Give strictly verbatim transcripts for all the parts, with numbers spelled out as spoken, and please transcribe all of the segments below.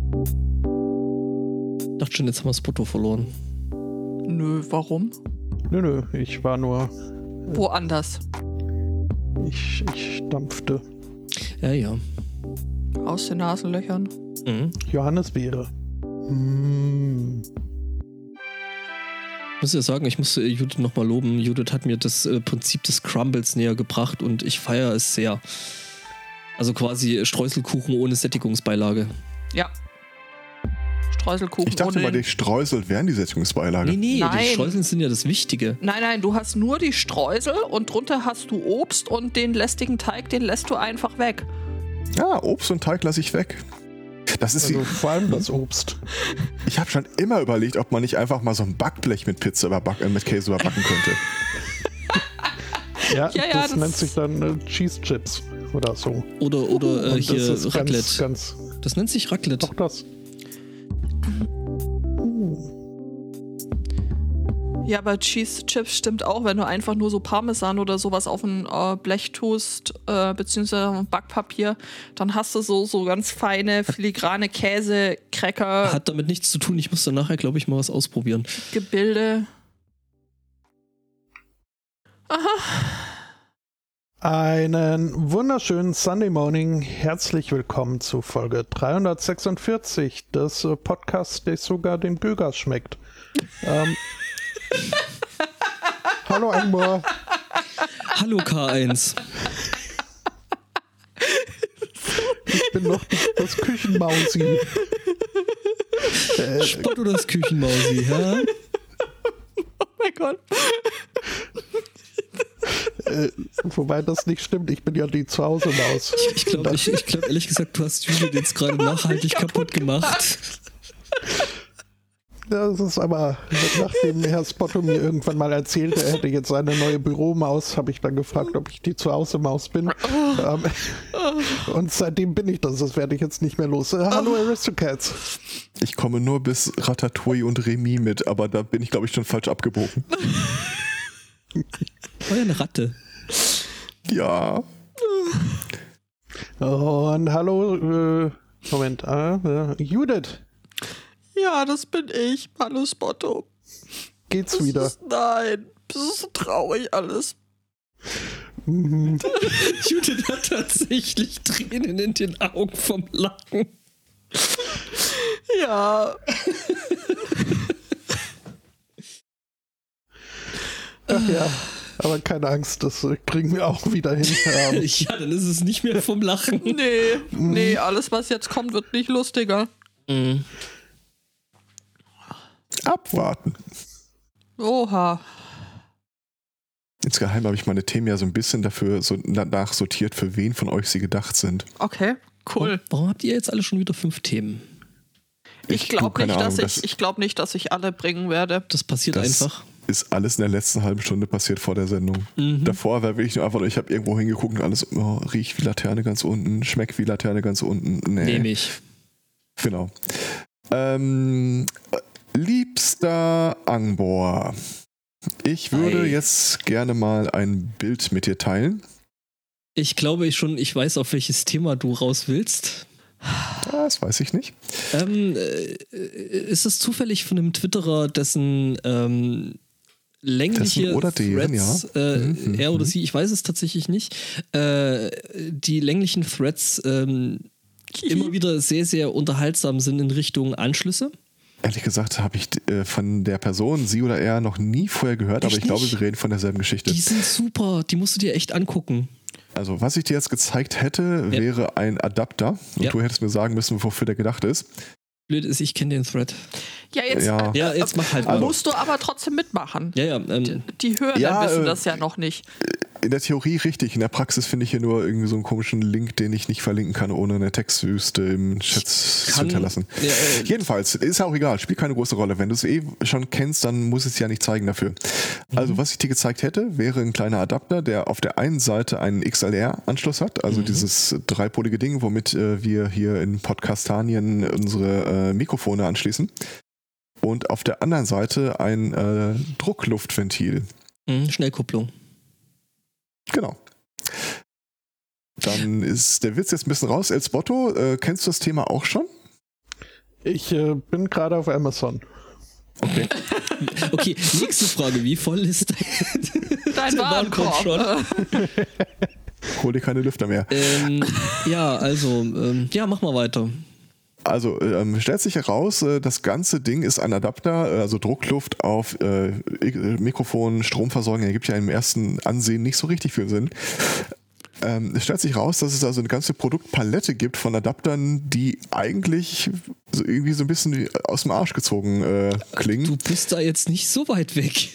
Ich dachte schon, jetzt haben wir das Spotto verloren. Nö, warum? Nö, nö, ich war nur... Woanders. Ich, ich dampfte. Ja, ja. Aus den Nasenlöchern. Mhm. Johannisbeere. Mm. Ich muss ja sagen, ich muss äh, Judith nochmal loben. Judith hat mir das äh, Prinzip des Crumbles näher gebracht und ich feiere es sehr. Also quasi Streuselkuchen ohne Sättigungsbeilage. Ja. Streuselkuchen. Ich dachte ohne mal, die Streusel wären die Sättigungsbeilage. Nee, nee, Nein. die Streuseln sind ja das Wichtige. Nein, nein, du hast nur die Streusel und drunter hast du Obst und den lästigen Teig, den lässt du einfach weg. Ja, Obst und Teig lasse ich weg. Das ist Also die, vor allem das Obst. ich habe schon immer überlegt, ob man nicht einfach mal so ein Backblech mit Pizza überback, äh, mit Käse überbacken könnte. Ja, Ja, ja, das, das- nennt sich dann äh, Cheese Chips oder so. Oder, oder äh, Und hier das ist Raclette. ganz, ganz... Das nennt sich Raclette. Auch das. Ja, aber Cheese Chips stimmt auch, wenn du einfach nur so Parmesan oder sowas auf ein äh, Blech tust, äh, beziehungsweise auf ein Backpapier, dann hast du so, so ganz feine, filigrane Käse-Cracker, Hat damit nichts zu tun. Ich muss dann nachher, glaube ich, mal was ausprobieren. Gebilde. Einen wunderschönen Sunday Morning. Herzlich willkommen zu Folge dreihundertsechsundvierzig des äh, Podcasts, der sogar den Bürgers schmeckt. ähm, Hallo Angmor. Hallo K eins. Ich bin noch das Küchenmausi. äh, Spott oder das Küchenmausi, ja? Oh mein Gott. äh, wobei das nicht stimmt, ich bin ja die Zuhause-Maus. Ich glaube ich, ich glaub, ehrlich gesagt, du hast Judith jetzt gerade nachhaltig kaputt gemacht. Das ist aber, nachdem Herr Spotto mir irgendwann mal erzählte, er hätte jetzt eine neue Büromaus, habe ich dann gefragt, ob ich die Zuhause-Maus bin. Ähm, und seitdem bin ich das, das werde ich jetzt nicht mehr los. Äh, hallo Aristocats. Ich komme nur bis Ratatouille und Remy mit, aber da bin ich, glaube ich, schon falsch abgebogen. War ja eine Ratte. Ja. Und hallo, äh, Moment, äh, Judith, Ja, das bin ich. Hallo Spotto. geht's Das wieder? Ist, nein, das ist so traurig alles. Mhm. Judith hat tatsächlich Tränen in den Augen vom Lachen. Ja. Ach ja, aber keine Angst, das äh, kriegen wir auch wieder hin. Ähm, Ja, dann ist es nicht mehr vom Lachen. Nee, nee, alles was jetzt kommt, wird nicht lustiger. Mhm. Abwarten. Oha. Insgeheim habe ich meine Themen ja so ein bisschen dafür so danach sortiert, für wen von euch sie gedacht sind. Okay, cool. Warum habt ihr jetzt alle schon wieder fünf Themen? Ich du, glaube keine nicht, dass Ahnung, ich, das- ich glaube nicht, dass ich alle bringen werde. Das passiert Das einfach. ist alles in der letzten halben Stunde passiert vor der Sendung. Mhm. Davor war wirklich nur einfach nur, ich habe irgendwo hingeguckt und alles, oh, riecht wie Laterne ganz unten, schmeckt wie Laterne ganz unten. Nee. Nehme ich. Genau. Ähm, liebster Angbor, ich würde Hi. jetzt gerne mal ein Bild mit dir teilen. Ich glaube ich schon, ich weiß, auf welches Thema du raus willst. Das weiß ich nicht. Ähm, äh, ist es zufällig von einem Twitterer, dessen ähm, längliche Dessen oder deren, Threads, ja. äh, Mhm, er oder mhm. sie, ich weiß es tatsächlich nicht, äh, die länglichen Threads ähm, immer wieder sehr, sehr unterhaltsam sind in Richtung Anschlüsse. Ehrlich gesagt habe ich äh, von der Person, sie oder er, noch nie vorher gehört, aber Echt ich glaube, nicht? wir reden von derselben Geschichte. Die sind super, die musst du dir echt angucken. Also, was ich dir jetzt gezeigt hätte, Ja. wäre ein Adapter. Und Ja. du hättest mir sagen müssen, wofür der gedacht ist. Blöd ist, ich kenne den Thread. Ja, jetzt, Ja. Ja, jetzt mach halt Also- mal. musst du aber trotzdem mitmachen. Ja, ja, ähm, Die Hörer Ja, wissen äh, das ja noch nicht. In der Theorie richtig, in der Praxis finde ich hier nur irgendwie so einen komischen Link, den ich nicht verlinken kann, ohne eine Textwüste im Chat zu kann- hinterlassen. Ja, äh, Jedenfalls, ist auch egal, spielt keine große Rolle. Wenn du es eh schon kennst, dann muss es ja nicht zeigen dafür. Also, was ich dir gezeigt hätte, wäre ein kleiner Adapter, der auf der einen Seite einen X L R-Anschluss hat, also Mhm. dieses dreipolige Ding, womit äh, wir hier in Podcastanien unsere äh, Mikrofone anschließen. Und auf der anderen Seite ein äh, Druckluftventil. mh, Schnellkupplung. Genau. Dann ist der Witz jetzt ein bisschen raus. El Spotto, äh, kennst du das Thema auch schon? Ich äh, bin gerade auf Amazon. Okay. Okay, nächste Frage. Wie voll ist Dein der Warenkorb schon? Hol dir keine Lüfter mehr. Ähm, ja, also, ähm, ja, mach mal weiter. Also ähm, stellt sich heraus, äh, das ganze Ding ist ein Adapter, äh, also Druckluft auf äh, Mikrofon, Stromversorgung, ergibt ja im ersten Ansehen nicht so richtig viel Sinn. Ähm, es stellt sich heraus, dass es also eine ganze Produktpalette gibt von Adaptern, die eigentlich so irgendwie so ein bisschen wie aus dem Arsch gezogen äh, klingen. Du bist da jetzt nicht so weit weg.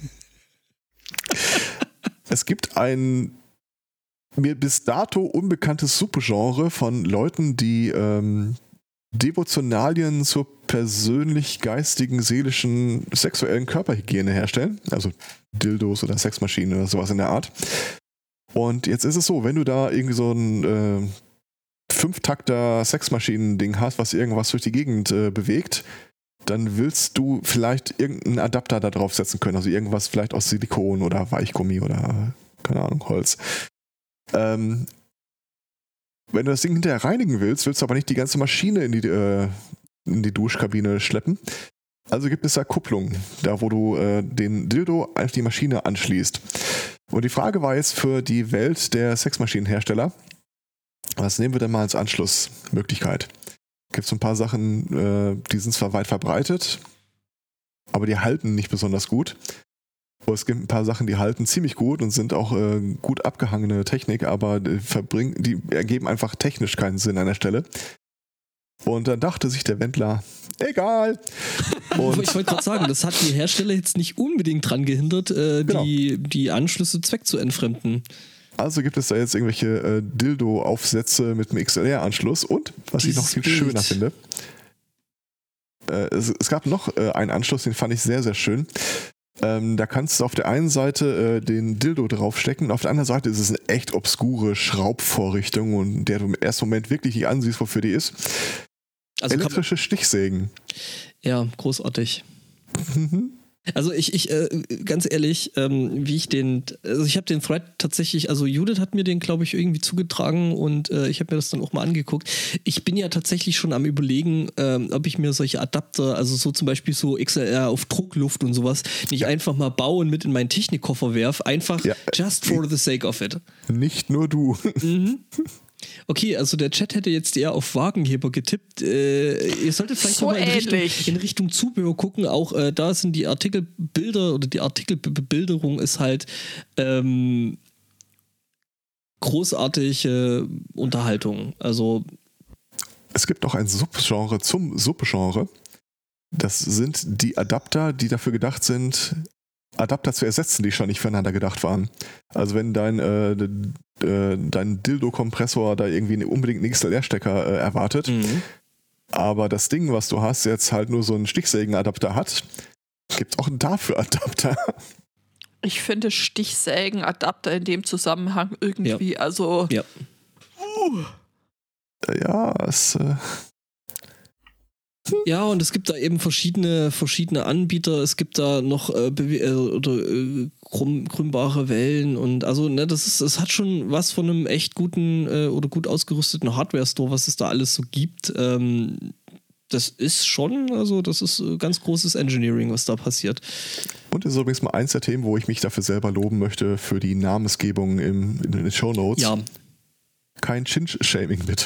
Es gibt ein mir bis dato unbekanntes Subgenre von Leuten, die ähm, Devotionalien zur persönlich geistigen, seelischen, sexuellen Körperhygiene herstellen. Also Dildos oder Sexmaschinen oder sowas in der Art. Und jetzt ist es so, wenn du da irgendwie so ein äh, Fünftakter Sexmaschinen-Ding hast, was irgendwas durch die Gegend äh, bewegt, dann willst du vielleicht irgendeinen Adapter da drauf setzen können. Also irgendwas vielleicht aus Silikon oder Weichgummi oder, keine Ahnung, Holz. Ähm, wenn du das Ding hinterher reinigen willst, willst du aber nicht die ganze Maschine in die, äh, in die Duschkabine schleppen. Also gibt es da Kupplungen, da wo du äh, den Dildo auf die Maschine anschließt. Und die Frage war jetzt für die Welt der Sexmaschinenhersteller, was nehmen wir denn mal als Anschlussmöglichkeit? Gibt es so ein paar Sachen, äh, die sind zwar weit verbreitet, aber die halten nicht besonders gut. Aber es gibt ein paar Sachen, die halten ziemlich gut und sind auch äh, gut abgehangene Technik, aber die, verbringen, die ergeben einfach technisch keinen Sinn an der Stelle. Und dann dachte sich der Wendler, egal. Und ich wollte gerade sagen, das hat die Hersteller jetzt nicht unbedingt dran gehindert, äh, Genau. die, die Anschlüsse zweck zu entfremden. Also gibt es da jetzt irgendwelche äh, Dildo-Aufsätze mit einem X L R-Anschluss und, was ich noch Dieses viel Bild. schöner finde, äh, es, es gab noch äh, einen Anschluss, den fand ich sehr, sehr schön. Ähm, da kannst du auf der einen Seite äh, den Dildo draufstecken und auf der anderen Seite ist es eine echt obskure Schraubvorrichtung und der du im ersten Moment wirklich nicht ansiehst, wofür die ist. Also kann, Elektrische Stichsägen. ja, großartig. Also ich, ich äh, ganz ehrlich, ähm, wie ich den, also ich habe den Thread tatsächlich, also Judith hat mir den, glaube ich, irgendwie zugetragen und äh, ich habe mir das dann auch mal angeguckt. Ich bin ja tatsächlich schon am Überlegen, ähm, ob ich mir solche Adapter, also so zum Beispiel so X L R auf Druckluft und sowas, nicht ja. einfach mal bauen mit in meinen Technikkoffer werf, einfach ja. just for the sake of it. Nicht nur du. Mhm. Okay, also der Chat hätte jetzt eher auf Wagenheber getippt. Äh, ihr solltet vielleicht so noch mal in Richtung, ähnlich. in Richtung Zubehör gucken. Auch äh, da sind die Artikelbilder oder die Artikelbebilderung ist halt ähm, großartige Unterhaltung. Also es gibt auch ein Subgenre zum Subgenre. Das sind die Adapter, die dafür gedacht sind, Adapter zu ersetzen, die schon nicht füreinander gedacht waren. Also wenn dein, äh, äh, dein Dildo-Kompressor da irgendwie unbedingt einen X L R-Stecker äh, erwartet, mhm. aber das Ding, was du hast, jetzt halt nur so einen Stichsägen-Adapter hat, gibt es auch dafür Adapter. Ich finde Stichsägen-Adapter in dem Zusammenhang irgendwie, ja. also ja, uh. ja es äh Ja, und es gibt da eben verschiedene, verschiedene Anbieter. Es gibt da noch äh, äh, oder äh, krumm, krümmbare Wellen und also ne, das ist, es hat schon was von einem echt guten äh, oder gut ausgerüsteten Hardware-Store, was es da alles so gibt. Ähm, das ist schon, also das ist ganz großes Engineering, was da passiert. Und das ist übrigens mal eins der Themen, wo ich mich dafür selber loben möchte für die Namensgebung im, in den Shownotes. Ja. Kein Chinch-Shaming, bitte.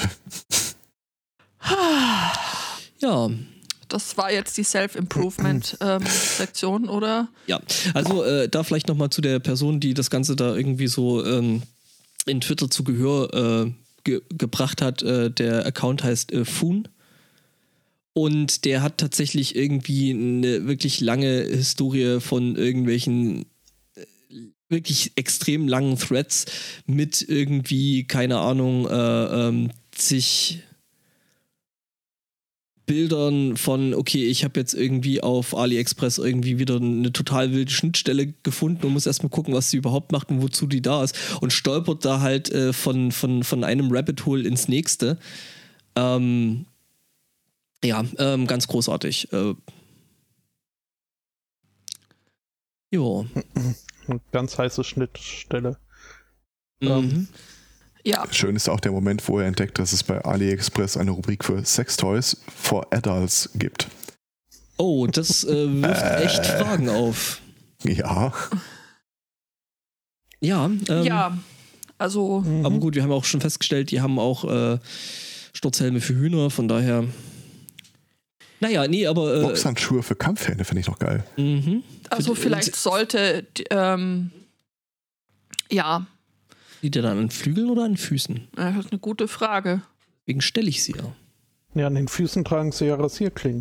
Ja. Das war jetzt die Self-Improvement-Sektion, ähm, oder? Ja, also äh, da vielleicht nochmal zu der Person, die das Ganze da irgendwie so ähm, in Twitter zu Gehör äh, ge- gebracht hat. Äh, der Account heißt äh, Foon. Und der hat tatsächlich irgendwie eine wirklich lange Historie von irgendwelchen äh, wirklich extrem langen Threads mit irgendwie, keine Ahnung, äh, ähm, sich Bildern von, okay, ich habe jetzt irgendwie auf AliExpress irgendwie wieder eine total wilde Schnittstelle gefunden und muss erstmal gucken, was sie überhaupt macht und wozu die da ist und stolpert da halt äh, von, von, von einem Rabbit Hole ins nächste. Ähm, ja, ähm, ganz großartig. Äh, jo. Ganz heiße Schnittstelle. Mhm. Ähm, Ja. Schön ist auch der Moment, wo er entdeckt, dass es bei AliExpress eine Rubrik für Sextoys for Adults gibt. Oh, das äh, wirft äh, echt Fragen auf. Ja. Ja, ähm, ja, also. Aber gut, wir haben auch schon festgestellt, die haben auch äh, Sturzhelme für Hühner, von daher. Naja, nee, aber. Äh, Boxhandschuhe für Kampfhände finde ich noch geil. Mhm. Also, vielleicht sollte. Ähm, ja. Liegt der dann an Flügeln oder an Füßen? Das ist eine gute Frage. Deswegen stelle ich sie ja. Ja, an den Füßen tragen sie ja Rasierklingen.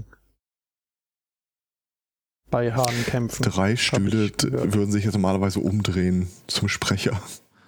Bei Hahnenkämpfen. Drei Stühle würden sich jetzt normalerweise umdrehen zum Sprecher.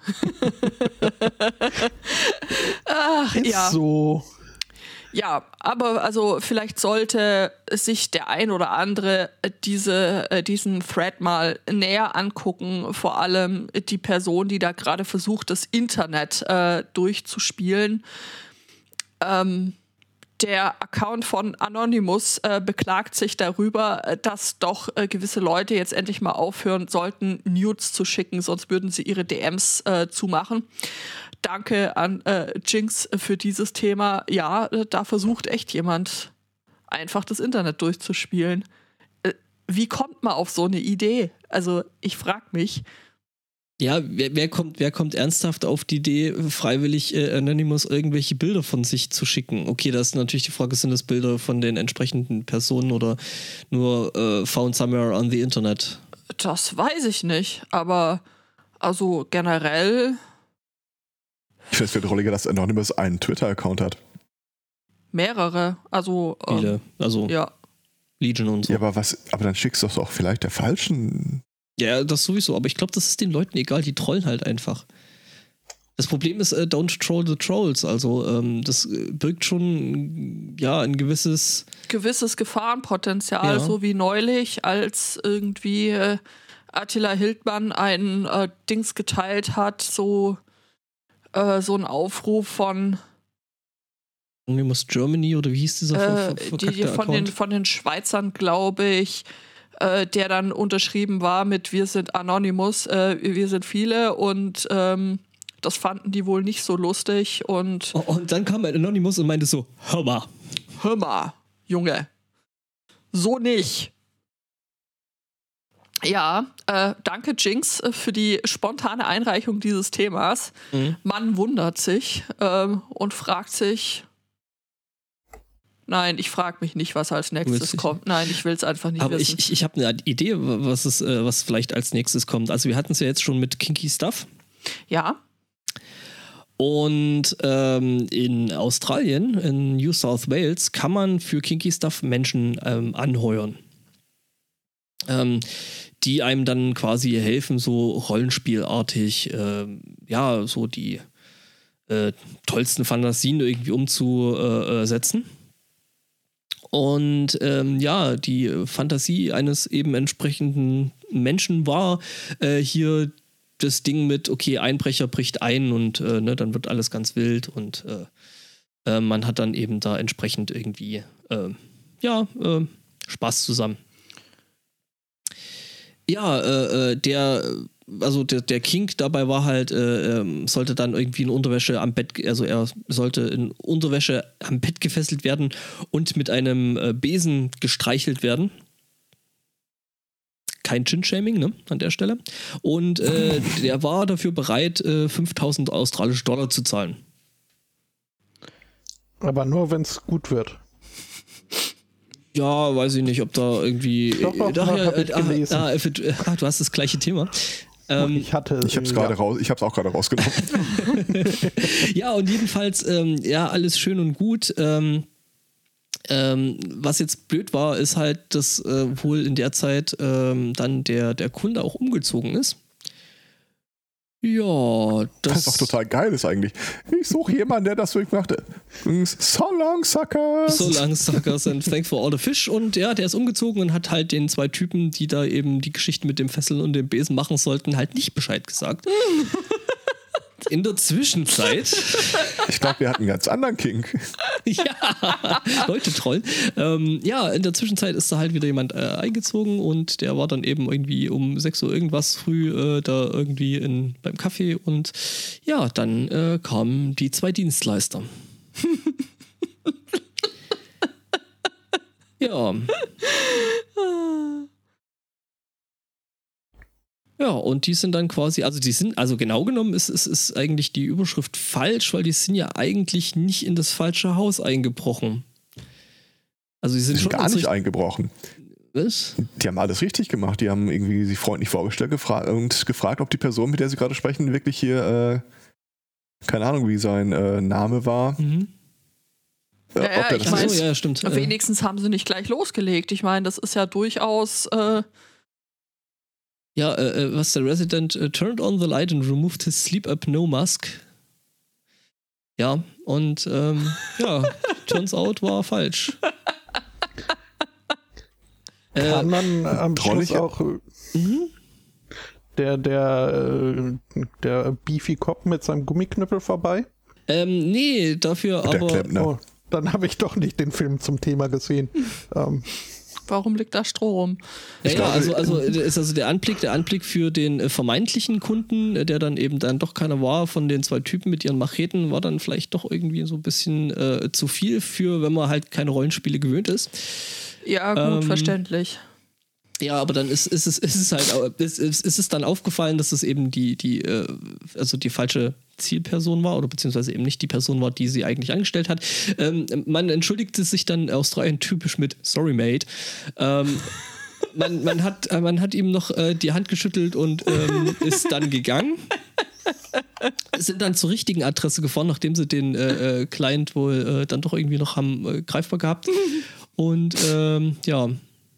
Ach, Ist ja. so. Ja, aber also vielleicht sollte sich der ein oder andere diese, äh, diesen Thread mal näher angucken. Vor allem die Person, die da gerade versucht, das Internet äh, durchzuspielen. Ähm, der Account von Anonymous äh, beklagt sich darüber, dass doch äh, gewisse Leute jetzt endlich mal aufhören sollten, Nudes zu schicken, sonst würden sie ihre D Ms äh, zumachen. Danke an äh, Jinx für dieses Thema. Ja, äh, da versucht echt jemand einfach das Internet durchzuspielen. Äh, wie kommt man auf so eine Idee? Also ich frag mich. Ja, wer, wer, kommt, wer kommt ernsthaft auf die Idee, freiwillig äh, Anonymous irgendwelche Bilder von sich zu schicken? Okay, da ist natürlich die Frage, sind das Bilder von den entsprechenden Personen oder nur äh, found somewhere on the Internet? Das weiß ich nicht, aber also generell... Ich finde es für Drolliger, dass Anonymous einen Twitter-Account hat. Mehrere, also... Viele, ähm, also ja. Legion und so. Ja, aber was? Aber dann schickst du doch auch vielleicht der falschen... Ja, das sowieso, aber ich glaube, das ist den Leuten egal, die trollen halt einfach. Das Problem ist, äh, don't troll the trolls, also ähm, das äh, birgt schon, ja, ein gewisses... Gewisses Gefahrenpotenzial, Ja. so wie neulich, als irgendwie äh, Attila Hildmann ein äh, Dings geteilt hat, so, äh, so ein Aufruf von... Anonymous Germany oder wie hieß dieser ver- Äh, ver- die, verkackte die von, den, Account? von den Schweizern, glaube ich, äh, der dann unterschrieben war mit Wir sind Anonymous, äh, wir sind viele und ähm, das fanden die wohl nicht so lustig und Oh, und dann kam ein Anonymous und meinte so, hör mal. hör mal, Junge, so nicht. Ja, äh, danke Jinx äh, für die spontane Einreichung dieses Themas. Mhm. Man wundert sich ähm, und fragt sich, nein, ich frage mich nicht, was als nächstes Willst du- kommt. Nein, ich will es einfach nicht Aber wissen. ich, ich, ich habe eine Idee, was, es, äh, was vielleicht als nächstes kommt. Also wir hatten es ja jetzt schon mit Kinky Stuff. Ja, Und ähm, in Australien, in New South Wales, kann man für Kinky Stuff Menschen ähm, anheuern. Ähm, die einem dann quasi helfen, so rollenspielartig, ähm, ja, so die äh, tollsten Fantasien irgendwie umzusetzen. Und ähm, ja, die Fantasie eines eben entsprechenden Menschen war äh, hier das Ding mit, okay, Einbrecher bricht ein und äh, ne, dann wird alles ganz wild und äh, äh, man hat dann eben da entsprechend irgendwie äh, ja, äh, Spaß zusammen. Ja, äh, der, also der, der Kink dabei war halt, äh, ähm, sollte dann irgendwie in Unterwäsche am Bett, also er sollte in Unterwäsche am Bett gefesselt werden und mit einem äh, Besen gestreichelt werden. Kein Chin-Shaming, ne, an der Stelle. Und äh, der war dafür bereit, äh, fünftausend australische Dollar zu zahlen. Aber nur, wenn es gut wird. Ja, weiß ich nicht, ob da irgendwie... Doch, doch, Ach, ja, hab ich ah, gelesen. ah, if it, ah, du hast das gleiche Thema. Ähm, ich hatte Ich habe es äh, gerade ja. raus, ich habe es auch gerade rausgenommen. Ja, und jedenfalls, ähm, ja, alles schön und gut. Ähm, ähm, was jetzt blöd war, ist halt, dass äh, wohl in der Zeit ähm, dann der, der Kunde auch umgezogen ist. Ja, das, Was doch total geil ist eigentlich. Ich suche jemanden, der das durchmacht. So long, suckers! So long, suckers, and thanks for all the fish. Und ja, der ist umgezogen und hat halt den zwei Typen, die da eben die Geschichte mit dem Fesseln und dem Besen machen sollten, halt nicht Bescheid gesagt. in der Zwischenzeit. Ich glaube, wir hatten einen ganz anderen Kink. Ja, Leute trollen. Ähm, ja, in der Zwischenzeit ist da halt wieder jemand äh, eingezogen und der war dann eben irgendwie um sechs Uhr irgendwas früh äh, da irgendwie in, beim Kaffee und ja, dann äh, kamen die zwei Dienstleister. Ja. Ja, und die sind dann quasi, also die sind, also genau genommen ist, ist, ist eigentlich die Überschrift falsch, weil die sind ja eigentlich nicht in das falsche Haus eingebrochen. Also die sind, Die sind schon gar nicht richtig- eingebrochen. Was? Die haben alles richtig gemacht. Die haben irgendwie sich freundlich vorgestellt gefra- und gefragt, ob die Person, mit der sie gerade sprechen, wirklich hier, äh, keine Ahnung, wie sein äh, Name war. Mhm. Äh, Ja, ja, ob der ich das Ach weiß- so, ja, stimmt. Äh, Wenigstens haben sie nicht gleich losgelegt. Ich meine, das ist ja durchaus. Äh, Ja, äh, äh, was der Resident äh, turned on the light and removed his sleep apnoe mask. Ja, und ähm, ja, turns out war falsch. äh, Kam dann am Trollig- Schluss auch äh, mhm. der, der, äh, der Beefy Cop mit seinem Gummiknüppel vorbei? ähm, nee, dafür der aber. Klempner. Oh, dann habe ich doch nicht den Film zum Thema gesehen. ähm, warum liegt da Stroh rum? Ja, ja, glaube, also, also äh, ist also der Anblick, der Anblick für den äh, vermeintlichen Kunden, äh, der dann eben dann doch keiner war, von den zwei Typen mit ihren Macheten, war dann vielleicht doch irgendwie so ein bisschen äh, zu viel für, wenn man halt keine Rollenspiele gewöhnt ist. Ja, gut, Ähm, verständlich. Ja, aber dann ist, ist, es, ist es halt au- ist, ist, ist es dann aufgefallen, dass es eben die, die, äh, also die falsche Zielperson war oder beziehungsweise eben nicht die Person war, die sie eigentlich angestellt hat. Ähm, man entschuldigte sich dann Australien typisch mit Sorry, mate. Ähm, man, man, hat, äh, man hat ihm noch äh, die Hand geschüttelt und ähm, ist dann gegangen. Sind dann zur richtigen Adresse gefahren, nachdem sie den äh, äh, Client wohl äh, dann doch irgendwie noch haben äh, greifbar gehabt. Und ähm, ja.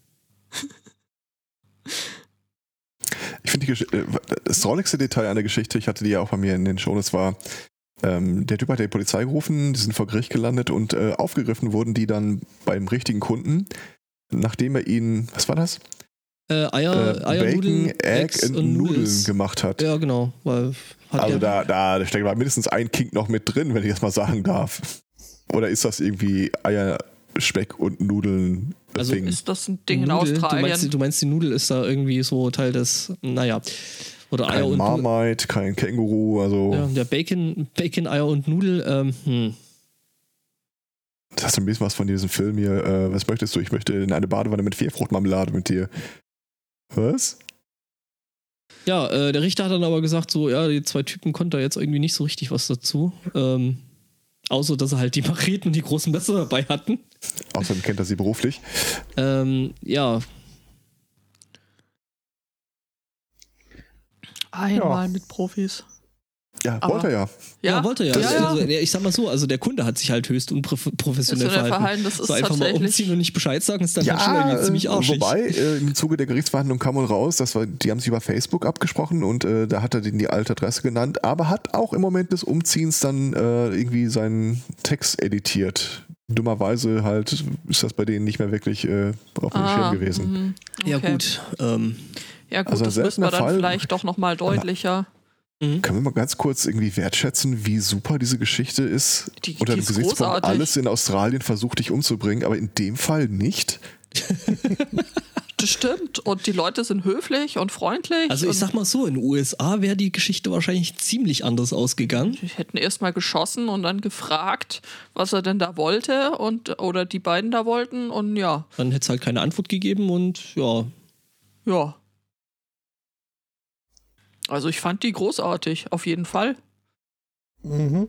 Ich finde die Gesch- äh, das traurigste Detail an der Geschichte, ich hatte die ja auch bei mir in den Shownotes, war, ähm, der Typ hat die Polizei gerufen, die sind vor Gericht gelandet und äh, aufgegriffen wurden die dann beim richtigen Kunden, nachdem er ihnen, was war das? Äh, Eier, Äh, Eier, Bacon, Nudeln, Egg Eggs und und Nudeln Noodles. gemacht hat. Ja, genau. Weil hat Also ja, da, da steckt aber mindestens ein Kink noch mit drin, wenn ich das mal sagen darf. Oder ist das irgendwie Eier, Speck und Nudeln das Also Ding? Ist das ein Ding in Nudel, du Australien? meinst, die- du meinst, die Nudel ist da irgendwie so Teil des, naja. Oder Eier Kein und Nudel. Marmite, kein Känguru, also Ja, der Bacon, Bacon, Eier und Nudel, ähm, hm. das hast du ein bisschen was von diesem Film hier. Äh, was möchtest du? Ich möchte in eine Badewanne mit Fehlfruchtmarmelade mit dir. Was? Ja, äh, der Richter hat dann aber gesagt, so, ja, die zwei Typen konnten da jetzt irgendwie nicht so richtig was dazu. Ähm, außer, dass sie halt die Macheten und die großen Messer dabei hatten. Außerdem kennt er sie beruflich. Ähm, ja, Einmal mit Profis. Ja, Aber- wollte er ja. ja, wollte ja. Ja, ja. Also, ja, ich sag mal so, also der Kunde hat sich halt höchst unprofessionell Ist ja der verhalten. Verhalten, das ist so einfach mal tatsächlich- umziehen und nicht Bescheid sagen, ist dann Ja, halt schon irgendwie ziemlich äh, arschig. wobei, äh, im Zuge der Gerichtsverhandlung kam wohl raus, dass wir, die haben sich über Facebook abgesprochen und äh, da hat er denen die alte Adresse genannt, aber hat auch im Moment des Umziehens dann äh, irgendwie seinen Text editiert. Dummerweise halt ist das bei denen nicht mehr wirklich äh, auf dem Schirm gewesen. mhm, Ja, okay. gut. Ähm, Ja, gut, Also ein das müssen wir seltener dann Fall. vielleicht doch nochmal deutlicher. Können wir mal ganz kurz irgendwie wertschätzen, wie super diese Geschichte ist? Die- Unter die dem ist Gesichtspunkt, großartig. alles in Australien versucht dich umzubringen, aber in dem Fall nicht. Das stimmt. Und die Leute sind höflich und freundlich. also ich und sag mal so, in den U S A wäre die Geschichte wahrscheinlich ziemlich anders ausgegangen. die hätten erstmal geschossen und dann gefragt, was er denn da wollte und oder die beiden da wollten. Und ja, Dann hätte es halt keine Antwort gegeben und ja. ja. Also ich fand die großartig, auf jeden Fall. Mhm.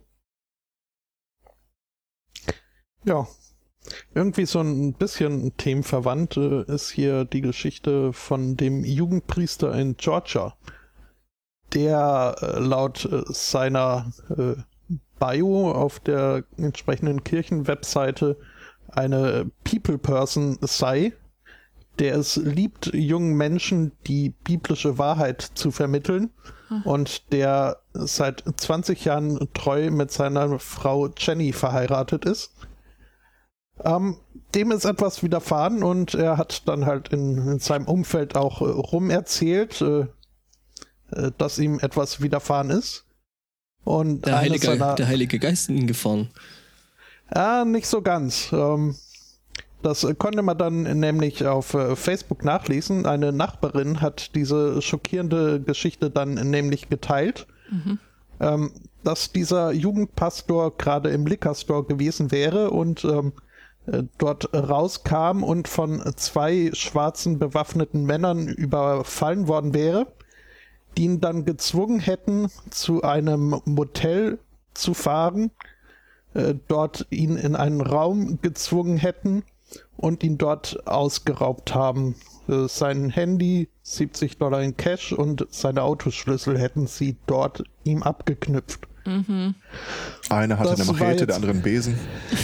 Ja. Irgendwie so ein bisschen themenverwandt äh, ist hier die Geschichte von dem Jugendpriester in Georgia, der äh, laut äh, seiner äh, Bio auf der entsprechenden Kirchenwebseite eine People Person sei, der es liebt, jungen Menschen die biblische Wahrheit zu vermitteln und der seit zwanzig Jahren treu mit seiner Frau Jenny verheiratet ist. Ähm, dem ist etwas widerfahren und er hat dann halt in, in seinem Umfeld auch äh, rumerzählt, äh, äh, dass ihm etwas widerfahren ist. Und Der eines Heilige, seiner, der Heilige Geist in ihn gefahren. Ja, nicht so ganz. Ähm, das konnte man dann nämlich auf äh, Facebook nachlesen. Eine Nachbarin hat diese schockierende Geschichte dann nämlich geteilt, Mhm. ähm, dass dieser Jugendpastor gerade im Liquor Store gewesen wäre und ähm, äh, dort rauskam und von zwei schwarzen bewaffneten Männern überfallen worden wäre, die ihn dann gezwungen hätten, zu einem Motel zu fahren, äh, dort ihn in einen Raum gezwungen hätten und ihn dort ausgeraubt haben. Äh, sein Handy, siebzig Dollar in Cash und seine Autoschlüssel hätten sie dort ihm abgeknüpft. Mhm. Einer hatte Das eine war Machete, jetzt- der andere einen Besen.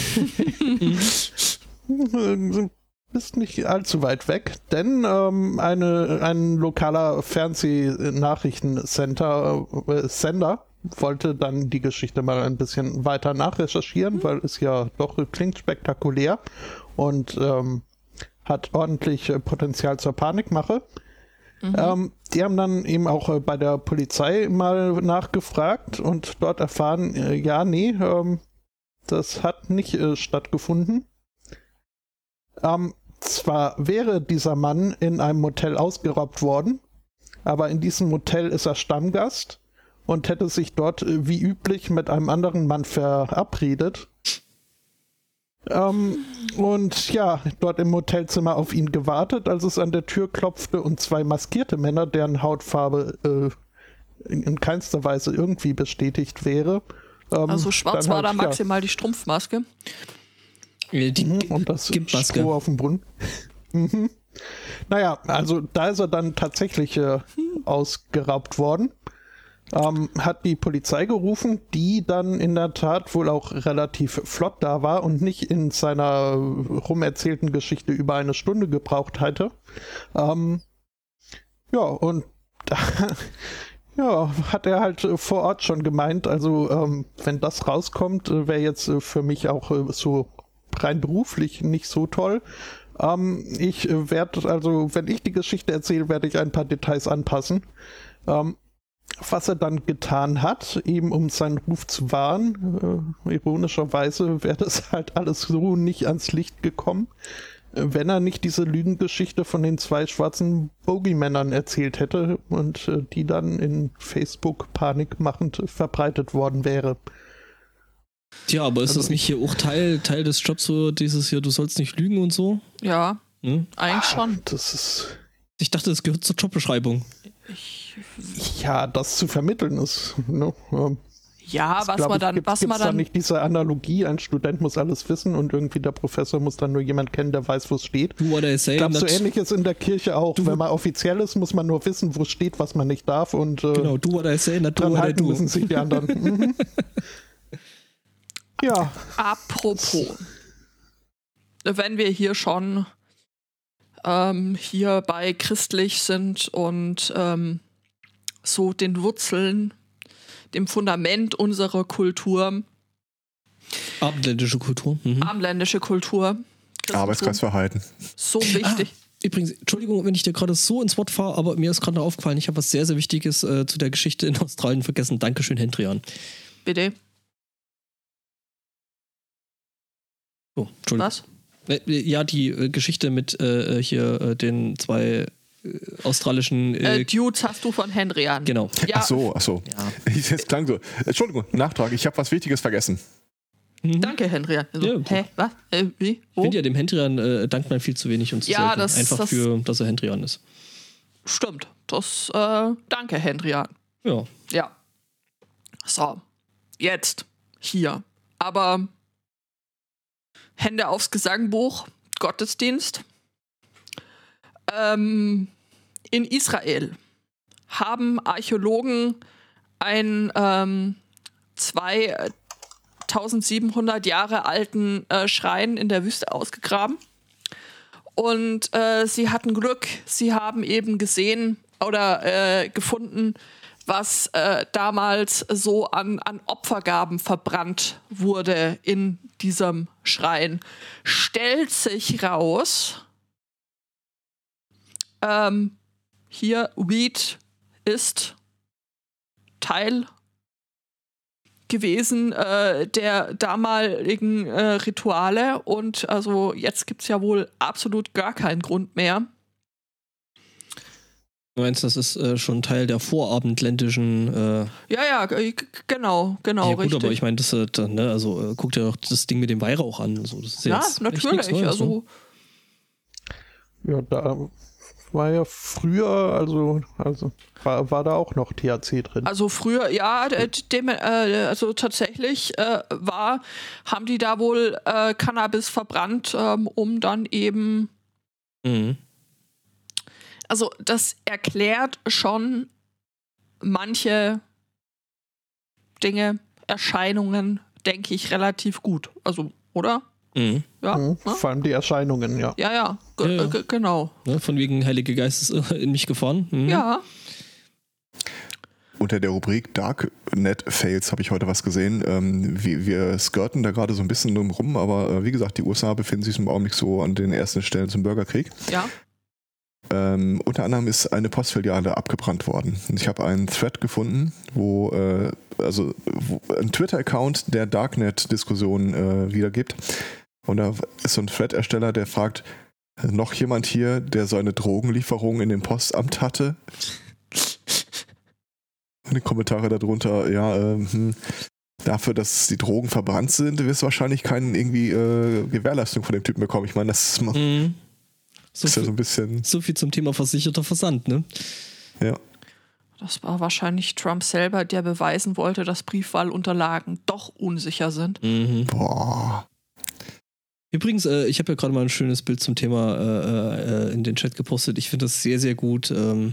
Du bist nicht allzu weit weg, denn ähm, eine, ein lokaler Fernsehnachrichtensender äh, Sender wollte dann die Geschichte mal ein bisschen weiter nachrecherchieren, weil es ja doch klingt spektakulär und ähm, hat ordentlich äh, Potenzial zur Panikmache. Mhm. Ähm, die haben dann eben auch äh, bei der Polizei mal nachgefragt und dort erfahren, äh, ja, nee, ähm, das hat nicht äh, stattgefunden. Ähm, zwar wäre dieser Mann in einem Motel ausgeraubt worden, aber in diesem Motel ist er Stammgast und hätte sich dort äh, wie üblich mit einem anderen Mann verabredet. Ähm, und ja, dort im Hotelzimmer auf ihn gewartet, als es an der Tür klopfte und zwei maskierte Männer, deren Hautfarbe äh, in, in keinster Weise irgendwie bestätigt wäre. Ähm, Also schwarz dann war da halt, ja, maximal die Strumpfmaske. Äh, Die, Mhm, und das Gimpmaske. Stroh auf dem Brunnen. mhm. Naja, also da ist er dann tatsächlich äh, ausgeraubt worden. Ähm, hat die Polizei gerufen, die dann in der Tat wohl auch relativ flott da war und nicht in seiner rumerzählten Geschichte über eine Stunde gebraucht hätte. Ähm, ja, und da ja, hat er halt äh, vor Ort schon gemeint, also ähm, wenn das rauskommt, äh, wäre jetzt äh, für mich auch äh, so rein beruflich nicht so toll. Ähm, ich äh, werde, also wenn ich die Geschichte erzähle, werde ich ein paar Details anpassen. Ähm, was er dann getan hat, eben um seinen Ruf zu wahren, äh, ironischerweise wäre das halt alles so nicht ans Licht gekommen, äh, wenn er nicht diese Lügengeschichte von den zwei schwarzen Bogeymännern erzählt hätte und äh, die dann in Facebook panikmachend verbreitet worden wäre. ja, aber ist Also das nicht hier auch Teil, Teil des Jobs, so dieses hier, du sollst nicht lügen und so? Ja, Hm? eigentlich schon. Das ist, Ich dachte, das gehört zur Jobbeschreibung. Ich, ja, das zu vermitteln ist, ne, ähm, ja, das was glaub man ich, dann, gibt's, was gibt's man da dann, nicht diese Analogie, ein Student muss alles wissen und irgendwie der Professor muss dann nur jemand kennen, der weiß, wo es steht. Do what I say. Ich glaube, so not- ähnlich ist in der Kirche auch. Du- Wenn man offiziell ist, muss man nur wissen, wo steht, was man nicht darf und äh, Genau, do what I say, not do dran what I halten do. müssen sich die anderen. Mhm. Ja, apropos, wenn wir hier schon ähm, hier bei christlich sind und ähm, so den Wurzeln, dem Fundament unserer Kultur, Abendländische Kultur. Mhm. abendländische Kultur, Christentum, Arbeitskreisverhalten. so wichtig. Übrigens, Entschuldigung, wenn ich dir gerade so ins Wort fahre, aber mir ist gerade noch aufgefallen, ich habe was sehr, sehr Wichtiges äh, zu der Geschichte in Australien vergessen. Dankeschön, Hendrian. Bitte, Oh, Entschuldigung. was? Äh, Ja, die äh, Geschichte mit äh, hier äh, den zwei äh, australischen. Äh, Äh, Dudes hast du von Henry an. genau. Ja, Ach so, ach so. Ja. Das klang so. Entschuldigung, Nachtrag, ich habe was Wichtiges vergessen. Mhm. danke, Henry. Also, Ja, gut. hä, was? Äh, wie? Ich Wo? finde ja, dem Hendrian äh, dankt man viel zu wenig und zu Ja, selten. das- Einfach das- für, dass er Hendrian ist. Stimmt. Das, äh, danke, Henry. Ja. Ja. So. Jetzt. Hier. Aber Hände aufs Gesangbuch. Gottesdienst. Ähm, in Israel haben Archäologen einen ähm, zweitausendsiebenhundert Jahre alten äh, Schrein in der Wüste ausgegraben. Und äh, sie hatten Glück. Sie haben eben gesehen oder äh, gefunden, was äh, damals so an, an Opfergaben verbrannt wurde in diesem Schrein. Stellt sich raus, ähm, hier Weed ist Teil gewesen äh, der damaligen äh, Rituale und also jetzt gibt es ja wohl absolut gar keinen Grund mehr. Du meinst, das ist äh, schon Teil der vorabendländischen äh Ja, ja, g- genau, genau, ja, gut, richtig. aber ich meine, das, äh, ne, also äh, guck dir doch das Ding mit dem Weihrauch an. So, das ist ja, jetzt echt natürlich, nichts Neues, also Ja, da war ja früher, also, also war, war da auch noch T H C drin. Also früher, ja, dem, äh, also tatsächlich äh, war, haben die da wohl äh, Cannabis verbrannt, ähm, um dann eben, Mhm. also das erklärt schon manche Dinge, Erscheinungen, denke ich, relativ gut. Also, oder? Mhm. Ja, Mhm, ne? vor allem die Erscheinungen, ja. ja, ja, ge- Ja, ja. ge- genau. Ne, von wegen Heilige Geist ist äh, in mich gefahren. Mhm. Ja, Unter der Rubrik Darknet Fails habe ich heute was gesehen. Ähm, wir, wir skirten da gerade so ein bisschen drum rum, aber äh, wie gesagt, die U S A befinden sich im Augenblick so an den ersten Stellen zum Bürgerkrieg. ja. Ähm, unter anderem ist eine Postfiliale abgebrannt worden. Und ich habe einen Thread gefunden, wo, äh, also wo, ein Twitter-Account, der Darknet-Diskussion äh, wiedergibt. Und da ist so ein Thread-Ersteller, der fragt, noch jemand hier, der so eine Drogenlieferung in dem Postamt hatte? Und die Kommentare darunter, ja, ähm, hm, dafür, dass die Drogen verbrannt sind, wirst du wahrscheinlich keine irgendwie äh, Gewährleistung von dem Typen bekommen. Ich meine, das ist, Mhm. So, ist ja so viel, ein bisschen, so viel zum Thema versicherter Versand, ne? ja. Das war wahrscheinlich Trump selber, der beweisen wollte, dass Briefwahlunterlagen doch unsicher sind. Mhm. Boah. Übrigens, äh, ich habe ja gerade mal ein schönes Bild zum Thema äh, äh, in den Chat gepostet. Ich finde das sehr, sehr gut. Ähm,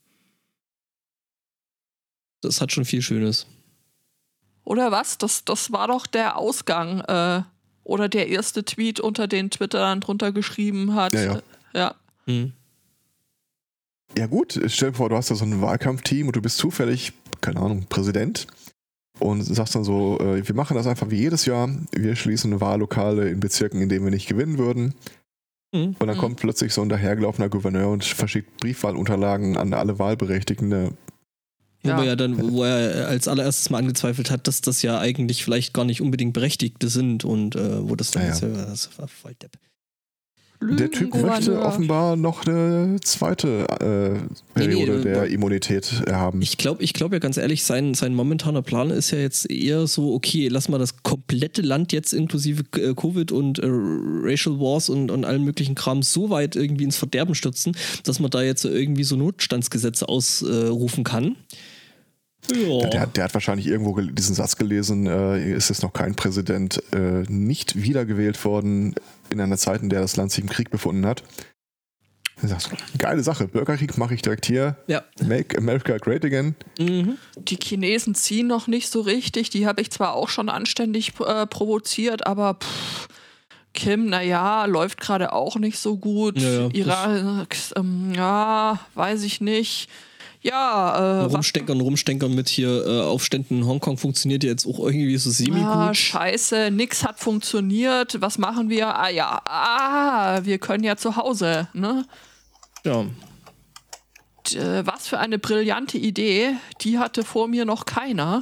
das hat schon viel Schönes. Oder was? Das, das war doch der Ausgang äh, oder der erste Tweet, unter den Twitter dann drunter geschrieben hat. Ja, ja. Äh, ja. Mhm. Ja gut, stell dir vor, du hast da so ein Wahlkampfteam und du bist zufällig, keine Ahnung, Präsident und sagst dann so, äh, wir machen das einfach wie jedes Jahr, wir schließen Wahllokale in Bezirken, in denen wir nicht gewinnen würden. Mhm. Und dann Mhm. kommt plötzlich so ein dahergelaufener Gouverneur und verschickt Briefwahlunterlagen an alle Wahlberechtigten. Wo Ja. man ja dann, wo er als allererstes mal angezweifelt hat, dass das ja eigentlich vielleicht gar nicht unbedingt Berechtigte sind und äh, wo das dann Ja, jetzt, ja. ja, das war voll Depp. Der Typ möchte Lügengouverneur. offenbar noch eine zweite äh, Periode Nee, nee, der äh, Immunität haben. Ich glaube, ich glaube ja ganz ehrlich, sein, sein momentaner Plan ist ja jetzt eher so, okay, lass mal das komplette Land jetzt inklusive äh, Covid und äh, Racial Wars und, und allen möglichen Kram so weit irgendwie ins Verderben stürzen, dass man da jetzt irgendwie so Notstandsgesetze ausrufen äh, kann. Ja. Der, der hat wahrscheinlich irgendwo gel- diesen Satz gelesen, äh, ist jetzt noch kein Präsident äh, nicht wiedergewählt worden in einer Zeit, in der das Land sich im Krieg befunden hat. Er sagt, geile Sache, Bürgerkrieg mache ich direkt hier. Ja. Make America Great Again. Mhm. Die Chinesen ziehen noch nicht so richtig. Die habe ich zwar auch schon anständig äh, provoziert, aber pff, Kim, naja, läuft gerade auch nicht so gut. Ja, ja, Irak, ähm, ja, weiß ich nicht. Ja, äh, was, Rumstenkern, rumstenkern mit hier äh, Aufständen in Hongkong funktioniert ja jetzt auch irgendwie so semi-gut. ah, scheiße, nix hat funktioniert. Was machen wir? Ah ja, ah, wir können ja zu Hause, ne? Ja. Und, äh, was für eine brillante Idee. Die hatte vor mir noch keiner.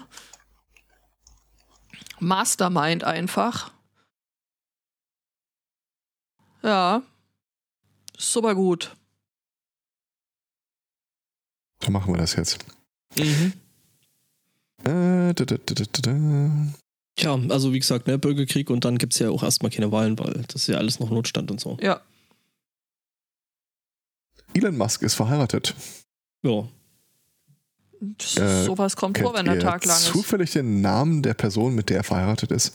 Mastermind einfach. Ja. Super gut. So machen wir das jetzt. Mhm. Äh, da, da, da, da, da. Tja, also wie gesagt, ne, Bürgerkrieg und dann gibt es ja auch erstmal keine Wahlen, weil das ist ja alles noch Notstand und so. Ja. Elon Musk ist verheiratet. Ja. Das, Äh, sowas kommt vor, wenn der ihr Tag lang ist. zufällig den Namen der Person, mit der er verheiratet ist?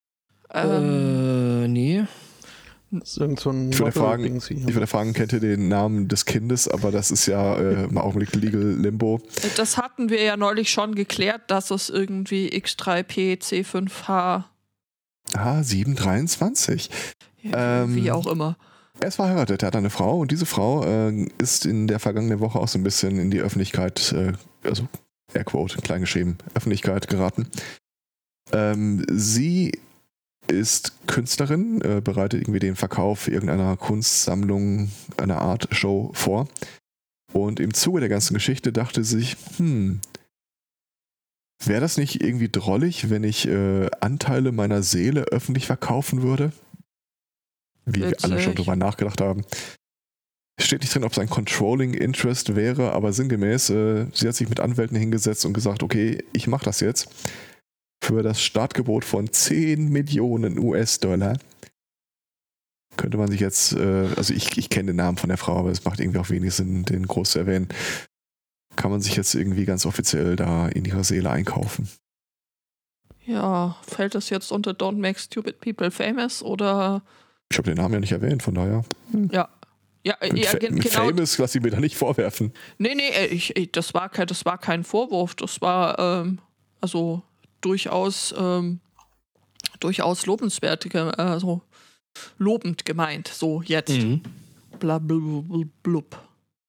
Ähm, Äh, nee. Das ist irgend so ein Ich würde fragen, Model-Dingsy. ich würde fragen, kennt ihr den Namen des Kindes? Aber das ist ja äh, im Augenblick Legal Limbo. das hatten wir ja neulich schon geklärt, dass es irgendwie X drei P C fünf H, Ah, sieben dreiundzwanzig. Ähm, wie auch immer. Er ist verheiratet, er hat eine Frau und diese Frau äh, ist in der vergangenen Woche auch so ein bisschen in die Öffentlichkeit, äh, also Airquote, klein geschrieben, Öffentlichkeit geraten. Ähm, sie ist Künstlerin, äh, bereitet irgendwie den Verkauf irgendeiner Kunstsammlung, einer Art Show vor. Und im Zuge der ganzen Geschichte dachte sie sich, hm, Wäre das nicht irgendwie drollig, wenn ich äh, Anteile meiner Seele öffentlich verkaufen würde? Wie wir alle schon drüber nachgedacht haben. Steht nicht drin, ob es ein Controlling Interest wäre, aber sinngemäß, äh, sie hat sich mit Anwälten hingesetzt und gesagt, okay, ich mache das jetzt für das Startgebot von zehn Millionen U S-Dollar. Könnte man sich jetzt, äh, also ich, ich kenne den Namen von der Frau, aber es macht irgendwie auch wenig Sinn, den groß zu erwähnen. Kann man sich jetzt irgendwie ganz offiziell da in ihrer Seele einkaufen. Ja, fällt das jetzt unter Don't Make Stupid People Famous oder? Ich habe den Namen ja nicht erwähnt, von daher. Hm. Ja. Ja, mit ja, Fa- ge- mit genau. Famous lasse ich mir da nicht vorwerfen. Nee, nee, ich, ich, das, war kein, das war kein Vorwurf. Das war ähm, also durchaus, ähm, durchaus lobenswert, ge- also lobend gemeint. So, jetzt. Mhm. Bla, blub, blub, blub.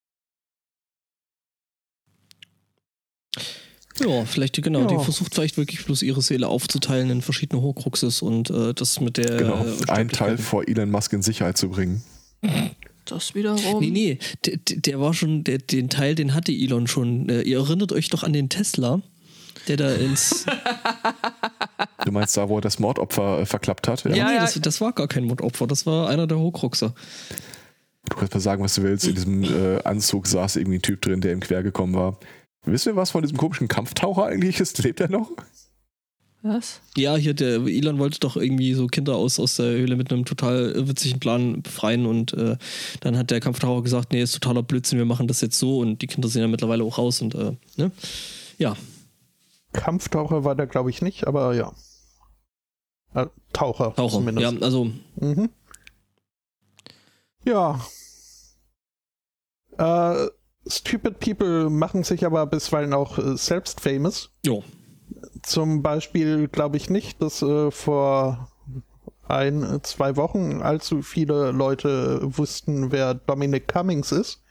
Ja, vielleicht, genau, Ja. die versucht vielleicht wirklich bloß ihre Seele aufzuteilen in verschiedene Horcruxes und äh, das mit der Genau, äh, einen Unsterblichkeit. Teil vor Elon Musk in Sicherheit zu bringen. Das wiederum. Nee, nee, der, der war schon, der, den Teil, den hatte Elon schon. Äh, Ihr erinnert euch doch an den Tesla, der da ins... Du meinst da, wo er das Mordopfer äh, verklappt hat? Ja, Ja, nee, ja. das, das war gar kein Mordopfer, das war einer der Horcruxe. Du kannst mal sagen, was du willst. In diesem äh, Anzug saß irgendwie ein Typ drin, der ihm quer gekommen war. Wissen wir, was von diesem komischen Kampftaucher eigentlich ist? Lebt er noch? Was? Ja, hier, der Elon wollte doch irgendwie so Kinder aus, aus der Höhle mit einem total witzigen Plan befreien und äh, dann hat der Kampftaucher gesagt, nee, ist totaler Blödsinn, wir machen das jetzt so und die Kinder sind ja mittlerweile auch raus und äh, ne? Ja. Kampftaucher war der, glaube ich, nicht, aber ja. Äh, Taucher, Taucher, zumindest. ja, also Mhm. Ja. Äh, Stupid People machen sich aber bisweilen auch äh, selbst famous. jo. Zum Beispiel glaube ich nicht, dass äh, vor ein, zwei Wochen allzu viele Leute wussten, wer Dominic Cummings ist.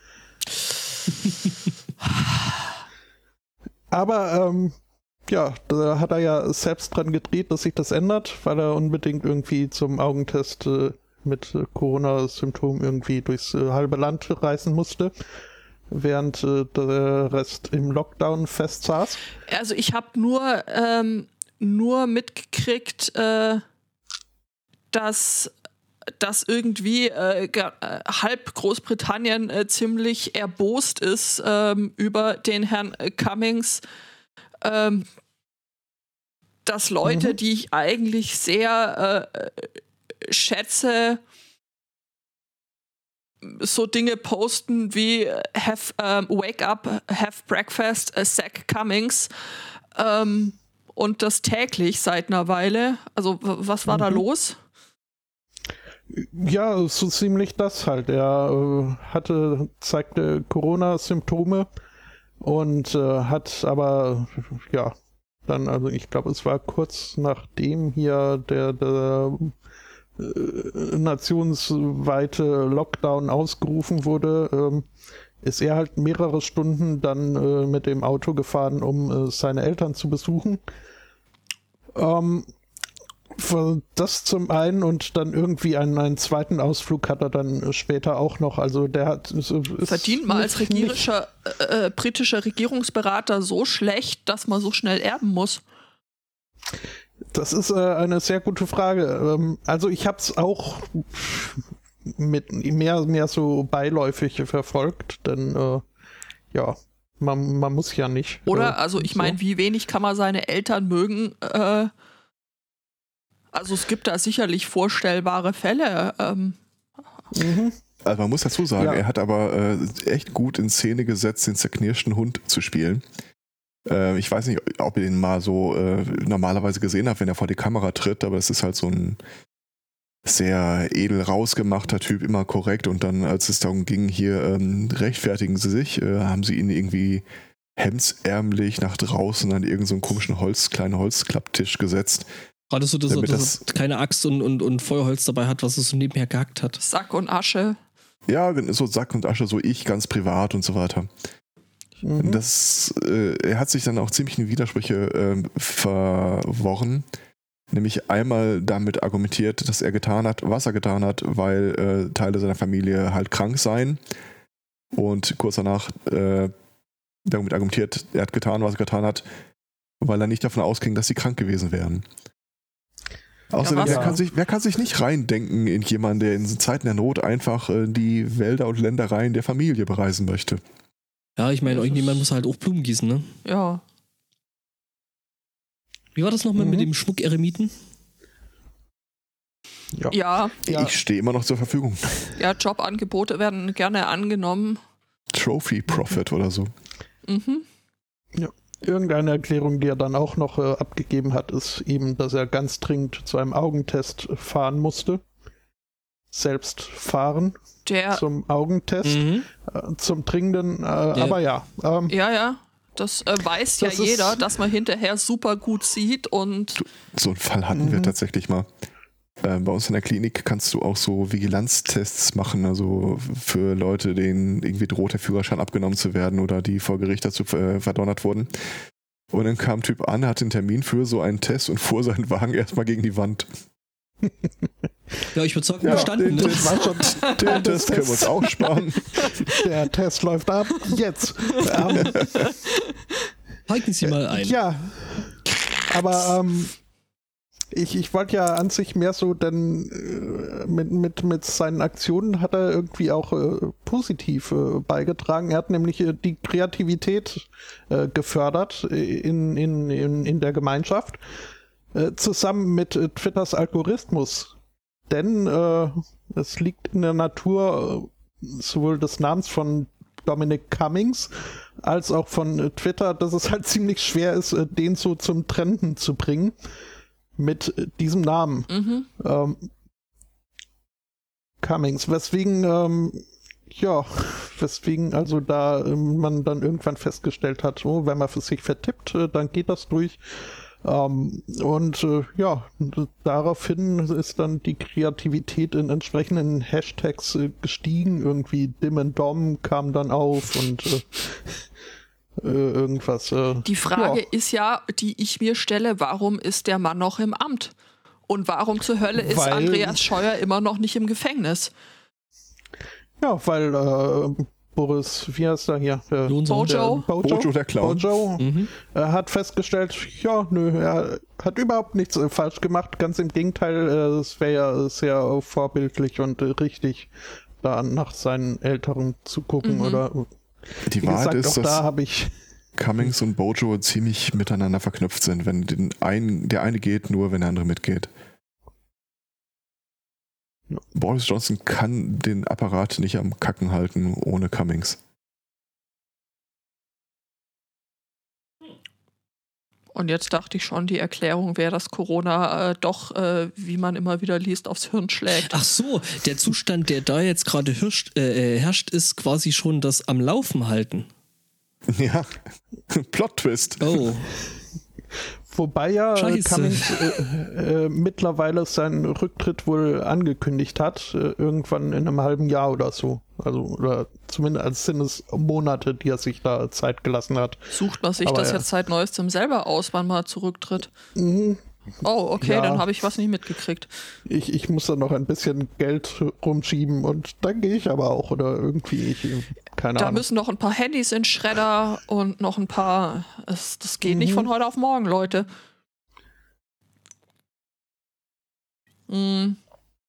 Aber ähm, ja, da hat er ja selbst dran gedreht, dass sich das ändert, weil er unbedingt irgendwie zum Augentest äh, mit äh, Corona-Symptomen irgendwie durchs äh, halbe Land reisen musste, während äh, der Rest im Lockdown festsaß. Also ich habe nur, ähm, nur mitgekriegt, äh, dass, dass irgendwie äh, ga- äh, halb Großbritannien äh, ziemlich erbost ist ähm, über den Herrn äh, Cummings, ähm, dass Leute, Mhm. die ich eigentlich sehr äh, schätze, so Dinge posten wie have, ähm, wake up, have breakfast, uh, Zach Cummings ähm, und das täglich seit einer Weile. Also w- was war da Mhm. los? Ja, so ziemlich das halt. Er äh, hatte, zeigte Corona-Symptome und äh, hat aber, ja, dann, also ich glaube, es war kurz nachdem hier der, der äh, nationsweite Lockdown ausgerufen wurde, ähm, ist er halt mehrere Stunden dann äh, mit dem Auto gefahren, um äh, seine Eltern zu besuchen. Ähm, für das zum einen und dann irgendwie einen, einen zweiten Ausflug hat er dann später auch noch. Also der hat ist, ist Verdient man als nicht- regierischer, äh, äh, britischer Regierungsberater so schlecht, dass man so schnell erben muss? Das ist äh, eine sehr gute Frage. Ähm, also ich habe es auch mit mehr, mehr so beiläufig verfolgt, denn äh, ja, man, man muss ja nicht. Oder? äh, Also ich so. meine, wie wenig kann man seine Eltern mögen? Äh, also es gibt da sicherlich vorstellbare Fälle. Ähm, Mhm. Also man muss dazu sagen, Ja. er hat aber äh, echt gut in Szene gesetzt, den zerknirschten Hund zu spielen. Äh, ich weiß nicht, ob ihr den mal so äh, normalerweise gesehen habt, wenn er vor die Kamera tritt, aber es ist halt so ein sehr edel rausgemachter Typ, immer korrekt. Und dann, als es darum ging, hier ähm, rechtfertigen sie sich, äh, haben sie ihn irgendwie hemdsärmlich nach draußen an irgendeinen so einen komischen Holz, kleinen Holzklapptisch gesetzt. Gerade so, dass er, Damit dass er keine Axt und, und, und Feuerholz dabei hat, was er so nebenher gehackt hat. Sack und Asche. Ja, so Sack und Asche, so ich ganz privat und so weiter. Mhm. Das, äh, er hat sich dann auch ziemlich in Widersprüche äh, verworren. Nämlich einmal damit argumentiert, dass er getan hat, was er getan hat, weil äh, Teile seiner Familie halt krank seien. Und kurz danach äh, damit argumentiert, er hat getan, was er getan hat, weil er nicht davon ausging, dass sie krank gewesen wären. Außerdem, Ja, wer, ja. kann sich, wer kann sich nicht reindenken in jemanden, der in Zeiten der Not einfach äh, die Wälder und Ländereien der Familie bereisen möchte? Ja, ich meine, Das irgendjemand ist- muss halt auch Blumen gießen, ne? Ja. Wie war das nochmal Mhm. mit dem Schmuck-Eremiten? Ja. Ja, Ja. Ich stehe immer noch zur Verfügung. ja, Jobangebote werden gerne angenommen. Trophy Prophet oder so. Mhm. Irgendeine Erklärung, die er dann auch noch äh, abgegeben hat, ist eben, dass er ganz dringend zu einem Augentest fahren musste. Selbst fahren Der, zum Augentest, Mhm. äh, zum dringenden, äh, aber ja. Ähm, ja, ja, das äh, weiß ja Das ist- jeder, dass man hinterher super gut sieht und So einen Fall hatten wir Mhm. tatsächlich mal. Äh, bei uns in der Klinik kannst du auch so Vigilanztests machen, also für Leute, denen irgendwie droht, der Führerschein abgenommen zu werden oder die vor Gericht dazu äh, verdonnert wurden. Und dann kam ein Typ an, hatte einen Termin für so einen Test und fuhr seinen Wagen erstmal gegen die Wand. Ja, ich würde sagen, Ja, bestanden. den Ne? das war schon Den Test können wir uns auch sparen. der Test läuft ab. Jetzt. Ähm, Halten Sie mal ein. ja. Aber ähm, ich, ich wollte ja an sich mehr so, denn äh, mit, mit, mit seinen Aktionen hat er irgendwie auch äh, positiv äh, beigetragen. Er hat nämlich äh, die Kreativität äh, gefördert äh, in, in, in, in der Gemeinschaft, äh, zusammen mit äh, Twitters Algorithmus. Denn äh, es liegt in der Natur äh, sowohl des Namens von Dominic Cummings als auch von äh, Twitter, dass es halt ziemlich schwer ist, äh, den so zum Trenden zu bringen mit äh, diesem Namen. mhm. Ähm, Cummings, weswegen, ähm, ja, weswegen also da ähm, man dann irgendwann festgestellt hat, oh, wenn man für sich vertippt, äh, dann geht das durch. Ähm, und äh, ja, d- daraufhin ist dann die Kreativität in entsprechenden Hashtags äh, gestiegen. Irgendwie Dim and Dom kam dann auf und äh, äh, irgendwas. Äh, Die Frage ja. ist ja, die ich mir stelle, warum ist der Mann noch im Amt? Und warum zur Hölle ist Weil- Andreas Scheuer immer noch nicht im Gefängnis? Ja, weil äh, Boris, wie heißt er hier? Äh, Johnson. der Bojo? Bojo der Clown. Bojo Mhm. äh, hat festgestellt, ja, nö, er hat überhaupt nichts äh, falsch gemacht. Ganz im Gegenteil, äh, es wäre ja sehr äh, vorbildlich und äh, richtig, da nach seinen Älteren zu gucken. Mhm. Oder Die wie Wahrheit gesagt, ist, auch da dass habe ich. Cummings und Bojo ziemlich miteinander verknüpft sind. Wenn den einen, der eine geht, nur wenn der andere mitgeht. Ja. Boris Johnson kann den Apparat nicht am Kacken halten ohne Cummings. Und jetzt dachte ich schon, die Erklärung wäre, dass Corona äh, doch, äh, wie man immer wieder liest, aufs Hirn schlägt. Ach so, der Zustand, der da jetzt gerade herrscht, äh, herrscht, ist quasi schon das am Laufen halten. Ja, Plot-Twist. Oh, Wobei ja äh, Scheiße. Cummings äh, äh, mittlerweile seinen Rücktritt wohl angekündigt hat, äh, irgendwann in einem halben Jahr oder so. Also, oder zumindest als sind es Monate, die er sich da Zeit gelassen hat. Sucht man sich Aber das ja. jetzt seit neuestem selber aus, wann man zurücktritt? Mhm. Oh, okay, Ja. dann habe ich was nicht mitgekriegt. Ich, ich muss da noch ein bisschen Geld rumschieben und dann gehe ich aber auch oder irgendwie, ich, keine Da Ahnung. müssen noch ein paar Handys in den Schredder und noch ein paar. Es, das geht nicht Mhm. von heute auf morgen, Leute. Mm,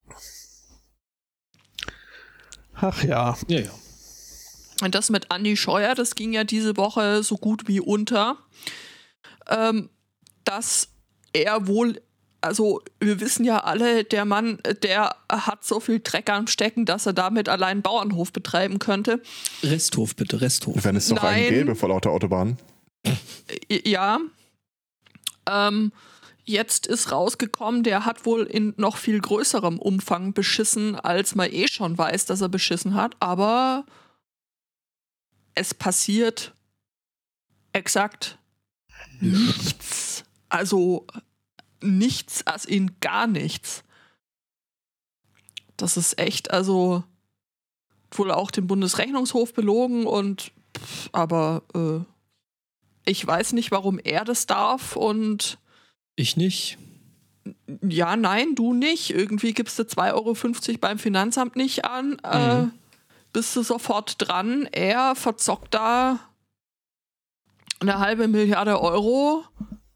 Ach ja, ja, ja. Und das mit Andi Scheuer, das ging ja diese Woche so gut wie unter. Ähm, dass er wohl, also wir wissen ja alle, der Mann, der hat so viel Dreck am Stecken, dass er damit allein einen Bauernhof betreiben könnte. Resthof bitte, Resthof. Wenn es doch Nein. einen gäbe vor lauter Autobahnen. I- Ja. Ähm, jetzt ist rausgekommen, der hat wohl in noch viel größerem Umfang beschissen, als man eh schon weiß, dass er beschissen hat. Aber es passiert exakt nichts. Also nichts, als in gar nichts. Das ist echt, also wohl auch den Bundesrechnungshof belogen und pff, aber äh, ich weiß nicht, warum er das darf und Ich nicht. ja, nein, du nicht. Irgendwie gibst du zwei Euro fünfzig beim Finanzamt nicht an, äh, Mhm. bist du sofort dran. Er verzockt da eine halbe Milliarde Euro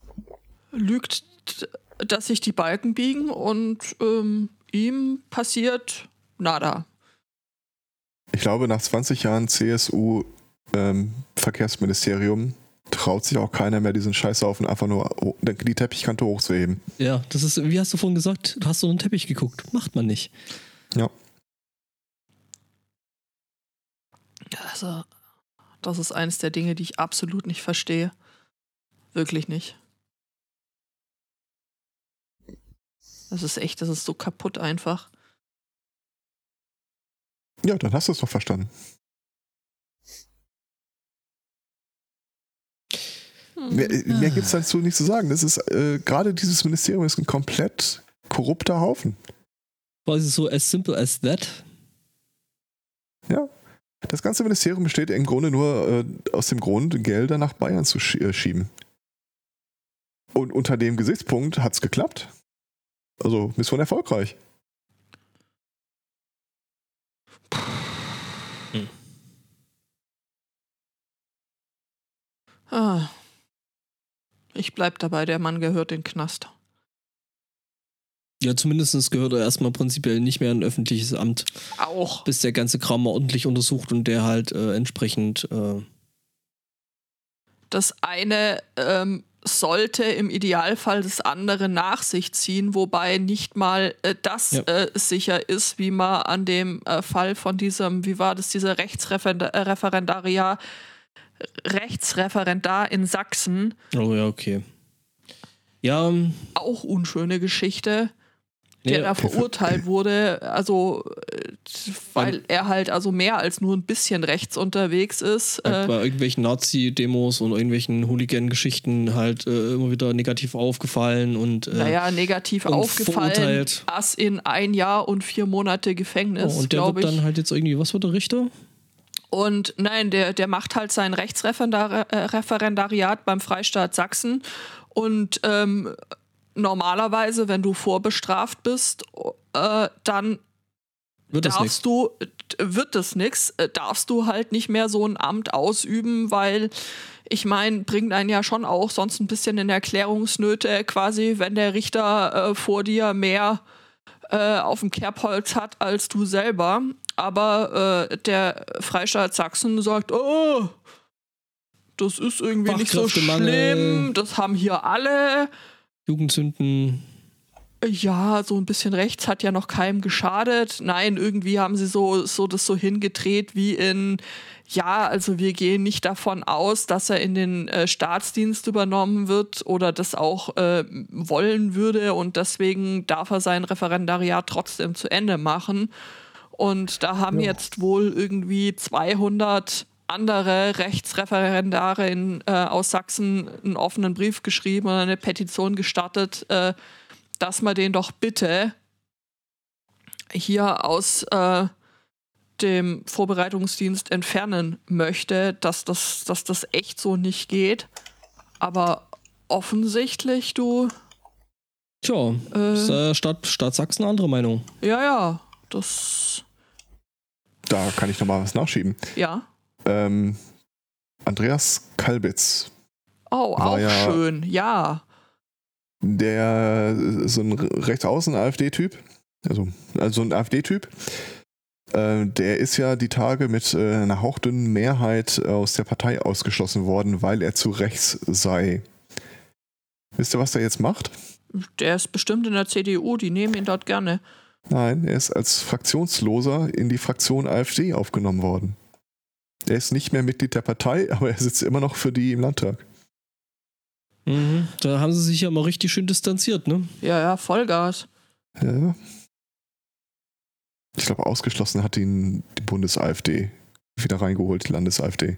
lügt, dass sich die Balken biegen und ähm, ihm passiert nada. Ich glaube, nach zwanzig Jahren C S U ähm, Verkehrsministerium traut sich auch keiner mehr, diesen Scheißhaufen einfach nur die Teppichkante hochzuheben. Ja, das ist, wie hast du vorhin gesagt, du hast so einen Teppich geguckt. Macht man nicht. Ja. Also, das ist eines der Dinge, die ich absolut nicht verstehe. Wirklich nicht. Das ist echt, das ist so kaputt einfach. Ja, dann hast du es doch verstanden. Hm. Mehr, mehr gibt es dazu nicht zu sagen. Das ist, äh, gerade dieses Ministerium ist ein komplett korrupter Haufen. Quasi so as simple as that. Ja. Das ganze Ministerium besteht im Grunde nur äh, aus dem Grund, Gelder nach Bayern zu schie- äh, schieben. Und unter dem Gesichtspunkt hat es geklappt. Also Mission erfolgreich. Hm. Ah. Ich bleib dabei, der Mann gehört in den Knast. Ja, zumindest gehört er erstmal prinzipiell nicht mehr in ein öffentliches Amt. Auch. Bis der ganze Kram mal ordentlich untersucht und der halt äh, entsprechend... Äh das eine ähm, sollte im Idealfall das andere nach sich ziehen, wobei nicht mal äh, das ja. äh, sicher ist, wie man an dem äh, Fall von diesem, wie war das, dieser Rechtsreferendariat, Rechtsreferendar in Sachsen. Oh ja, okay. Ja. Um auch unschöne Geschichte. Der ja, da verurteilt wurde, also weil er halt also mehr als nur ein bisschen rechts unterwegs ist. Halt bei irgendwelchen Nazi-Demos und irgendwelchen Hooligan-Geschichten halt äh, immer wieder negativ aufgefallen und äh, naja, negativ und aufgefallen, verurteilt. Ass in ein Jahr und vier Monate Gefängnis, oh, und der wird ich. dann halt jetzt irgendwie, was wird der Richter? Und nein, der, der macht halt sein Rechtsreferendariat beim Freistaat Sachsen und ähm, normalerweise, wenn du vorbestraft bist, äh, dann wird das darfst du, wird das nix, darfst du halt nicht mehr so ein Amt ausüben, weil ich meine, bringt einen ja schon auch sonst ein bisschen in Erklärungsnöte, quasi, wenn der Richter äh, vor dir mehr äh, auf dem Kerbholz hat als du selber. Aber äh, der Freistaat Sachsen sagt, oh, das ist irgendwie nicht so schlimm, das haben hier alle. Jugendsünden. Ja, so ein bisschen rechts hat ja noch keinem geschadet. Nein, irgendwie haben sie so, so das so hingedreht wie in, ja, also wir gehen nicht davon aus, dass er in den äh, Staatsdienst übernommen wird oder das auch äh, wollen würde und deswegen darf er sein Referendariat trotzdem zu Ende machen. Und da haben ja. jetzt wohl irgendwie zweihundert andere Rechtsreferendare in, äh, aus Sachsen einen offenen Brief geschrieben oder eine Petition gestartet, äh, dass man den doch bitte hier aus äh, dem Vorbereitungsdienst entfernen möchte, dass das, dass das echt so nicht geht. Aber offensichtlich, du... Tja, äh, ist äh, Stadt, Stadt Sachsen eine andere Meinung. Ja, ja, das... Da kann ich nochmal was nachschieben. Ja. Ähm, Andreas Kalbitz. Oh, auch ja schön, ja. Der, so ein Rechtsaußen-AfD-Typ, also, also ein AfD-Typ, äh, der ist ja die Tage mit äh, einer hauchdünnen Mehrheit aus der Partei ausgeschlossen worden, weil er zu rechts sei. Wisst ihr, was der jetzt macht? Der ist bestimmt in der C D U, die nehmen ihn dort gerne. Nein, er ist als Fraktionsloser in die Fraktion AfD aufgenommen worden. Er ist nicht mehr Mitglied der Partei, aber er sitzt immer noch für die im Landtag. Mhm, da haben sie sich ja mal richtig schön distanziert, ne? Ja, ja, Vollgas. Ja. Ich glaube, ausgeschlossen hat ihn die Bundes-AfD wieder reingeholt, die Landes-AfD.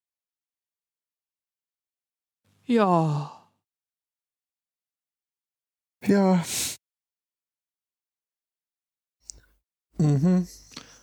Ja. Ja. Mhm.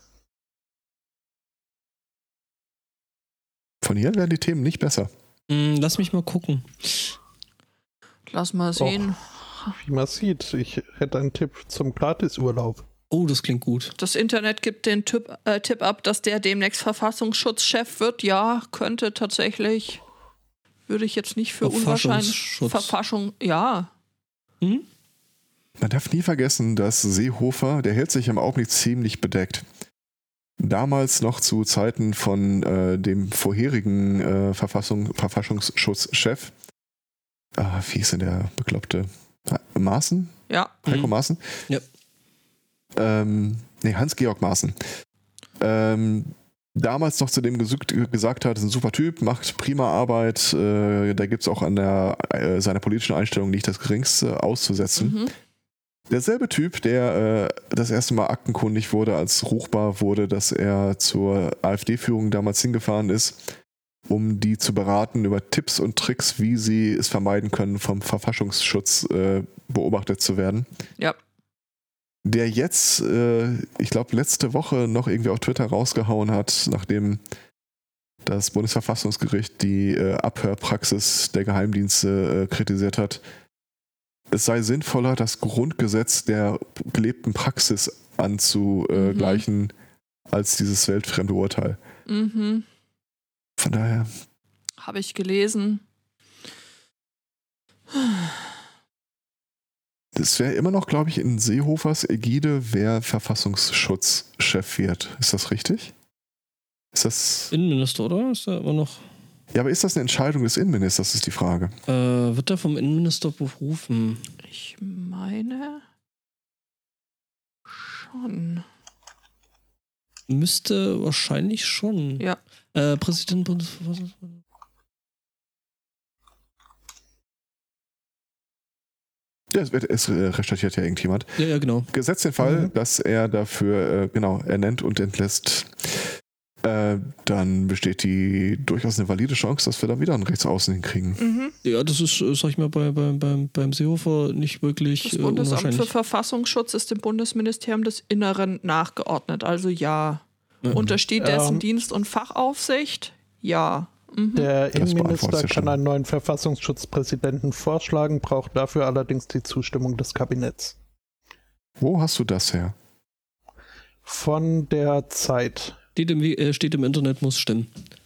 Von hier werden die Themen nicht besser. Mm, lass mich mal gucken. Lass mal sehen. Och, wie man sieht, ich hätte einen Tipp zum Gratisurlaub. Oh, das klingt gut. Das Internet gibt den Tipp, äh, Tipp ab, dass der demnächst Verfassungsschutzchef wird. Ja, könnte tatsächlich würde ich jetzt nicht für unwahrscheinlich. Verfassung, ja. Hm? Man darf nie vergessen, dass Seehofer, der hält sich im Augenblick ziemlich bedeckt. Damals noch zu Zeiten von äh, dem vorherigen äh, Verfassung, Verfassungsschutzchef, ah, wie hieß denn der Bekloppte? Maaßen? Ja. Heiko Mhm. Maaßen? Ja. Ähm, nee, Hans-Georg Maaßen. Ähm, damals noch zu dem gesü- gesagt hat, ist ein super Typ, macht prima Arbeit, äh, da gibt es auch an der, äh, seiner politischen Einstellung nicht das Geringste auszusetzen. Mhm. Derselbe Typ, der äh, das erste Mal aktenkundig wurde, als ruchbar wurde, dass er zur AfD-Führung damals hingefahren ist, um die zu beraten über Tipps und Tricks, wie sie es vermeiden können, vom Verfassungsschutz äh, beobachtet zu werden. Ja. Der jetzt, äh, ich glaube, letzte Woche noch irgendwie auf Twitter rausgehauen hat, nachdem das Bundesverfassungsgericht die äh, Abhörpraxis der Geheimdienste äh, kritisiert hat. Es sei sinnvoller, das Grundgesetz der gelebten Praxis anzugleichen, mhm. als dieses weltfremde Urteil. Mhm. Von daher. Habe ich gelesen. Das wäre immer noch, glaube ich, in Seehofers Ägide, wer Verfassungsschutzchef wird. Ist das richtig? Ist das. Innenminister, oder? Ist er immer noch. Ja, aber ist das eine Entscheidung des Innenministers, ist die Frage. Äh, wird er vom Innenminister berufen? Ich meine schon. Müsste wahrscheinlich schon. Ja. Äh, Präsident Bundesverfassungsgericht. Ja, es, wird, es recherchiert ja irgendjemand. Ja, ja, genau. Gesetzt den Fall, Mhm. dass er dafür, äh, genau, ernennt und entlässt, äh, dann besteht die durchaus eine valide Chance, dass wir da wieder einen Rechtsaußen hinkriegen. Mhm. Ja, das ist, äh, sag ich mal, bei, bei, beim, beim Seehofer nicht wirklich Das äh, Bundesamt für unwahrscheinlich. Verfassungsschutz ist dem Bundesministerium des Inneren nachgeordnet. Also ja. Ja. Untersteht dessen Ähm. Dienst- und Fachaufsicht? Ja. Mhm. Der Das beantwortet's Innenminister ja kann schon. einen neuen Verfassungsschutzpräsidenten vorschlagen, braucht dafür allerdings die Zustimmung des Kabinetts. Wo hast du das her? Von der Zeit. Steht im, äh, steht im Internet, muss stimmen.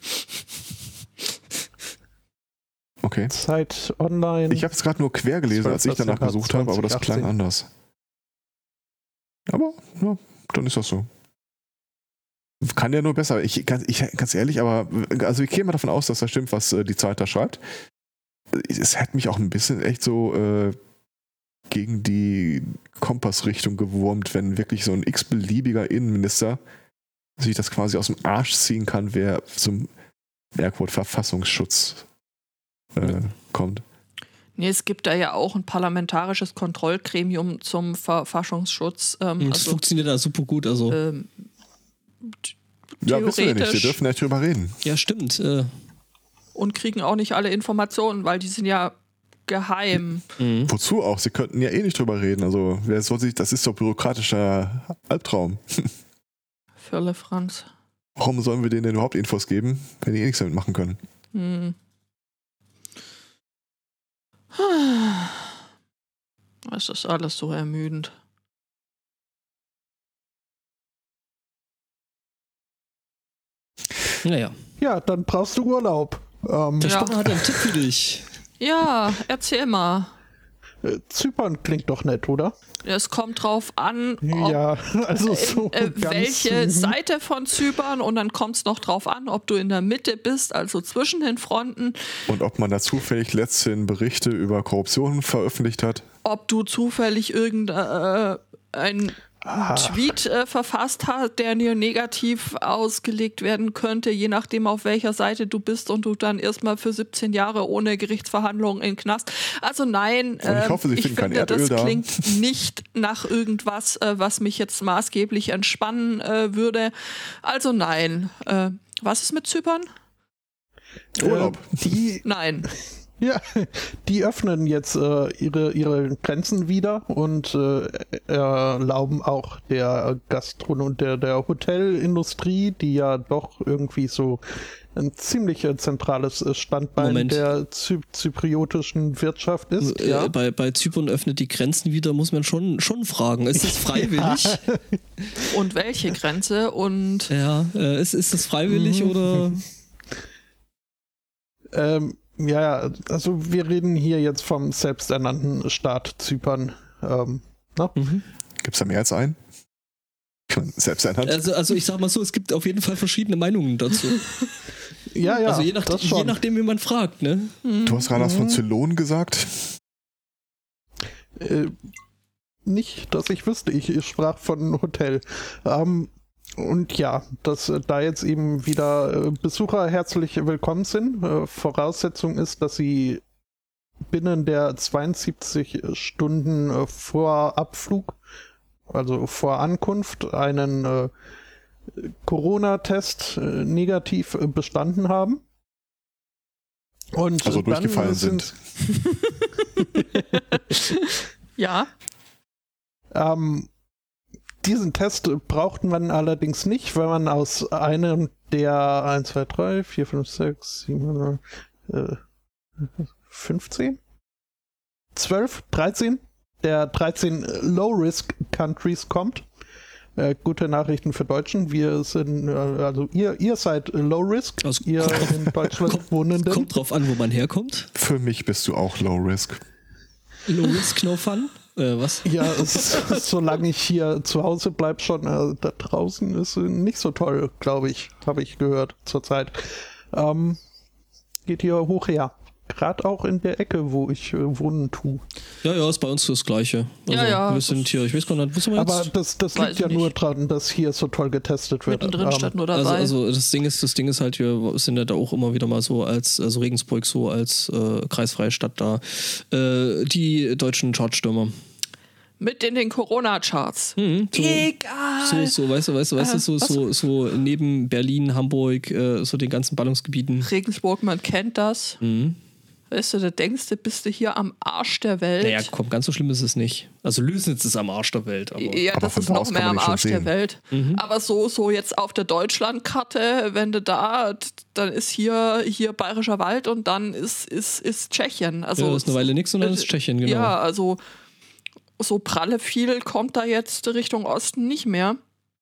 Okay. Zeit online. Ich habe es gerade nur quer gelesen, als ich danach gesucht habe, aber das klang anders. Aber, ja, dann ist das so. Kann ja nur besser. Ich, ganz, ich, ganz ehrlich, aber also ich gehe mal davon aus, dass das stimmt, was äh, die Zeit da schreibt. Es hat mich auch ein bisschen echt so äh, gegen die Kompassrichtung gewurmt, wenn wirklich so ein x-beliebiger Innenminister sich das quasi aus dem Arsch ziehen kann, wer zum Airquote Verfassungsschutz äh, kommt. Nee, es gibt da ja auch ein parlamentarisches Kontrollgremium zum Verfassungsschutz. Ähm, Das also, funktioniert da super gut. Also. ähm, Ja, wissen wir nicht. Wir theoretisch dürfen nicht drüber reden. Ja, stimmt. Äh, und kriegen auch nicht alle Informationen, weil die sind ja geheim. mhm. Wozu auch? Sie könnten ja eh nicht drüber reden. Also, wer soll sich, das ist doch bürokratischer Albtraum. Firle Franz. Warum sollen wir denen denn überhaupt Infos geben, wenn die eh nichts damit machen können? Hm. Es ist alles so ermüdend. Naja. Ja, dann brauchst du Urlaub. Ähm, Der Ja. Spinner hat einen Tipp für dich. Ja, erzähl mal. äh, Zypern klingt doch nett, oder? Es kommt drauf an, ob Ja, also so äh, ganz, welche mhm. Seite von Zypern, und dann kommt es noch drauf an, ob du in der Mitte bist, also zwischen den Fronten, Und ob man da zufällig letzthin Berichte über Korruption veröffentlicht hat. ob du zufällig irgendein äh, Ah. Tweet äh, verfasst hast, der dir negativ ausgelegt werden könnte, je nachdem, auf welcher Seite du bist, und du dann erstmal für siebzehn Jahre ohne Gerichtsverhandlungen in den Knast. Also nein, Und ich hoffe, Sie ähm, finden kein finde, Erdöl das da. klingt nicht nach irgendwas, äh, was mich jetzt maßgeblich entspannen äh, würde. Also nein. Äh, was ist mit Zypern? Urlaub. Äh, die, Nein. ja, die öffnen jetzt äh, ihre, ihre Grenzen wieder und äh, erlauben auch der Gastron- und der, der Hotelindustrie, die ja doch irgendwie so ein ziemlich äh, zentrales äh, Standbein Moment. der Zy zypriotischen Wirtschaft ist. Äh, ja. bei, bei Zypern öffnet die Grenzen wieder, muss man schon, schon fragen. Ist das freiwillig? Ja, Und welche Grenze? Und äh, ist, ist das freiwillig Mhm. oder? Ähm, Ja, ja, also wir reden hier jetzt vom selbsternannten Staat Zypern. Ähm, ne? Mhm. Gibt es da mehr als einen? Selbst ernannt. Also, also ich sag mal so, es gibt auf jeden Fall verschiedene Meinungen dazu. Ja, ja. Also je, nach, das je schon. nachdem, wie man fragt, ne? Du hast gerade was von Zylon gesagt? Äh, nicht, dass ich wüsste. Ich, ich sprach von Hotel. Ähm, und ja, dass äh, da jetzt eben wieder äh, Besucher herzlich willkommen sind. Äh, Voraussetzung ist, dass sie binnen der zweiundsiebzig Stunden äh, vor Abflug, also vor Ankunft, einen äh, Corona-Test äh, negativ äh, bestanden haben. Und Also äh, durchgefallen dann sind. Ja. Ähm, diesen Test braucht man allerdings nicht, weil man aus einem der eins, zwei, drei, vier, fünf, sechs, sieben, äh, fünfzehn? zwölf, dreizehn? Der dreizehn Low-Risk-Countries kommt. Äh, gute Nachrichten für Deutschen. Wir sind, äh, also ihr, ihr seid Low-Risk, Also, ihr in Deutschland kommt, Wohnenden. kommt drauf an, wo man herkommt. Für mich bist du auch Low Risk. Low Risk, No Fun. Äh, was? Ja, es ist, solange ich hier zu Hause bleibe, schon äh, da draußen ist äh, nicht so toll, glaube ich, habe ich gehört zurzeit. Ähm, geht hier hoch her. Gerade auch in der Ecke, wo ich äh, wohnen tue. Ja, ja, ist bei uns das Gleiche. Also, Ja, ja, wir sind hier, ich weiß gar nicht, wo sind wir Aber jetzt? das, das Weiß liegt ja ich nur nicht. dran, dass hier so toll getestet wird. Mittendrin Ähm, statt nur Also, dabei. also das Ding ist, das Ding ist halt, wir sind ja da auch immer wieder mal so als, also Regensburg so als äh, kreisfreie Stadt da. Äh, die deutschen Chartstürmer. Mit in den Corona-Charts. Mhm, so, Egal. so, so, weißt du, weißt du, weißt du, Äh, so, was? so, so neben Berlin, Hamburg, äh, so den ganzen Ballungsgebieten. Regensburg, man kennt das. Mhm. Weißt du, da denkst du, bist du hier am Arsch der Welt. Naja, komm, ganz so schlimm ist es nicht. Also Lösnitz ist am Arsch der Welt, aber. Ja, Aber das von ist da noch aus mehr kann am man die schon Arsch der sehen. Welt. Mhm. Aber so, so jetzt auf der Deutschlandkarte, wenn du da, dann ist hier, hier Bayerischer Wald und dann ist, ist, ist Tschechien. Also, ja, das ist eine Weile nix und dann ist Tschechien, genau. Ja, also so pralle viel kommt da jetzt Richtung Osten nicht mehr.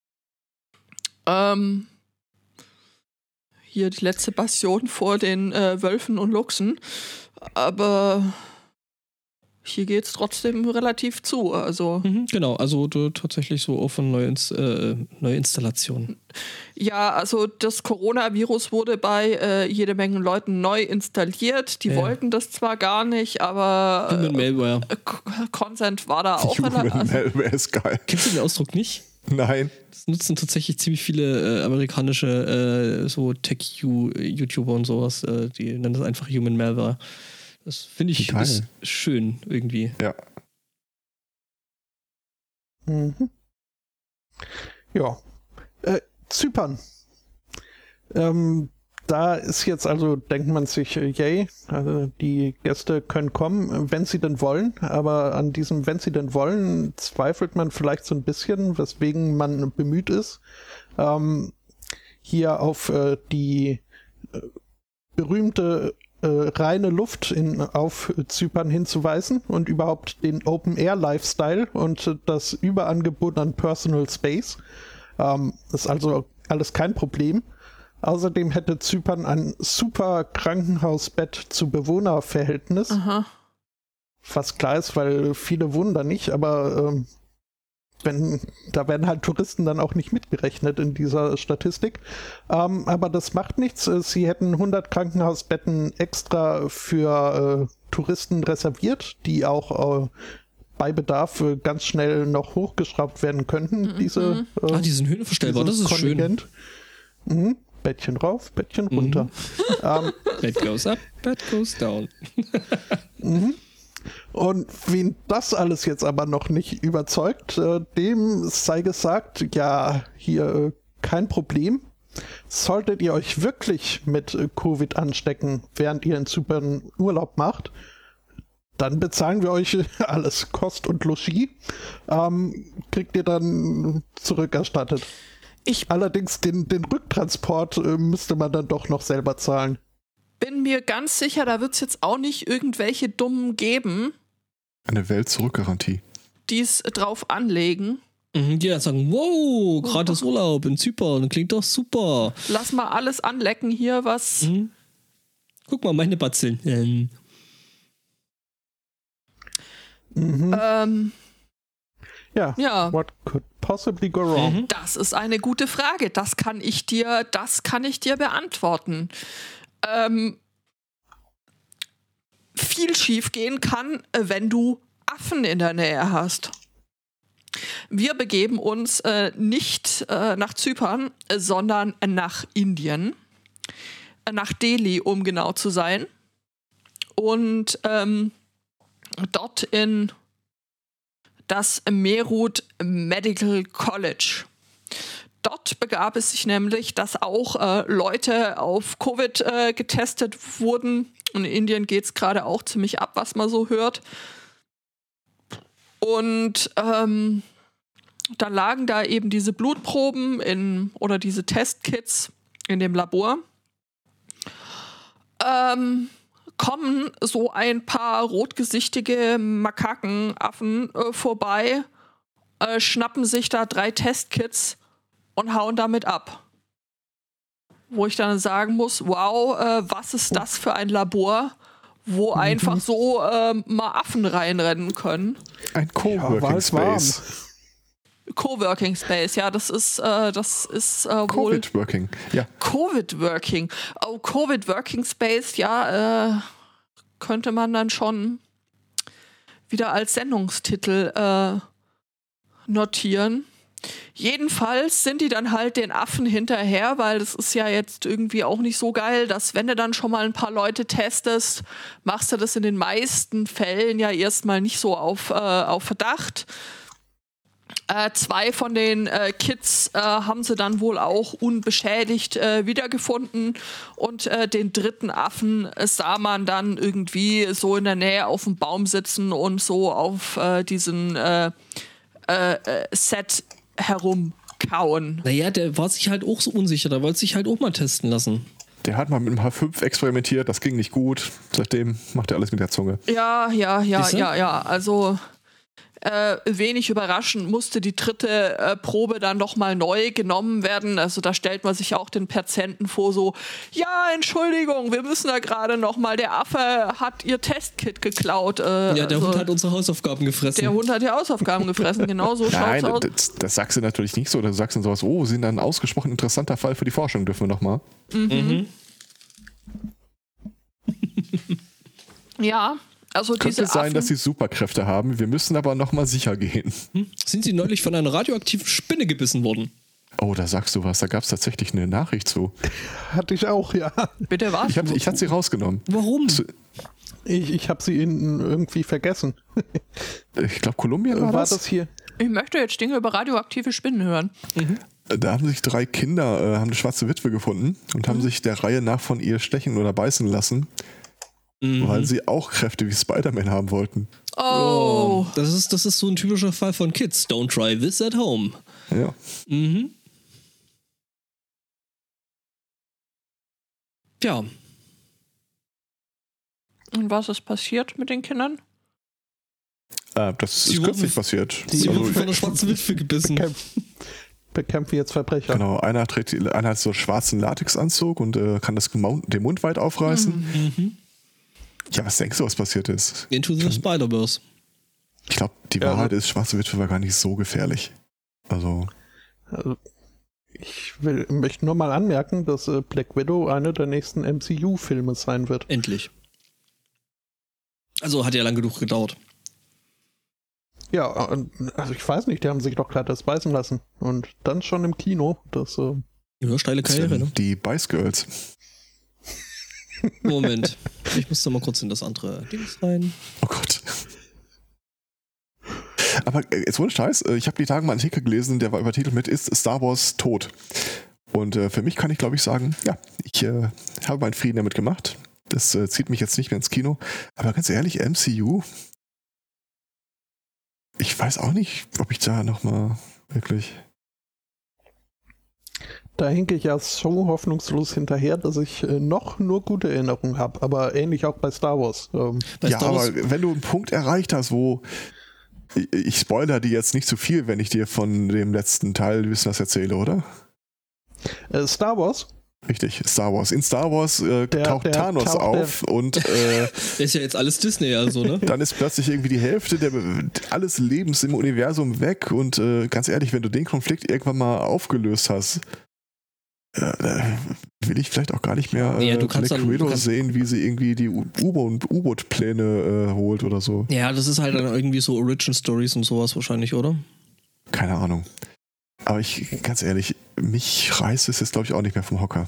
Ähm, hier die letzte Bastion vor den äh, Wölfen und Luchsen. Aber hier geht es trotzdem relativ zu. Also Mhm, genau, also du, tatsächlich so auf eine neue, Inst äh, neue Installation. ja, also das Coronavirus wurde bei äh, jede Menge Leuten neu installiert. Die Ja. wollten das zwar gar nicht, aber Human äh, Malware. äh, K- Consent war da auch. Human rela- also, Malware ist geil. Kennst du den Ausdruck nicht? Nein. Das nutzen tatsächlich ziemlich viele äh, amerikanische äh, so Tech-YouTuber und sowas. Äh, die nennen das einfach Human Malware. Das finde ich Geil. ist schön irgendwie. Ja. Mhm. Ja. Äh, Zypern. Ähm, da ist jetzt also, denkt man sich, äh, yay, also die Gäste können kommen, wenn sie denn wollen. Aber an diesem, wenn sie denn wollen, zweifelt man vielleicht so ein bisschen, weswegen man bemüht ist, ähm, hier auf äh, die äh, berühmte äh, reine Luft in, auf Zypern hinzuweisen und überhaupt den Open-Air-Lifestyle und äh, das Überangebot an Personal Space. Ähm, das ist also alles kein Problem. Außerdem hätte Zypern ein super Krankenhausbett zu Bewohnerverhältnis. Aha. Was klar ist, weil viele wohnen da nicht, aber ähm, wenn, da werden halt Touristen dann auch nicht mitgerechnet in dieser Statistik. Ähm, aber das macht nichts. Sie hätten hundert Krankenhausbetten extra für äh, Touristen reserviert, die auch äh, bei Bedarf äh, ganz schnell noch hochgeschraubt werden könnten. Diese, äh, Ah, die sind höhenverstellbar, das dieses ist schön. Kontingent. Mhm. Bettchen rauf, Bettchen runter. ähm, Bed goes up, bed goes down. Und wen das alles jetzt aber noch nicht überzeugt, äh, dem sei gesagt, ja, hier äh, kein Problem. Solltet ihr euch wirklich mit äh, Covid anstecken, während ihr in Zypern Urlaub macht, dann bezahlen wir euch alles, Kost und Logis, ähm, kriegt ihr dann zurückerstattet. Ich Allerdings den, den Rücktransport äh, müsste man dann doch noch selber zahlen. bin mir ganz sicher, da wird es jetzt auch nicht irgendwelche Dummen geben, Eine Welt-Zurück-Garantie. die es drauf anlegen. Mhm, die dann sagen, wow, gratis Urlaub in Zypern, klingt doch super. Lass mal alles anlecken hier, was Mhm. Guck mal, meine Batzeln. Ähm. Mhm. Ähm, ja. ja. What could possibly go wrong? Mhm. Das ist eine gute Frage. Das kann ich dir, das kann ich dir beantworten. Ähm, viel schief gehen kann, wenn du Affen in der Nähe hast. Wir begeben uns äh, nicht äh, nach Zypern, äh, sondern nach Indien. Äh, nach Delhi, um genau zu sein. Und ähm, dort in das Meerut Medical College. Dort begab es sich nämlich, dass auch äh, Leute auf Covid äh, getestet wurden. Und in Indien geht es gerade auch ziemlich ab, was man so hört. Und ähm, dann lagen da eben diese Blutproben in, oder diese Testkits in dem Labor. Ähm, kommen so ein paar rotgesichtige Makakenaffen äh, vorbei, äh, schnappen sich da drei Testkits und hauen damit ab. Wo ich dann sagen muss, wow, äh, was ist das für ein Labor, wo mhm. einfach so äh, mal Affen reinrennen können. Ein Coworking ja, Space. Coworking Space, ja, das ist, äh, das ist äh, wohl... Covid-Working, ja. Covid-Working. Oh, Covid-Working Space, ja, äh, könnte man dann schon wieder als Sendungstitel äh, notieren. Jedenfalls sind die dann halt den Affen hinterher, weil das ist ja jetzt irgendwie auch nicht so geil, dass wenn du dann schon mal ein paar Leute testest, machst du das in den meisten Fällen ja erstmal nicht so auf, äh, auf Verdacht. Äh, zwei von den äh, Kids äh, haben sie dann wohl auch unbeschädigt äh, wiedergefunden und äh, den dritten Affen äh, sah man dann irgendwie so in der Nähe auf dem Baum sitzen und so auf äh, diesen äh, äh, Set herumkauen. Naja, der war sich halt auch so unsicher, der wollte sich halt auch mal testen lassen. Der hat mal mit einem H fünf experimentiert, das ging nicht gut. Seitdem macht er alles mit der Zunge. Ja, ja, ja, Siehste? ja, ja, also... Äh, wenig überraschend musste die dritte äh, Probe dann nochmal neu genommen werden. Also da stellt man sich auch den Patienten vor, so, ja, Entschuldigung, wir müssen da gerade nochmal, der Affe hat ihr Testkit geklaut. Äh, ja, der also, Hund hat unsere Hausaufgaben gefressen. Der Hund hat die Hausaufgaben gefressen, genau so Nein, schaut's aus. das, das sagst du natürlich nicht so. Du sagst dann sowas, oh, sind ein ausgesprochen interessanter Fall für die Forschung, dürfen wir nochmal. Mhm. Mhm. Ja. Also Könnte diese sein, Affen, dass sie Superkräfte haben. Wir müssen aber nochmal sicher gehen. Hm? Sind sie neulich von einer radioaktiven Spinne gebissen worden? Oh, da sagst du was. Da gab es tatsächlich eine Nachricht zu. Hatte ich auch, ja. bitte was? Ich, hab, ich hatte sie rausgenommen. Warum? Zu, Ich, ich habe sie in, irgendwie vergessen. ich glaube, Kolumbien war, War das. das hier? Ich möchte jetzt Dinge über radioaktive Spinnen hören. Mhm. Da haben sich drei Kinder, äh, haben eine schwarze Witwe gefunden und haben sich der Reihe nach von ihr stechen oder beißen lassen. Mhm. Weil sie auch Kräfte wie Spider-Man haben wollten. Oh. Das ist, das ist so ein typischer Fall von Kids. Don't try this at home. Ja. Mhm. Ja. Und was ist passiert mit den Kindern? Äh, das Sie ist wurden- kürzlich passiert. Sie Also, wurden von einer schwarzen Witwe gebissen. Bekämpfen, bekämpfen jetzt Verbrecher. genau, einer trägt die- einer hat so einen schwarzen Latexanzug und äh, kann das Mund, den Mund weit aufreißen. Mhm. Ja, was denkst du, was passiert ist? Into the Spider-Verse. Ich glaube, die Ja, Wahrheit also- ist, schwarze Witwe war gar nicht so gefährlich. Also, Also, ich will, möchte nur mal anmerken, dass äh, Black Widow einer der nächsten M C U-Filme sein wird. Endlich. Also hat ja lang genug gedauert. Ja, und, also ich weiß nicht, die haben sich doch gerade das beißen lassen. Und dann schon im Kino. Das, äh, Ja, steile das Karriere, sind ne? die Bice Girls. Moment. Ich muss da mal kurz in das andere Dings rein. Oh Gott. Aber äh, jetzt ohne Scheiß, äh, ich habe die Tage mal einen Artikel gelesen, der war übertitelt mit Ist Star Wars tot? Und äh, für mich kann ich glaube ich sagen, ja, ich äh, habe meinen Frieden damit gemacht. Das äh, zieht mich jetzt nicht mehr ins Kino. Aber ganz ehrlich, M C U? Ich weiß auch nicht, ob ich da nochmal wirklich... da hinke ich ja so hoffnungslos hinterher, dass ich äh, noch nur gute Erinnerungen habe. Aber ähnlich auch bei Star Wars. Ähm, Bei ja, Star Wars- aber wenn du einen Punkt erreicht hast, wo... Ich, ich spoilere dir jetzt nicht zu viel, wenn ich dir von dem letzten Teil ein bisschen was erzähle, oder? äh, Star Wars? Richtig, Star Wars. In Star Wars äh, Der- taucht der Thanos taucht auf und äh, Ist ja jetzt alles Disney, also, ne? dann ist plötzlich irgendwie die Hälfte der alles Lebens im Universum weg und äh, ganz ehrlich, wenn du den Konflikt irgendwann mal aufgelöst hast, äh, äh, will ich vielleicht auch gar nicht mehr äh, Ja, du kannst Black dann- Widow du kannst- sehen, wie sie irgendwie die U- U-Boot- U-Boot-Pläne äh, holt oder so. Ja, das ist halt dann irgendwie so Origin Stories und sowas wahrscheinlich, oder? Keine Ahnung. Aber ich, ganz ehrlich, mich reißt es jetzt, glaube ich, auch nicht mehr vom Hocker.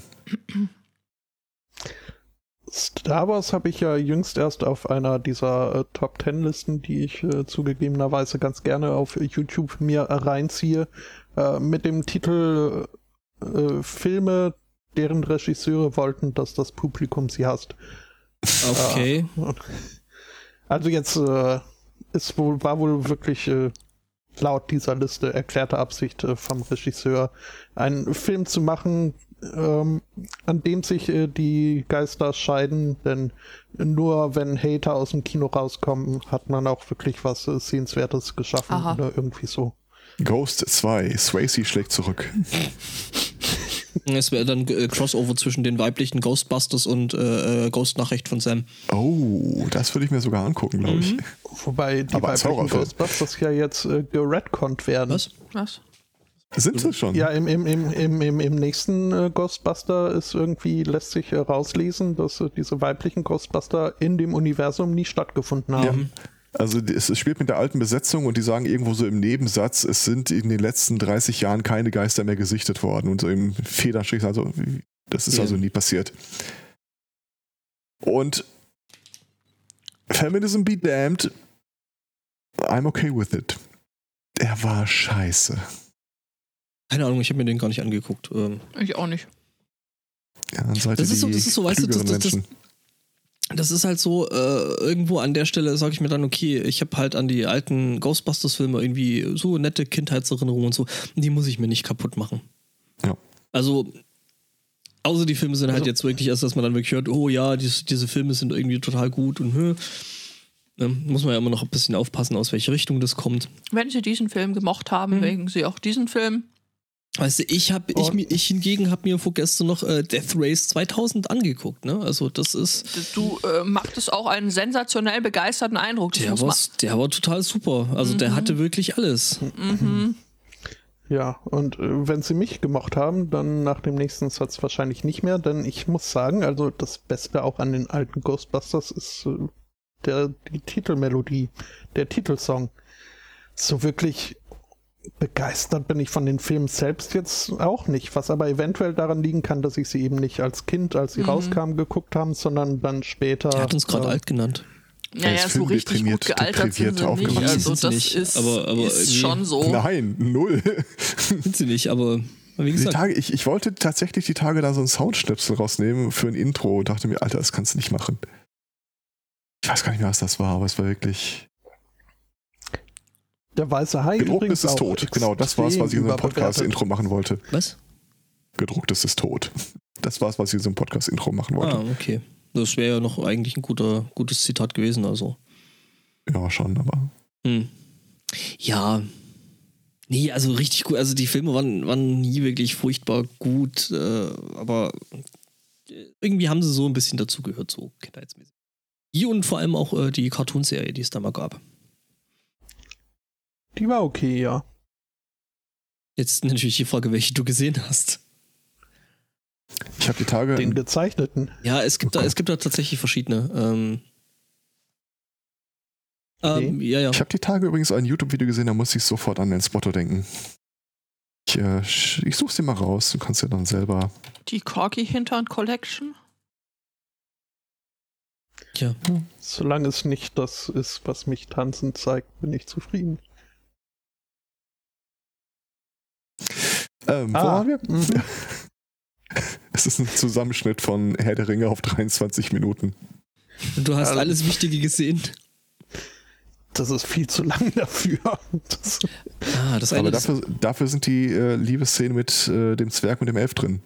Star Wars habe ich ja jüngst erst auf einer dieser äh, Top Ten Listen, die ich äh, zugegebenerweise ganz gerne auf YouTube mir äh, reinziehe, äh, mit dem Titel äh, Filme, deren Regisseure wollten, dass das Publikum sie hasst. Okay. Also jetzt äh, ist wohl, war wohl wirklich äh, laut dieser Liste erklärte Absicht äh, vom Regisseur, einen Film zu machen, ähm, an dem sich äh, die Geister scheiden, denn nur wenn Hater aus dem Kino rauskommen, hat man auch wirklich was äh, Sehenswertes geschaffen Aha. oder irgendwie so. Ghost zwei, Swayze schlägt zurück. Es wäre dann äh, Crossover zwischen den weiblichen Ghostbusters und äh, äh, Ghost-Nachricht von Sam. Oh, das würde ich mir sogar angucken, glaube ich. Mhm. Wobei die Aber als weiblichen Horrorfilm. Ghostbusters ja jetzt äh, geredconnt werden. Was? Was? Sind sie schon? Ja, im, im, im, im, im, im nächsten äh, Ghostbuster ist irgendwie, lässt sich äh, rauslesen, dass äh, diese weiblichen Ghostbuster in dem Universum nie stattgefunden haben. Also die- es es spielt mit der alten Besetzung und die sagen irgendwo so im Nebensatz, es sind in den letzten dreißig Jahren keine Geister mehr gesichtet worden und so im Federstrich, also das ist Ja. also nie passiert. Und Feminism be damned, I'm okay with it. Er war scheiße. Keine Ahnung, ich habe mir den gar nicht angeguckt. Ähm, Ich auch nicht. Ja, dann seid Das ihr ist so- die das ist so, weißt du, das- klügeren das- das- Menschen. Das ist halt so, äh, irgendwo an der Stelle sage ich mir dann, okay, ich habe halt an die alten Ghostbusters-Filme irgendwie so nette Kindheitserinnerungen und so, und die muss ich mir nicht kaputt machen. Ja. Also, außer die Filme sind halt Also- jetzt wirklich erst, dass man dann wirklich hört, oh ja, diese, diese Filme sind irgendwie total gut und hm, ne, muss man ja immer noch ein bisschen aufpassen, aus welche Richtung das kommt. Wenn sie diesen Film gemocht haben, Mhm. wegen sie auch diesen Film. Weißt du, ich habe, ich, Und- mir- ich hingegen habe mir vorgestern noch äh, Death Race zweitausend angeguckt, ne? Also das ist, Du äh, machtest auch einen sensationell begeisterten Eindruck. Das der muss war, man. der war total super. Also der hatte wirklich alles. Mhm. Ja, und äh, wenn sie mich gemocht haben, dann nach dem nächsten Satz wahrscheinlich nicht mehr, denn ich muss sagen, also das Beste auch an den alten Ghostbusters ist äh, der, die Titelmelodie, der Titelsong. So wirklich begeistert bin ich von den Filmen selbst jetzt auch nicht, was aber eventuell daran liegen kann, dass ich sie eben nicht als Kind, als sie Mhm. rauskamen, geguckt haben, sondern dann später. Der hat uns gerade äh, alt genannt. Ja, ist ja, so richtig gut filmdeprimiert- gealtert sind depriviert sie nicht. aufgewachsen. Also Sind sie das nicht, ist, aber- aber ist irgendwie- schon so. Nein, null. Sind sie nicht, aber wie Die gesagt, Tage, ich, ich wollte tatsächlich die Tage da so einen Soundschnipsel rausnehmen für ein Intro und dachte mir, Alter, das kannst du nicht machen. Ich weiß gar nicht mehr, was das war, aber es war wirklich... Der weiße Hai Gedruckt übrigens ist es auch tot. Genau, das war es, was ich in so einem extrem Podcast-Intro machen wollte. was? Gedruckt ist es tot. Das war es, was ich in so einem Podcast-Intro machen wollte. Ah, okay. Das wäre ja noch eigentlich ein guter, gutes Zitat gewesen, also. Ja, schon, aber... Hm. Ja. Nee, also richtig gut. Also die Filme waren, waren nie wirklich furchtbar gut, äh, aber irgendwie haben sie so ein bisschen dazugehört, so kindheitsmäßig. Die und vor allem auch äh, die Cartoonserie, die es da mal gab. Die war okay, ja. Jetzt natürlich die Frage, welche du gesehen hast. Ich habe die Tage... Den gezeichneten. Ja, es gibt, Oh da, Gott. es gibt da tatsächlich verschiedene. Ähm, Okay. ähm, ja, ja. Ich habe die Tage übrigens ein YouTube-Video gesehen, da musste ich sofort an den Spotto denken. Ich, äh, sch- ich such's dir mal raus, du kannst ja dann selber... Die Corky Hintern Collection. ja. Solange es nicht das ist, was mich tanzen zeigt, bin ich zufrieden. Ähm, wo Ah. waren wir? Mhm. Es ist ein Zusammenschnitt von Herr der Ringe auf dreiundzwanzig Minuten. Und du hast Also- alles Wichtige gesehen. Das ist viel zu lang dafür. Das, Ah, das eine Aber ist, dafür, dafür sind die äh, Liebesszenen mit äh, dem Zwerg und dem Elf drin.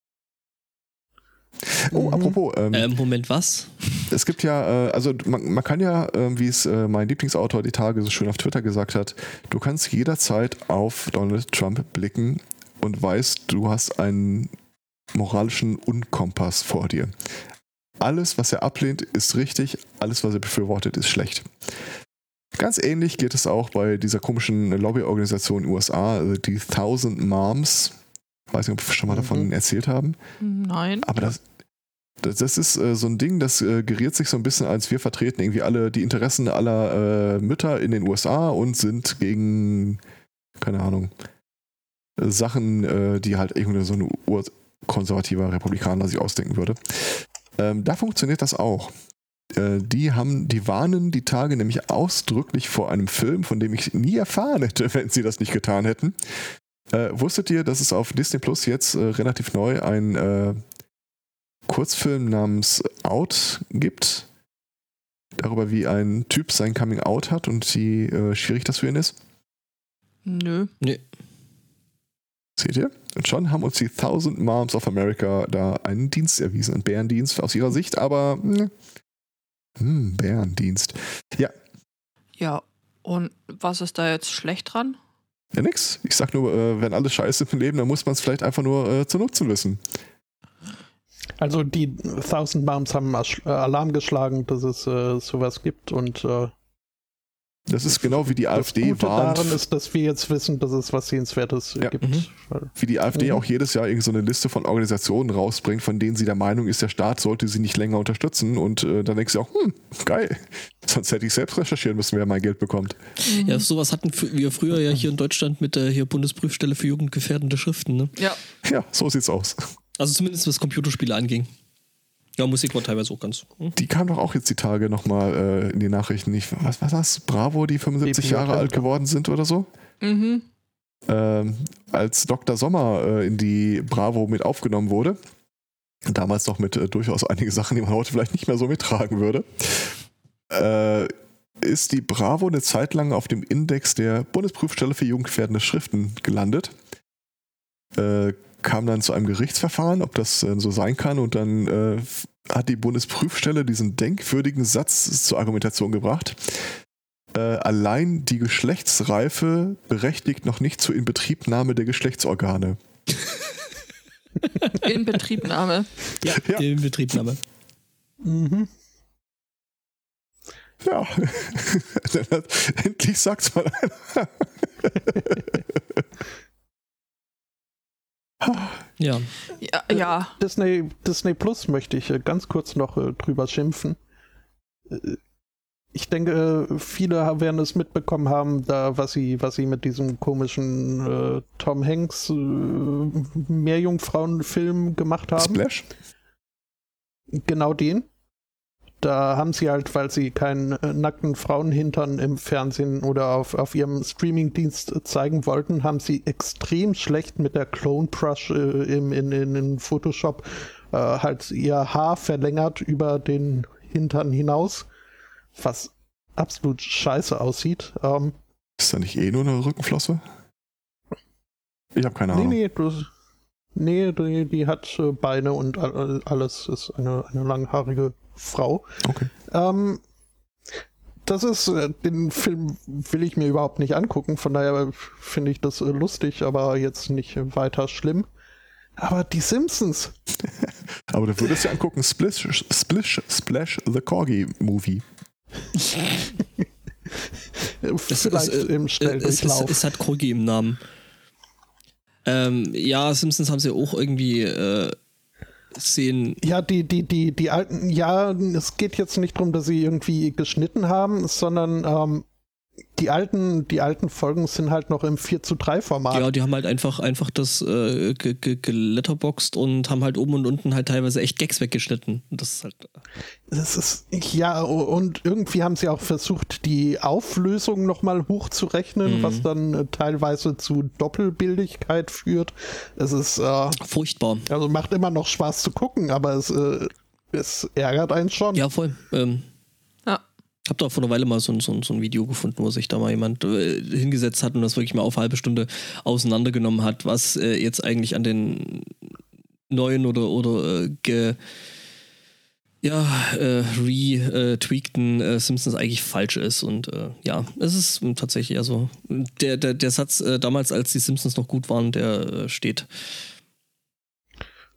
Oh, Mhm. apropos, ähm, ähm, Moment, was? es gibt ja, äh, also man, man kann ja, äh, wie es äh, mein Lieblingsautor die Tage so schön auf Twitter gesagt hat, du kannst jederzeit auf Donald Trump blicken und weißt, du hast einen moralischen Unkompass vor dir. Alles, was er ablehnt, ist richtig, alles, was er befürwortet, ist schlecht. Ganz ähnlich geht es auch bei dieser komischen Lobbyorganisation in den U S A, die Thousand Moms. Ich weiß nicht, ob wir schon mal davon mhm. erzählt haben. Nein. Aber das, das, das ist äh, so ein Ding, das äh, geriert sich so ein bisschen, als wir vertreten irgendwie alle die Interessen aller äh, Mütter in den U S A und sind gegen, keine Ahnung, äh, Sachen, äh, die halt irgendwie so ein urkonservativer Republikaner sich ausdenken würde. Ähm, da funktioniert das auch. Die haben, die warnen die Tage nämlich ausdrücklich vor einem Film, von dem ich nie erfahren hätte, wenn sie das nicht getan hätten. Äh, wusstet ihr, dass es auf Disney Plus jetzt äh, relativ neu einen äh, Kurzfilm namens Out gibt? Darüber, wie ein Typ sein Coming Out hat und wie äh, schwierig das für ihn ist? Nö. Nee. Seht ihr? Und schon haben uns die Thousand Moms of America da einen Dienst erwiesen, einen Bärendienst aus ihrer Sicht, aber mh, Hm, Bärendienst. Ja. Ja, und was ist da jetzt schlecht dran? Ja, nix. Ich sag nur, äh, wenn alles scheiße im Leben, dann muss man es vielleicht einfach nur äh, zu nutzen wissen. Also die Thousand Moms haben Alarm geschlagen, dass es äh, sowas gibt und äh, das ist genau wie die AfD das Gute warnt. daran ist, dass wir jetzt wissen, dass es was Sehenswertes ja. gibt. Mhm. Wie die AfD mhm. auch jedes Jahr irgend so eine Liste von Organisationen rausbringt, von denen sie der Meinung ist, der Staat sollte sie nicht länger unterstützen. Und äh, dann denkst du auch, hm, geil. Sonst hätte ich selbst recherchieren müssen, wer mein Geld bekommt. Mhm. Ja, sowas hatten wir früher ja hier in Deutschland mit der hier Bundesprüfstelle für jugendgefährdende Schriften. Ne? Ja. Ja, so sieht's aus. Also zumindest was Computerspiele anging. Ja, Musik war teilweise auch ganz. Hm? Die kam doch auch jetzt die Tage nochmal äh, in die Nachrichten. Ich, was war das? Bravo, die fünfundsiebzig Jahre alt geworden sind oder so? Mhm. Ähm, als Doktor Sommer äh, in die Bravo mit aufgenommen wurde, damals noch mit äh, durchaus einige Sachen, die man heute vielleicht nicht mehr so mittragen würde, äh, ist die Bravo eine Zeit lang auf dem Index der Bundesprüfstelle für jugendgefährdende Schriften gelandet. Äh, kam dann zu einem Gerichtsverfahren, ob das äh, so sein kann, und dann äh, hat die Bundesprüfstelle diesen denkwürdigen Satz zur Argumentation gebracht. Äh, allein die Geschlechtsreife berechtigt noch nicht zur Inbetriebnahme der Geschlechtsorgane. Inbetriebnahme. Ja, ja. Inbetriebnahme. Mhm. Ja, endlich sagt's mal einer. Ja. Ja, ja. Disney, Disney Plus möchte ich ganz kurz noch äh, drüber schimpfen. Äh, ich denke, viele werden es mitbekommen haben, da was sie, was sie mit diesem komischen äh, Tom Hanks äh, Meerjungfrauen-Film gemacht haben. Splash? Genau den. Da haben sie halt, weil sie keinen äh, nackten Frauenhintern im Fernsehen oder auf, auf ihrem Streamingdienst zeigen wollten, haben sie extrem schlecht mit der Clone Brush äh, im, in, in, in Photoshop äh, halt ihr Haar verlängert über den Hintern hinaus, was absolut scheiße aussieht. Ähm, Ist da nicht eh nur eine Rückenflosse? Ich habe keine Ahnung. Nee, nee, das, nee die, die hat äh, Beine und alles, ist eine, eine langhaarige Frau. Okay. Ähm, das ist, äh, den Film will ich mir überhaupt nicht angucken, von daher finde ich das äh, lustig, aber jetzt nicht äh, weiter schlimm. Aber die Simpsons. Aber du würdest ja angucken, Splish, Splish, Splash the Corgi Movie. Vielleicht es, im Schnelldurchlauf. Es, es, es hat Corgi im Namen. Ähm, ja, Simpsons haben sie auch irgendwie äh, sehen. Ja, die, die, die, die alten, ja, es geht jetzt nicht darum, dass sie irgendwie geschnitten haben, sondern ähm, die alten, die alten Folgen sind halt noch im vier zu drei Format. Ja, die haben halt einfach, einfach das äh, geletterboxt und haben halt oben und unten halt teilweise echt Gags weggeschnitten. Das ist halt. Das ist, ja, und irgendwie haben sie auch versucht, die Auflösung nochmal hochzurechnen, mhm. was dann äh, teilweise zu Doppelbildigkeit führt. Es ist äh, furchtbar. Also macht immer noch Spaß zu gucken, aber es, äh, es ärgert einen schon. Ja, voll. Ähm, ja. Ich habe da vor einer Weile mal so, so, so ein Video gefunden, wo sich da mal jemand äh, hingesetzt hat und das wirklich mal auf halbe Stunde auseinandergenommen hat, was äh, jetzt eigentlich an den neuen oder, oder äh, ge, ja, äh, re-tweakten äh, Simpsons eigentlich falsch ist. Und äh, ja, es ist tatsächlich, also der, der, der Satz äh, damals, als die Simpsons noch gut waren, der äh, steht.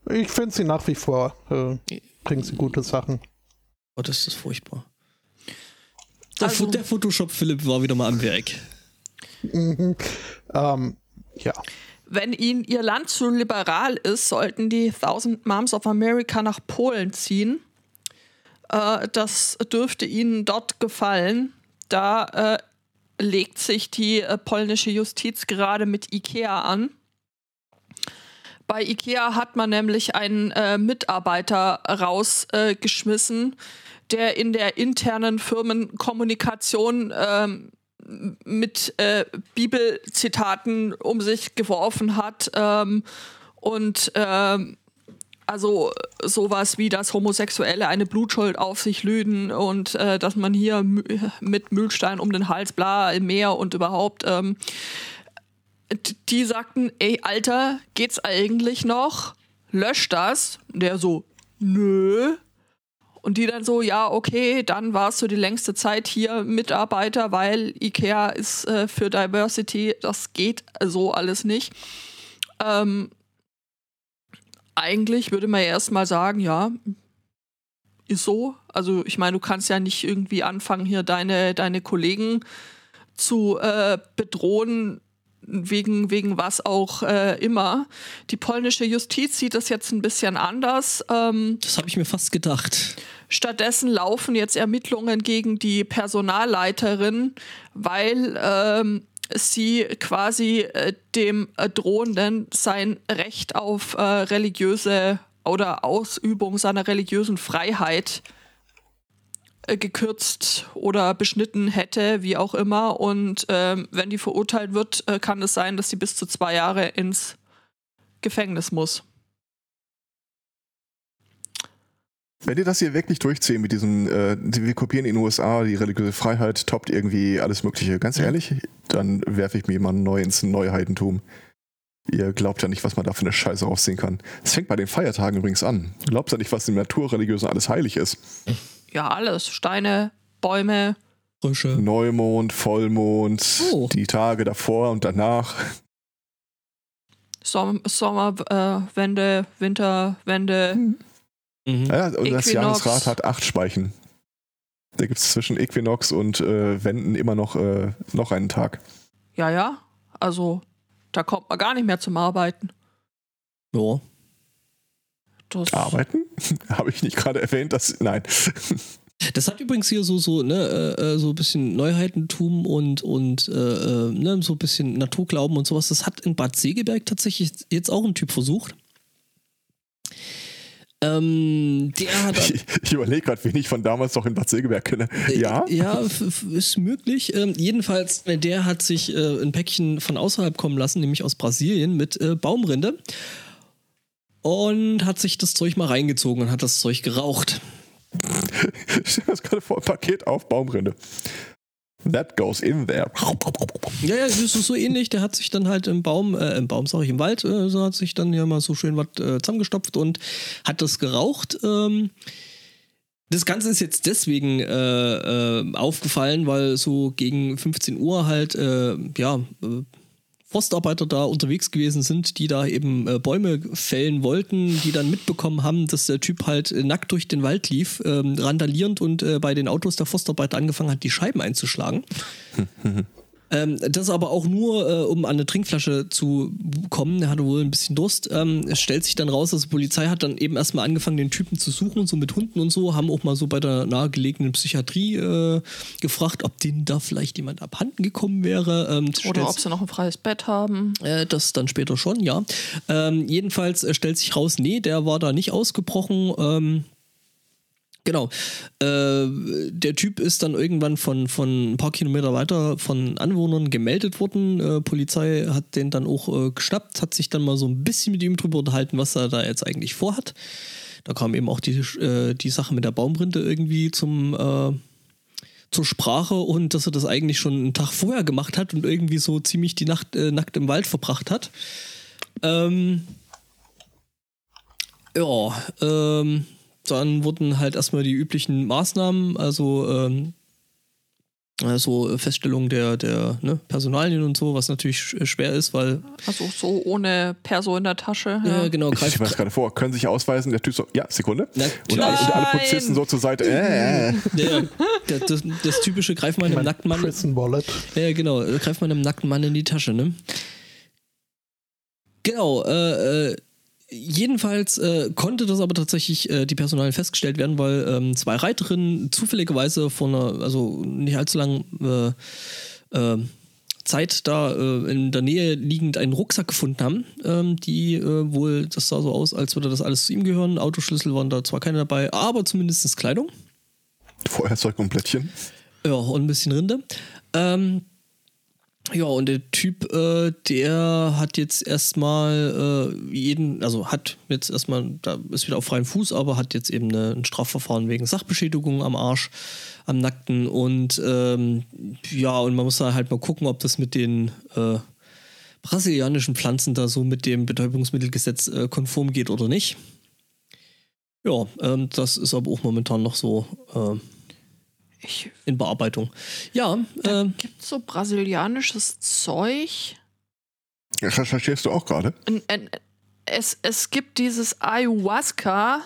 Ich finde sie nach wie vor, äh, bringt sie gute Sachen. Oh, das ist furchtbar. Der, Also, der Photoshop-Philipp war wieder mal am Werk. Mhm. Ähm, ja. wenn ihnen ihr Land zu liberal ist, sollten die Thousand Moms of America nach Polen ziehen. Äh, das dürfte ihnen dort gefallen. Da äh, legt sich die äh, polnische Justiz gerade mit IKEA an. Bei IKEA hat man nämlich einen äh, Mitarbeiter rausgeschmissen, äh, der in der internen Firmenkommunikation ähm, mit äh, Bibelzitaten um sich geworfen hat ähm, und ähm, also sowas wie, dass Homosexuelle eine Blutschuld auf sich lügen und äh, dass man hier mü- mit Mühlstein um den Hals, bla, im Meer und überhaupt. Ähm, die sagten, ey, Alter, geht's eigentlich noch? Lösch das. Der so, nö. Und die dann so, ja, okay, dann warst du die längste Zeit hier Mitarbeiter, weil IKEA ist äh, für Diversity, das geht so alles nicht. Ähm, eigentlich würde man ja erstmal sagen, ja, ist so. Also ich meine, du kannst ja nicht irgendwie anfangen, hier deine, deine Kollegen zu äh, bedrohen, wegen, wegen was auch äh, immer. Die polnische Justiz sieht das jetzt ein bisschen anders. Ähm, Das habe ich mir fast gedacht. Stattdessen laufen jetzt Ermittlungen gegen die Personalleiterin, weil ähm, sie quasi äh, dem äh, Drohenden sein Recht auf äh, religiöse oder Ausübung seiner religiösen Freiheit äh, gekürzt oder beschnitten hätte, wie auch immer. Und ähm, wenn die verurteilt wird, äh, kann es sein, dass sie bis zu zwei Jahre ins Gefängnis muss. Wenn die das hier wirklich durchziehen mit diesem, äh, wir kopieren in den U S A, die religiöse Freiheit toppt irgendwie alles Mögliche, ganz ehrlich, dann werfe ich mir mal neu ins Neuheidentum. Ihr glaubt ja nicht, was man da für eine Scheiße rausziehen kann. Es fängt bei den Feiertagen übrigens an. Du glaubst ja nicht, was im Naturreligiösen alles heilig ist. Ja, alles. Steine, Bäume. Frösche. Neumond, Vollmond, Oh. die Tage davor und danach. Som- Sommerwende, äh, Winterwende. Mhm. Ja, und das Äquinox. Jahresrad hat acht Speichen. Da gibt es zwischen Äquinox und äh, Wenden immer noch, äh, noch einen Tag. Ja, ja. Also, da kommt man gar nicht mehr zum Arbeiten. Ja. Das, Arbeiten? Habe ich nicht gerade erwähnt, dass. Nein. Das hat übrigens hier so, so, ne, äh, so ein bisschen Neuheitentum und, und äh, äh, ne, so ein bisschen Naturglauben und sowas. Das hat in Bad Segeberg tatsächlich jetzt auch ein Typ versucht. Ähm, der hat. Ich, ich überlege gerade, wen ich von damals noch in Bad Segeberg kenne. Ja? Äh, ja, f- f- ist möglich. Ähm, jedenfalls, äh, der hat sich äh, ein Päckchen von außerhalb kommen lassen, nämlich aus Brasilien mit äh, Baumrinde. Und hat sich das Zeug mal reingezogen und hat das Zeug geraucht. Ich stelle mir das gerade vor, ein Paket auf Baumrinde. That goes in there. Ja, ja, das ist so ähnlich. Der hat sich dann halt im Baum, äh, im Baum, sag ich, im Wald, äh, so hat sich dann ja mal so schön was äh, zusammengestopft und hat das geraucht. Ähm, das Ganze ist jetzt deswegen äh, äh, aufgefallen, weil so gegen fünfzehn Uhr halt, äh, ja, äh, Forstarbeiter da unterwegs gewesen sind, die da eben äh, Bäume fällen wollten, die dann mitbekommen haben, dass der Typ halt äh, nackt durch den Wald lief, ähm, randalierend und äh, bei den Autos der Forstarbeiter angefangen hat, die Scheiben einzuschlagen. ähm, das aber auch nur, äh, um an eine Trinkflasche zu kommen. Er hatte wohl ein bisschen Durst. Ähm, es stellt sich dann raus, dass die Polizei hat dann eben erstmal angefangen, den Typen zu suchen, so mit Hunden und so, haben auch mal so bei der nahegelegenen Psychiatrie äh, gefragt, ob denen da vielleicht jemand abhanden gekommen wäre. Ähm, oder ob sie noch ein freies Bett haben. äh, das dann später schon, ja. Ähm, jedenfalls äh, stellt sich raus, nee, der war da nicht ausgebrochen. Ähm, genau. Äh, der Typ ist dann irgendwann von, von ein paar Kilometer weiter von Anwohnern gemeldet worden. Äh, Polizei hat den dann auch äh, geschnappt, hat sich dann mal so ein bisschen mit ihm drüber unterhalten, was er da jetzt eigentlich vorhat. Da kam eben auch die, äh, die Sache mit der Baumrinde irgendwie zum äh, zur Sprache und dass er das eigentlich schon einen Tag vorher gemacht hat und irgendwie so ziemlich die Nacht äh, nackt im Wald verbracht hat. Ähm, ja, ähm, dann wurden halt erstmal die üblichen Maßnahmen, also ähm, so Feststellung der, der ne, Personalien und so, was natürlich schwer ist, weil... Also so ohne Perso in der Tasche. Ja, ja genau. Ich stelle mir das gerade vor, können sich ausweisen, der Typ so, ja, Sekunde. Na, und, alle, und alle Polizisten so zur Seite, äh. Ja, das, das, das typische, greift man einem nackten Mann... Prison Wallet. Ja, genau, greift man einem nackten Mann in die Tasche, ne? Genau, äh, äh jedenfalls äh, konnte das aber tatsächlich äh, die Personalien festgestellt werden, weil ähm, zwei Reiterinnen zufälligerweise vor einer, also nicht allzu langen äh, äh, Zeit da äh, in der Nähe liegend einen Rucksack gefunden haben, ähm, die äh, wohl, das sah so aus, als würde das alles zu ihm gehören. Autoschlüssel waren da zwar keine dabei, aber zumindest Kleidung. Feuerzeug und Plättchen. Ja, und ein bisschen Rinde. Ähm, Ja, und der Typ, äh, der hat jetzt erstmal äh, jeden, also hat jetzt erstmal, da ist wieder auf freiem Fuß, aber hat jetzt eben eine, ein Strafverfahren wegen Sachbeschädigung am Arsch, am Nackten und ähm, ja, und man muss da halt mal gucken, ob das mit den äh, brasilianischen Pflanzen da so mit dem Betäubungsmittelgesetz äh, konform geht oder nicht. Ja, ähm, das ist aber auch momentan noch so äh, Ich, in Bearbeitung. Ja, da äh, gibt es so brasilianisches Zeug. Das verstehst du auch gerade? N- n- Es, es gibt dieses Ayahuasca.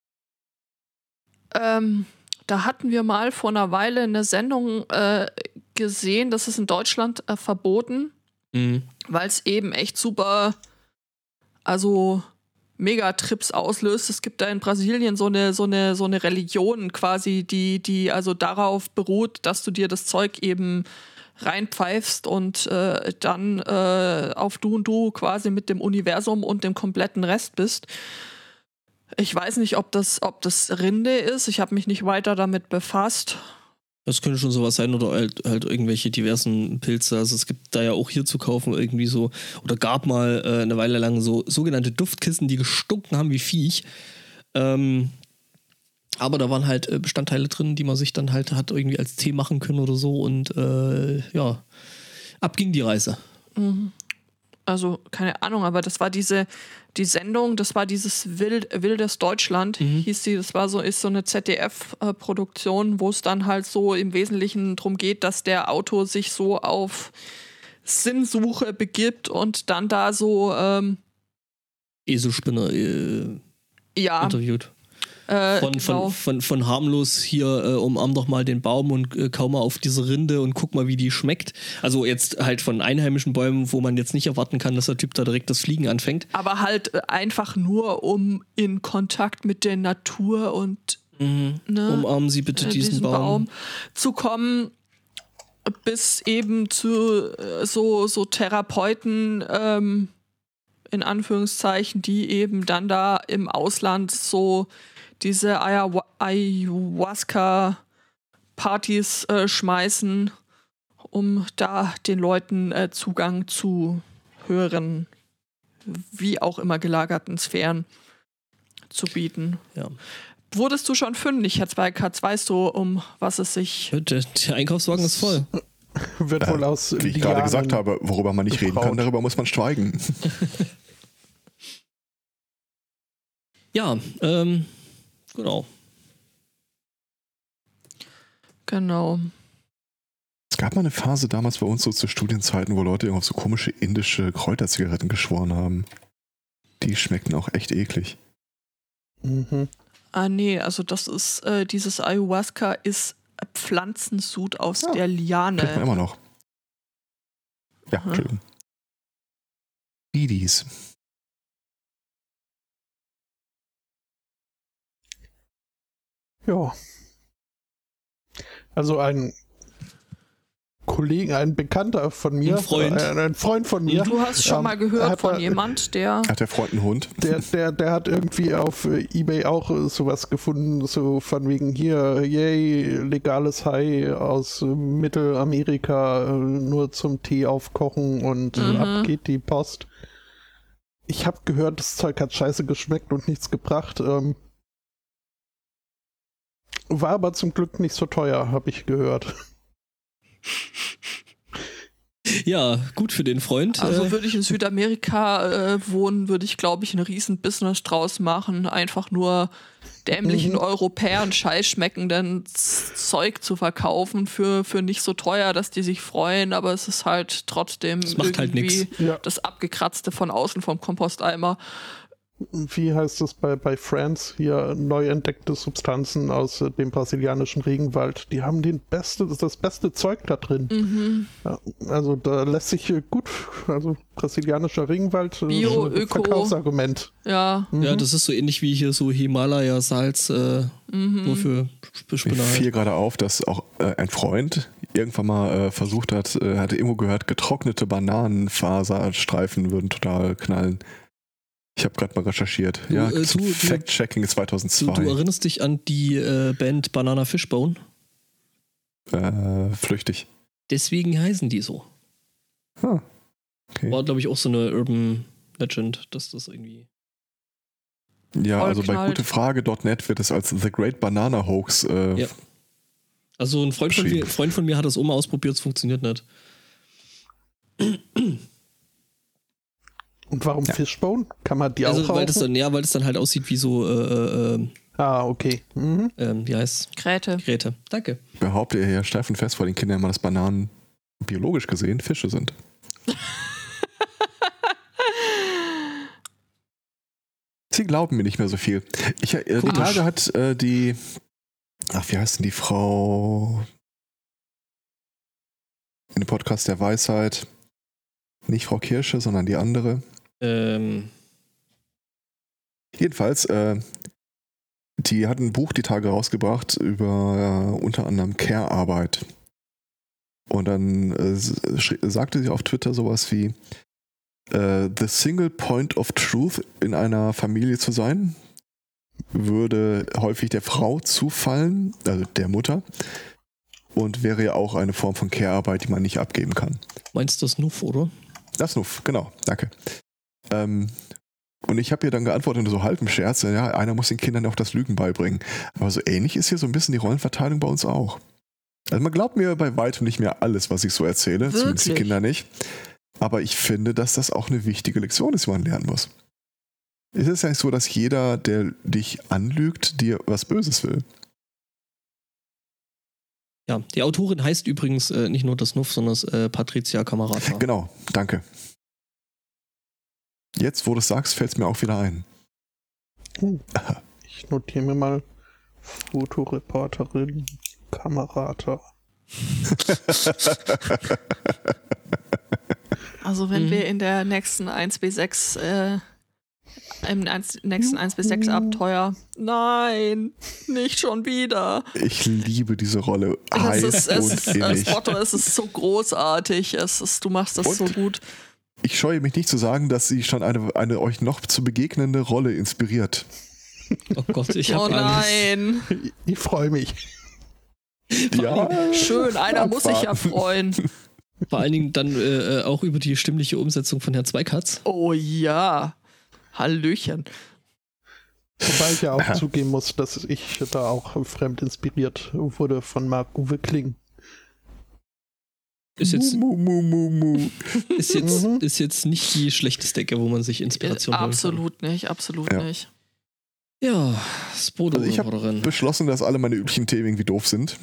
Ähm, da hatten wir mal vor einer Weile eine Sendung äh, gesehen, das ist in Deutschland äh, verboten, mh. weil es eben echt super, also Megatrips auslöst. Es gibt da in Brasilien so eine, so eine, so eine Religion quasi, die, die also darauf beruht, dass du dir das Zeug eben reinpfeifst und äh, dann äh, auf du und du quasi mit dem Universum und dem kompletten Rest bist. Ich weiß nicht, ob das, ob das Rinde ist. Ich habe mich nicht weiter damit befasst. Das könnte schon sowas sein oder halt, halt irgendwelche diversen Pilze. Also es gibt da ja auch hier zu kaufen irgendwie so, oder gab mal äh, eine Weile lang so sogenannte Duftkissen, die gestunken haben wie Viech. Ähm, aber da waren halt äh, Bestandteile drin, die man sich dann halt hat irgendwie als Tee machen können oder so und äh, ja, ab ging die Reise. Mhm. Also keine Ahnung, aber das war diese die Sendung, das war dieses Wild, Wildes Deutschland, Mhm. hieß die, das war so, ist so eine Z D F-Produktion, wo es dann halt so im Wesentlichen darum geht, dass der Autor sich so auf Sinnsuche begibt und dann da so ähm, Eselspinner äh, ja, interviewt. äh, Von, genau. von, von, von harmlos hier, äh, umarm doch mal den Baum und äh, kau mal auf diese Rinde und guck mal, wie die schmeckt. Also jetzt halt von einheimischen Bäumen, wo man jetzt nicht erwarten kann, dass der Typ da direkt das Fliegen anfängt. Aber halt äh, einfach nur, um in Kontakt mit der Natur und Mhm. ne, Umarmen Sie bitte äh, diesen, diesen Baum. Baum zu kommen, bis eben zu äh, so, so Therapeuten, ähm, in Anführungszeichen, die eben dann da im Ausland so diese Ayahu- Ayahuasca-Partys äh, schmeißen, um da den Leuten äh, Zugang zu höheren, wie auch immer gelagerten Sphären zu bieten. Ja. Wurdest du schon fündig, Herr Zweikatz? Weißt du, um was es sich... Der, der Einkaufswagen ist voll. Wird wohl aus Wie ich gerade Lianen gesagt habe, worüber man nicht reden kann, gebraut. darüber muss man schweigen. Ja, ähm, genau. Genau. Es gab mal eine Phase damals bei uns so zu Studienzeiten, wo Leute auf so komische indische Kräuterzigaretten geschworen haben. Die schmeckten auch echt eklig. Mhm. Ah, nee, also das ist, äh, dieses Ayahuasca ist Pflanzensud aus Ja, der Kriegt man Liane. immer noch. Ja, Aha. Entschuldigung. Bidis. Ja. Also ein Kollege, ein Bekannter von mir, Ein Freund. äh, ein Freund von mir, Du hast schon ähm, mal gehört hat von er- jemand, der... Hat der Freund einen Hund? der, der, der hat irgendwie auf äh, eBay auch äh, sowas gefunden, so von wegen hier, yay, legales Hai aus äh, Mittelamerika, äh, nur zum Tee aufkochen und äh, Mhm. ab geht die Post. Ich habe gehört, das Zeug hat scheiße geschmeckt und nichts gebracht. Ähm, war aber zum Glück nicht so teuer, habe ich gehört. Ja, gut für den Freund. Also äh, würde ich in Südamerika äh, wohnen, würde ich, glaube ich, ein riesen Business draus machen. Einfach nur dämlichen Mhm. Europäern scheißschmeckenden Z- Zeug zu verkaufen für, für nicht so teuer, dass die sich freuen, aber es ist halt trotzdem Das macht halt irgendwie nix. Ja. das Abgekratzte von außen vom Komposteimer. Wie heißt es bei, bei Friends? Hier neu entdeckte Substanzen aus äh, dem brasilianischen Regenwald. Die haben den beste, das beste Zeug da drin. Mhm. Ja, also da lässt sich äh, gut, also brasilianischer Regenwald, äh, Bio, ein Öko. Verkaufsargument. Ja. Mhm. Ja, das ist so ähnlich wie hier so Himalaya-Salz, äh, Mhm. nur für Mir Spinat. fiel gerade auf, dass auch äh, ein Freund irgendwann mal äh, versucht hat, äh, hatte irgendwo gehört, getrocknete Bananenfaserstreifen würden total knallen. Ich habe gerade mal recherchiert. Du, ja, äh, du- du- Fact-Checking Du, zweitausendzwei. du erinnerst dich an die äh, Band Banana Fishbone? äh, flüchtig. Deswegen heißen die so. Ah, okay. War, glaube ich, auch so eine Urban Legend, dass das irgendwie. Ja, Voll also bei knallt. gutefrage Punkt net wird es als The Great Banana Hoax äh, Ja. Also ein Freund von, mir, Freund von mir hat das auch mal ausprobiert, es funktioniert nicht. Und warum Ja. Fishbone? Kann man die Also auch weil rauchen? das dann, ja, weil das dann halt aussieht wie so, äh, äh, Ah, okay. Mhm. äh, wie heißt Gräte. Geräte. Danke. behauptet ihr ja steif und fest vor den Kindern immer, dass Bananen biologisch gesehen Fische sind. Sie glauben mir nicht mehr so viel. Ich, äh, die Komisch. Tage hat äh, die, ach, wie heißt denn die Frau in dem Podcast der Weisheit? Nicht Frau Kirsche, sondern die andere. Ähm, Jedenfalls, äh, die hat ein Buch die Tage rausgebracht über äh, unter anderem Care-Arbeit. Und dann äh, sch- sagte sie auf Twitter sowas wie äh, The single point of truth in einer Familie zu sein, würde häufig der Frau zufallen, also der Mutter, und wäre ja auch eine Form von Care-Arbeit, die man nicht abgeben kann. meinst du das Nuff, oder? Das Nuff, genau, danke. Ähm, und ich habe ihr dann geantwortet, so halb im Scherz, ja, einer muss den Kindern auch das Lügen beibringen. Aber so ähnlich ist hier so ein bisschen die Rollenverteilung bei uns auch. Also man glaubt mir bei weitem nicht mehr alles, was ich so erzähle, Wirklich? zumindest die Kinder nicht. Aber ich finde, dass das auch eine wichtige Lektion ist, die man lernen muss. Es ist ja nicht so, dass jeder, der dich anlügt, dir was Böses will. Ja, die Autorin heißt übrigens äh, nicht nur das Nuff, sondern äh, Patricia Camerata. Genau, danke. Jetzt, wo du es sagst, fällt es mir auch wieder ein. Uh, ich notiere mir mal Fotoreporterin Kamerata. Also wenn Mhm. wir in der nächsten eins bis sechs, äh, im eins, nächsten eins bis sechs Abenteuer. Nein, nicht schon wieder. Ich liebe diese Rolle. Es Heiß ist, es und ist, das innig. Motto, es ist so großartig. Es ist, du machst das Und? so gut. Ich scheue mich nicht zu sagen, dass sie schon eine, eine euch noch zu begegnende Rolle inspiriert. Oh Gott, ich Oh hab Angst. nein. Ich, ich freue mich. Ja, Schön, einer muss sich ja abwarten. freuen. Vor allen Dingen dann äh, äh, auch über die stimmliche Umsetzung von Herrn Zweikatz. Oh ja. Hallöchen. Wobei ich ja auch zugeben muss, dass ich da auch fremd inspiriert wurde von Marc-Uwe Kling. Ist jetzt, Mu, mu, mu, mu. ist, jetzt, Mhm. ist jetzt nicht die schlechteste Ecke, wo man sich Inspiration holen Absolut nicht, absolut Ja. nicht. kann. Ja, Spodo Also ich habe Reporterin. beschlossen, dass alle meine üblichen Themen irgendwie doof sind.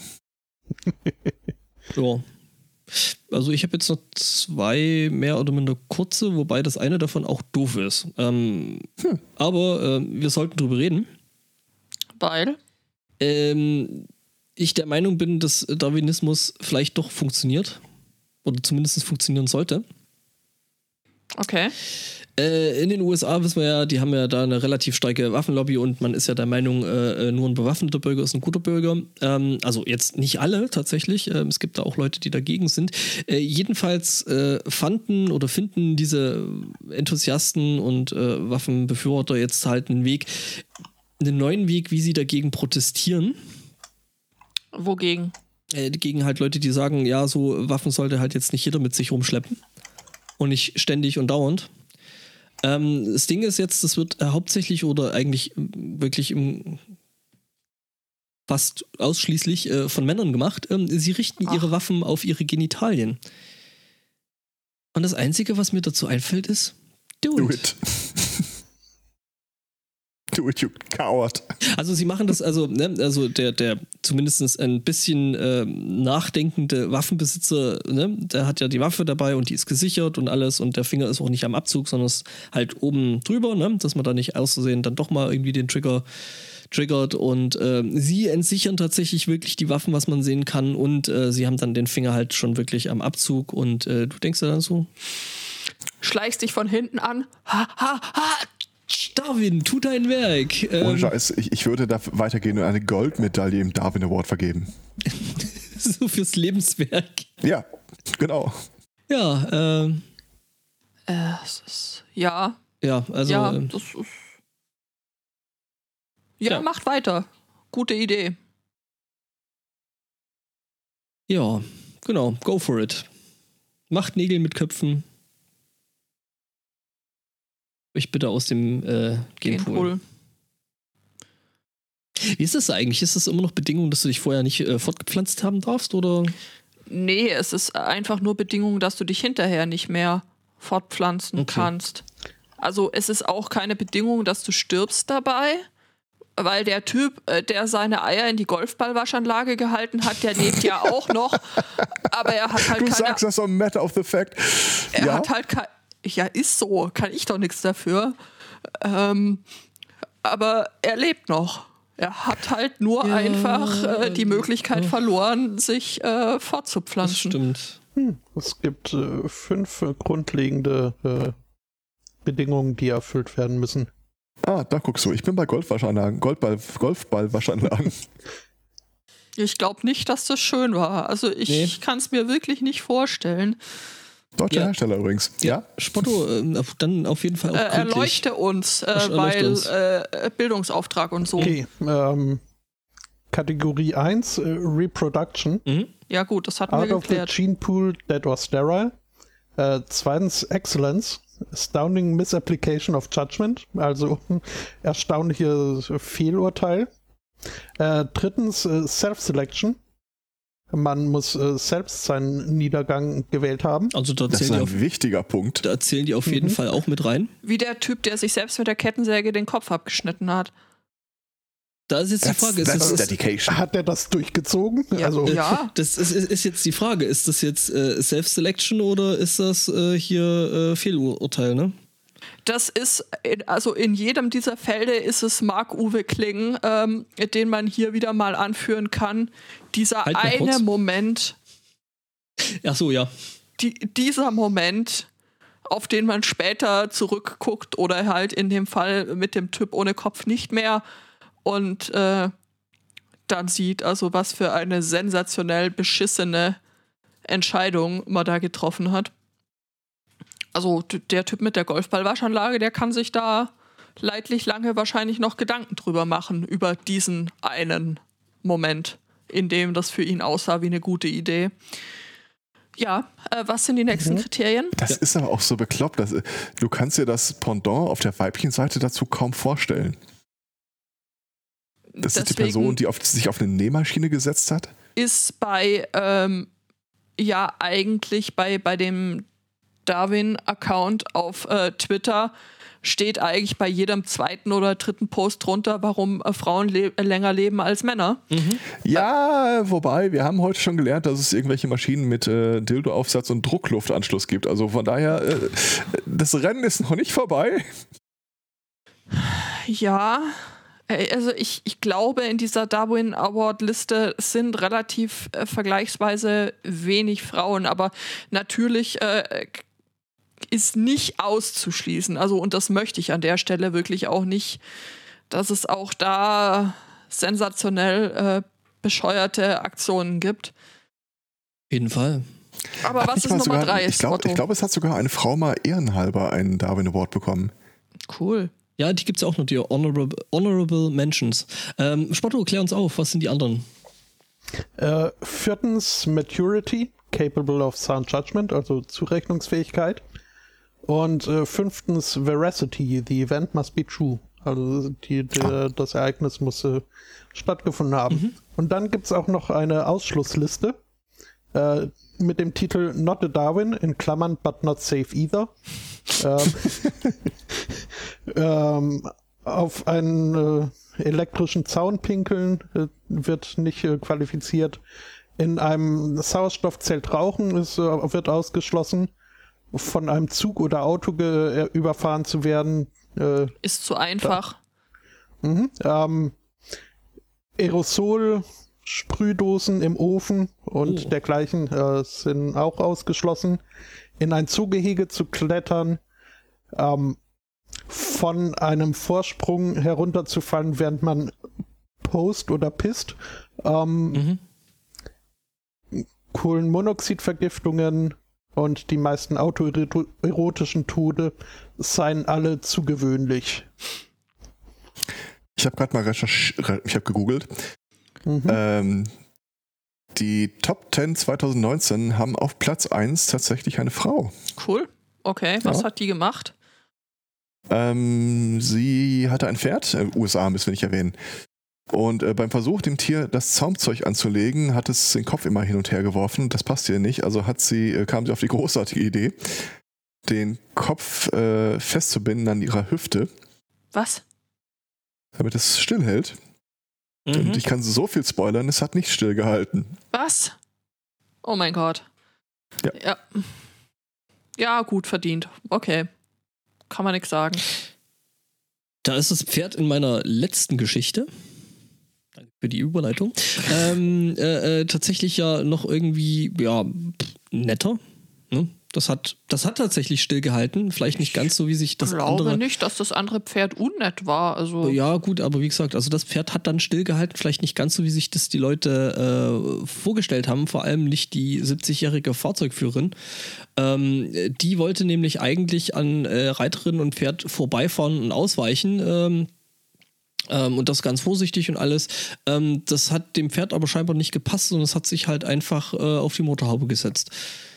Ja. Also ich habe jetzt noch zwei mehr oder minder kurze, wobei das eine davon auch doof ist. Ähm, Hm. Aber äh, wir sollten drüber reden. Weil? Ähm, ich der Meinung bin, dass Darwinismus vielleicht doch funktioniert. Oder zumindest funktionieren sollte. Okay. Äh, in den U S A wissen wir ja, die haben ja da eine relativ starke Waffenlobby und man ist ja der Meinung, äh, nur ein bewaffneter Bürger ist ein guter Bürger. Ähm, also jetzt nicht alle tatsächlich. Ähm, es gibt da auch Leute, die dagegen sind. Äh, jedenfalls äh, fanden oder finden diese Enthusiasten und äh, Waffenbefürworter jetzt halt einen Weg, einen neuen Weg, wie sie dagegen protestieren. Wogegen? Äh, gegen halt Leute, die sagen, ja, so Waffen sollte halt jetzt nicht jeder mit sich rumschleppen. Und nicht ständig und dauernd. Ähm, das Ding ist jetzt, das wird äh, hauptsächlich oder eigentlich äh, wirklich im, fast ausschließlich äh, von Männern gemacht. Ähm, sie richten Ach. ihre Waffen auf ihre Genitalien. Und das Einzige, was mir dazu einfällt, ist, do, Do it. it. Do it, you coward. Also sie machen das, also, ne, also der, der zumindest ein bisschen äh, nachdenkende Waffenbesitzer, ne, der hat ja die Waffe dabei und die ist gesichert und alles und der Finger ist auch nicht am Abzug, sondern ist halt oben drüber, ne, dass man da nicht auszusehen dann doch mal irgendwie den Trigger triggert und äh, sie entsichern tatsächlich wirklich die Waffen, was man sehen kann und äh, sie haben dann den Finger halt schon wirklich am Abzug und äh, du denkst dir dann so, schleichst dich von hinten an, ha, ha, ha. Darwin, tu dein Werk. Ohne Ähm, Scheiß, ich, ich würde da weitergehen und eine Goldmedaille im Darwin Award vergeben. so fürs Lebenswerk. Ja, genau. Ja, ähm. Äh, es ist, ja. Ja, also. Ja, ähm, das ist. Ja, Ja. macht weiter. Gute Idee. ja, genau, go for it. Macht Nägel mit Köpfen. Ich bitte aus dem äh, Genpool. Genpool. Wie ist das eigentlich? Ist das immer noch Bedingung, dass du dich vorher nicht äh, fortgepflanzt haben darfst? Oder? Nee, es ist einfach nur Bedingung, dass du dich hinterher nicht mehr fortpflanzen Okay. kannst. Also es ist auch keine Bedingung, dass du stirbst dabei, weil der Typ, äh, der seine Eier in die Golfballwaschanlage gehalten hat, der lebt ja auch noch, aber er hat halt Du keine... sagst das so ein Matter of the fact. Er ja? hat halt kein... Ja, ist so, kann ich doch nichts dafür. Ähm, aber er lebt noch. Er hat halt nur Ja, einfach äh, die Möglichkeit ja. verloren, sich äh, Das fortzupflanzen. stimmt. Hm, es gibt äh, fünf äh, grundlegende äh, Bedingungen, die erfüllt werden müssen. Ah, da guckst du. Ich bin bei Golfwaschanlagen, Golfball, Golfballwaschanlagen. Ich glaube nicht, dass das schön war. Also ich Nee. kann es mir wirklich nicht vorstellen. Deutscher Ja. Hersteller übrigens. Ja? Spotto, äh, auf- dann auf jeden Fall auch Äh, gründlich. erleuchte uns, äh, Erleuchte weil uns. Äh, Bildungsauftrag und so. Okay, ähm, Kategorie eins, äh, Reproduction. Mhm. Ja gut, das hatten Out wir of the geklärt. gene pool that was sterile. Äh, zweitens, Excellence. Astounding Misapplication of Judgment. Also erstaunliches Fehlurteil. Äh, drittens, äh, Self-Selection. Man muss äh, selbst seinen Niedergang gewählt haben. Also da Das ist zählen, die ein auf, wichtiger Punkt. da zählen die auf jeden Mhm. Fall auch mit rein. Wie der Typ, der sich selbst mit der Kettensäge den Kopf abgeschnitten hat. Da ist jetzt die That's, Frage, ist that's das, dedication. Hat er das durchgezogen? Ja. Also, Ja. das ist, ist, ist jetzt die Frage, ist das jetzt äh, Self-Selection oder ist das äh, hier äh, Fehlurteil, ne? Das ist, in, also in jedem dieser Fälle ist es Marc-Uwe Kling, ähm, den man hier wieder mal anführen kann. Dieser Halt mal eine kurz. Moment, Ach so, ja. die, dieser Moment, auf den man später zurückguckt oder halt in dem Fall mit dem Typ ohne Kopf nicht mehr und äh, dann sieht, also was für eine sensationell beschissene Entscheidung man da getroffen hat. Also d- der Typ mit der Golfballwaschanlage, der kann sich da leidlich lange wahrscheinlich noch Gedanken drüber machen, über diesen einen Moment, in dem das für ihn aussah wie eine gute Idee. Ja, äh, was sind die nächsten Mhm. Kriterien? Das ist aber auch so bekloppt. Dass, du kannst dir das Pendant auf der Weibchenseite dazu kaum vorstellen. Das ist die Deswegen Person, die auf, sich auf eine Nähmaschine gesetzt hat. ist bei, ähm, ja, eigentlich bei, bei dem Darwin-Account auf äh, Twitter steht eigentlich bei jedem zweiten oder dritten Post drunter, warum äh, Frauen le länger leben als Männer. Ja, wobei, wir haben heute schon gelernt, dass es irgendwelche Maschinen mit äh, Dildo-Aufsatz und Druckluftanschluss gibt. Also von daher, äh, das Rennen ist noch nicht vorbei. Ja, äh, also ich, ich glaube, in dieser Darwin Award-Liste sind relativ äh, vergleichsweise wenig Frauen, aber natürlich äh, ist nicht auszuschließen. Also, und das möchte ich an der Stelle wirklich auch nicht, dass es auch da sensationell äh, bescheuerte Aktionen gibt. Auf jeden Fall. Aber Hat was nicht ist mal Nummer sogar- drei? Ich glaube, Otto? glaub, es hat sogar eine Frau mal ehrenhalber einen Darwin Award bekommen. Cool. Ja, die gibt es ja auch noch, die Honorable, Honorable Mentions. Ähm, Spotto, klär uns auf, was sind die anderen? Äh, viertens, Maturity, capable of sound judgment, also Zurechnungsfähigkeit. Und äh, fünftens, Veracity, the event must be true. Also die, die, das Ereignis muss äh, stattgefunden haben. Mhm. Und dann gibt es auch noch eine Ausschlussliste äh, mit dem Titel Not a Darwin, in Klammern, but not safe either. ähm, ähm, Auf einen äh, elektrischen Zaun pinkeln äh, wird nicht äh, qualifiziert. In einem Sauerstoffzelt rauchen ist, äh, wird ausgeschlossen. Von einem Zug oder Auto ge- äh, überfahren zu werden. Äh, Ist zu einfach. Da, mhm, ähm, Aerosol, Sprühdosen im Ofen und Oh. dergleichen äh, sind auch ausgeschlossen. In ein Zugehege zu klettern, ähm, von einem Vorsprung herunterzufallen, während man post oder pisst, ähm, Mhm. Kohlenmonoxidvergiftungen und die meisten autoerotischen Tode seien alle zu gewöhnlich. Ich habe gerade mal recherchiert, ich habe gegoogelt. Mhm. Ähm, die Top zehn zwanzig neunzehn haben auf Platz eins tatsächlich eine Frau. Cool. Okay, was Ja. hat die gemacht? Ähm, sie hatte ein Pferd, äh, U S A müssen wir nicht erwähnen. Und äh, beim Versuch, dem Tier das Zaumzeug anzulegen, hat es den Kopf immer hin und her geworfen. Das passte ihr nicht. Also hat sie, äh, kam sie auf die großartige Idee, den Kopf äh, festzubinden an ihrer Hüfte, Was? damit es stillhält. Und Mhm. ich kann so viel spoilern, es hat nicht stillgehalten. Was? Oh mein Gott. Ja. Ja, ja gut verdient. Okay. Kann man nichts sagen. Da ist das Pferd in meiner letzten Geschichte. Danke für die Überleitung. ähm, äh, äh, tatsächlich ja noch irgendwie, ja, pff, netter. Ne? Das hat, das hat tatsächlich stillgehalten. Vielleicht nicht ganz so, wie sich das Ich glaube andere. nicht, dass das andere Pferd unnett war. Also Ja, gut, aber wie gesagt, also das Pferd hat dann stillgehalten, vielleicht nicht ganz so, wie sich das die Leute äh, vorgestellt haben, vor allem nicht die siebzigjährige Fahrzeugführerin. Ähm, die wollte nämlich eigentlich an äh, Reiterin und Pferd vorbeifahren und ausweichen. Ähm, ähm, und das ganz vorsichtig und alles. Ähm, das hat dem Pferd aber scheinbar nicht gepasst und es hat sich halt einfach äh, auf die Motorhaube gesetzt.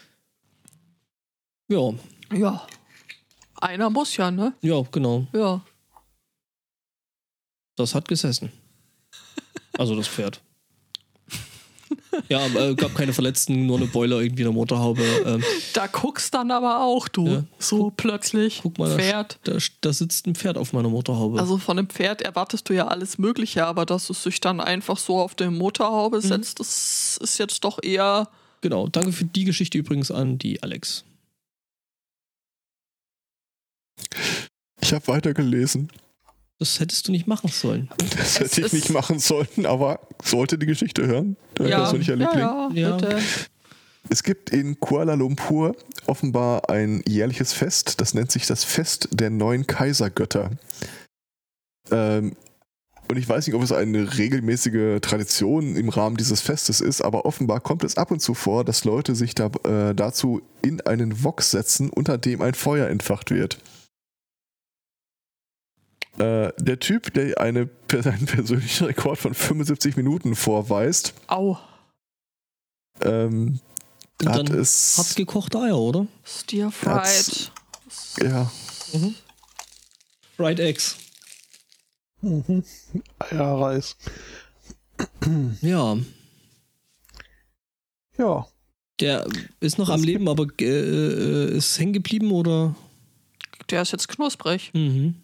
Ja, ja. Einer muss ja, ne? ja, genau. Ja. Das hat gesessen. Also das Pferd. Ja, aber äh, gab keine Verletzten, nur eine Boiler irgendwie in der Motorhaube. Ähm, Da guckst dann aber auch du. Ja. So plötzlich. guck mal, da, Pferd. da, da sitzt ein Pferd auf meiner Motorhaube. Also von einem Pferd erwartest du ja alles Mögliche, aber dass es sich dann einfach so auf die Motorhaube Mhm. setzt, das ist jetzt doch eher. Genau, danke für die Geschichte übrigens an die Alex. Ich habe weitergelesen. Das hättest du nicht machen sollen. Das Es hätte ich ist- nicht machen sollen, aber sollte die Geschichte hören. Dein Ja, persönlicher ja, Liebling. ja, Ja. bitte. Es gibt in Kuala Lumpur offenbar ein jährliches Fest, das nennt sich das Fest der neuen Kaisergötter. Ähm, und ich weiß nicht, ob es eine regelmäßige Tradition im Rahmen dieses Festes ist, aber offenbar kommt es ab und zu vor, dass Leute sich da, äh, dazu in einen Wok setzen, unter dem ein Feuer entfacht wird. Äh, der Typ, der eine, einen persönlichen Rekord von fünfundsiebzig Minuten vorweist, Au. ähm, Und hat dann es... hart gekochte Eier, oder? Stir Hat's- fried. ja, Mhm. Fried Eggs. Mhm. Eierreis. Ja, Ja, der ist noch Das am gibt- Leben, aber äh, äh, ist hängen geblieben oder? Der ist jetzt knusprig. Mhm.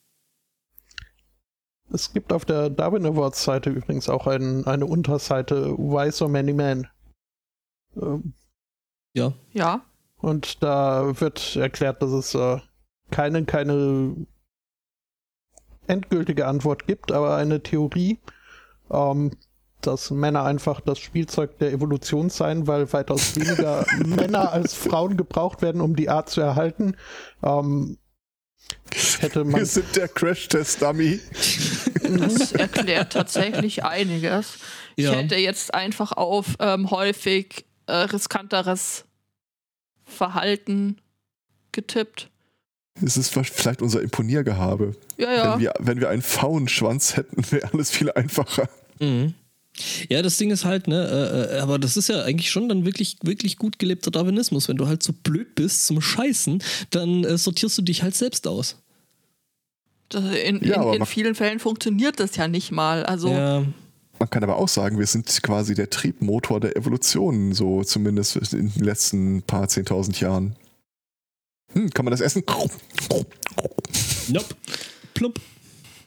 es gibt auf der Darwin Awards Seite übrigens auch ein, eine Unterseite Why So Many Men. Ähm, Ja. Ja. Und da wird erklärt, dass es äh, keine, keine endgültige Antwort gibt, aber eine Theorie, ähm, dass Männer einfach das Spielzeug der Evolution seien, weil weitaus weniger Männer als Frauen gebraucht werden, um die Art zu erhalten. Ähm, hätte man wir sind der Crash-Test-Dummy. Das erklärt tatsächlich einiges. Ja. Ich hätte jetzt einfach auf ähm, häufig äh, riskanteres Verhalten getippt. Es ist vielleicht unser Imponiergehabe. Ja, ja. Wenn, wir, wenn wir einen Pfauenschwanz hätten, wäre alles viel einfacher. Mhm. Ja, das Ding ist halt, ne, äh, äh, aber das ist ja eigentlich schon dann wirklich, wirklich gut gelebter Darwinismus. Wenn du halt so blöd bist zum Scheißen, dann äh, sortierst du dich halt selbst aus. Das- In, Ja, in, aber in man- vielen Fällen funktioniert das ja nicht mal. Also Ja, Man kann aber auch sagen, wir sind quasi der Triebmotor der Evolution, so zumindest in den letzten paar zehntausend Jahren. Hm, kann man das essen? nope. Plump.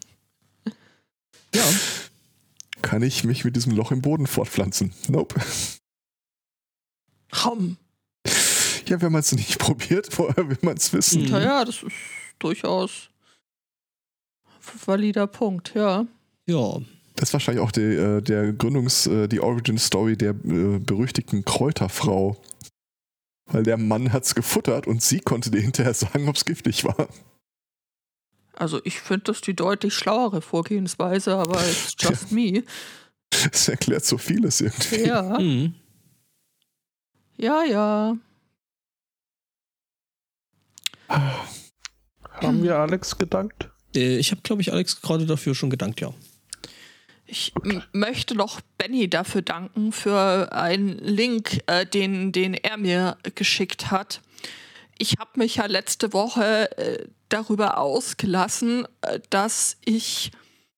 Ja. Kann ich mich mit diesem Loch im Boden fortpflanzen? Nope. Komm. Ja, wenn man es nicht probiert, woher will man es wissen? Mhm. Naja, das ist durchaus valider Punkt, ja. Ja. Das ist wahrscheinlich auch die, äh, der Gründungs-, äh, die Origin-Story der äh, berüchtigten Kräuterfrau. Weil der Mann hat's gefuttert und sie konnte dir hinterher sagen, ob es giftig war. Also ich finde das die deutlich schlauere Vorgehensweise, aber it's just Ja. me. Das erklärt so vieles irgendwie. Ja, Mhm. ja, ja. Haben wir Alex gedankt? Äh, Ich habe, glaube ich, Alex gerade dafür schon gedankt, ja. Ich m- möchte noch Benny dafür danken, für einen Link, äh, den, den er mir geschickt hat. Ich habe mich ja letzte Woche äh, darüber ausgelassen, äh, dass ich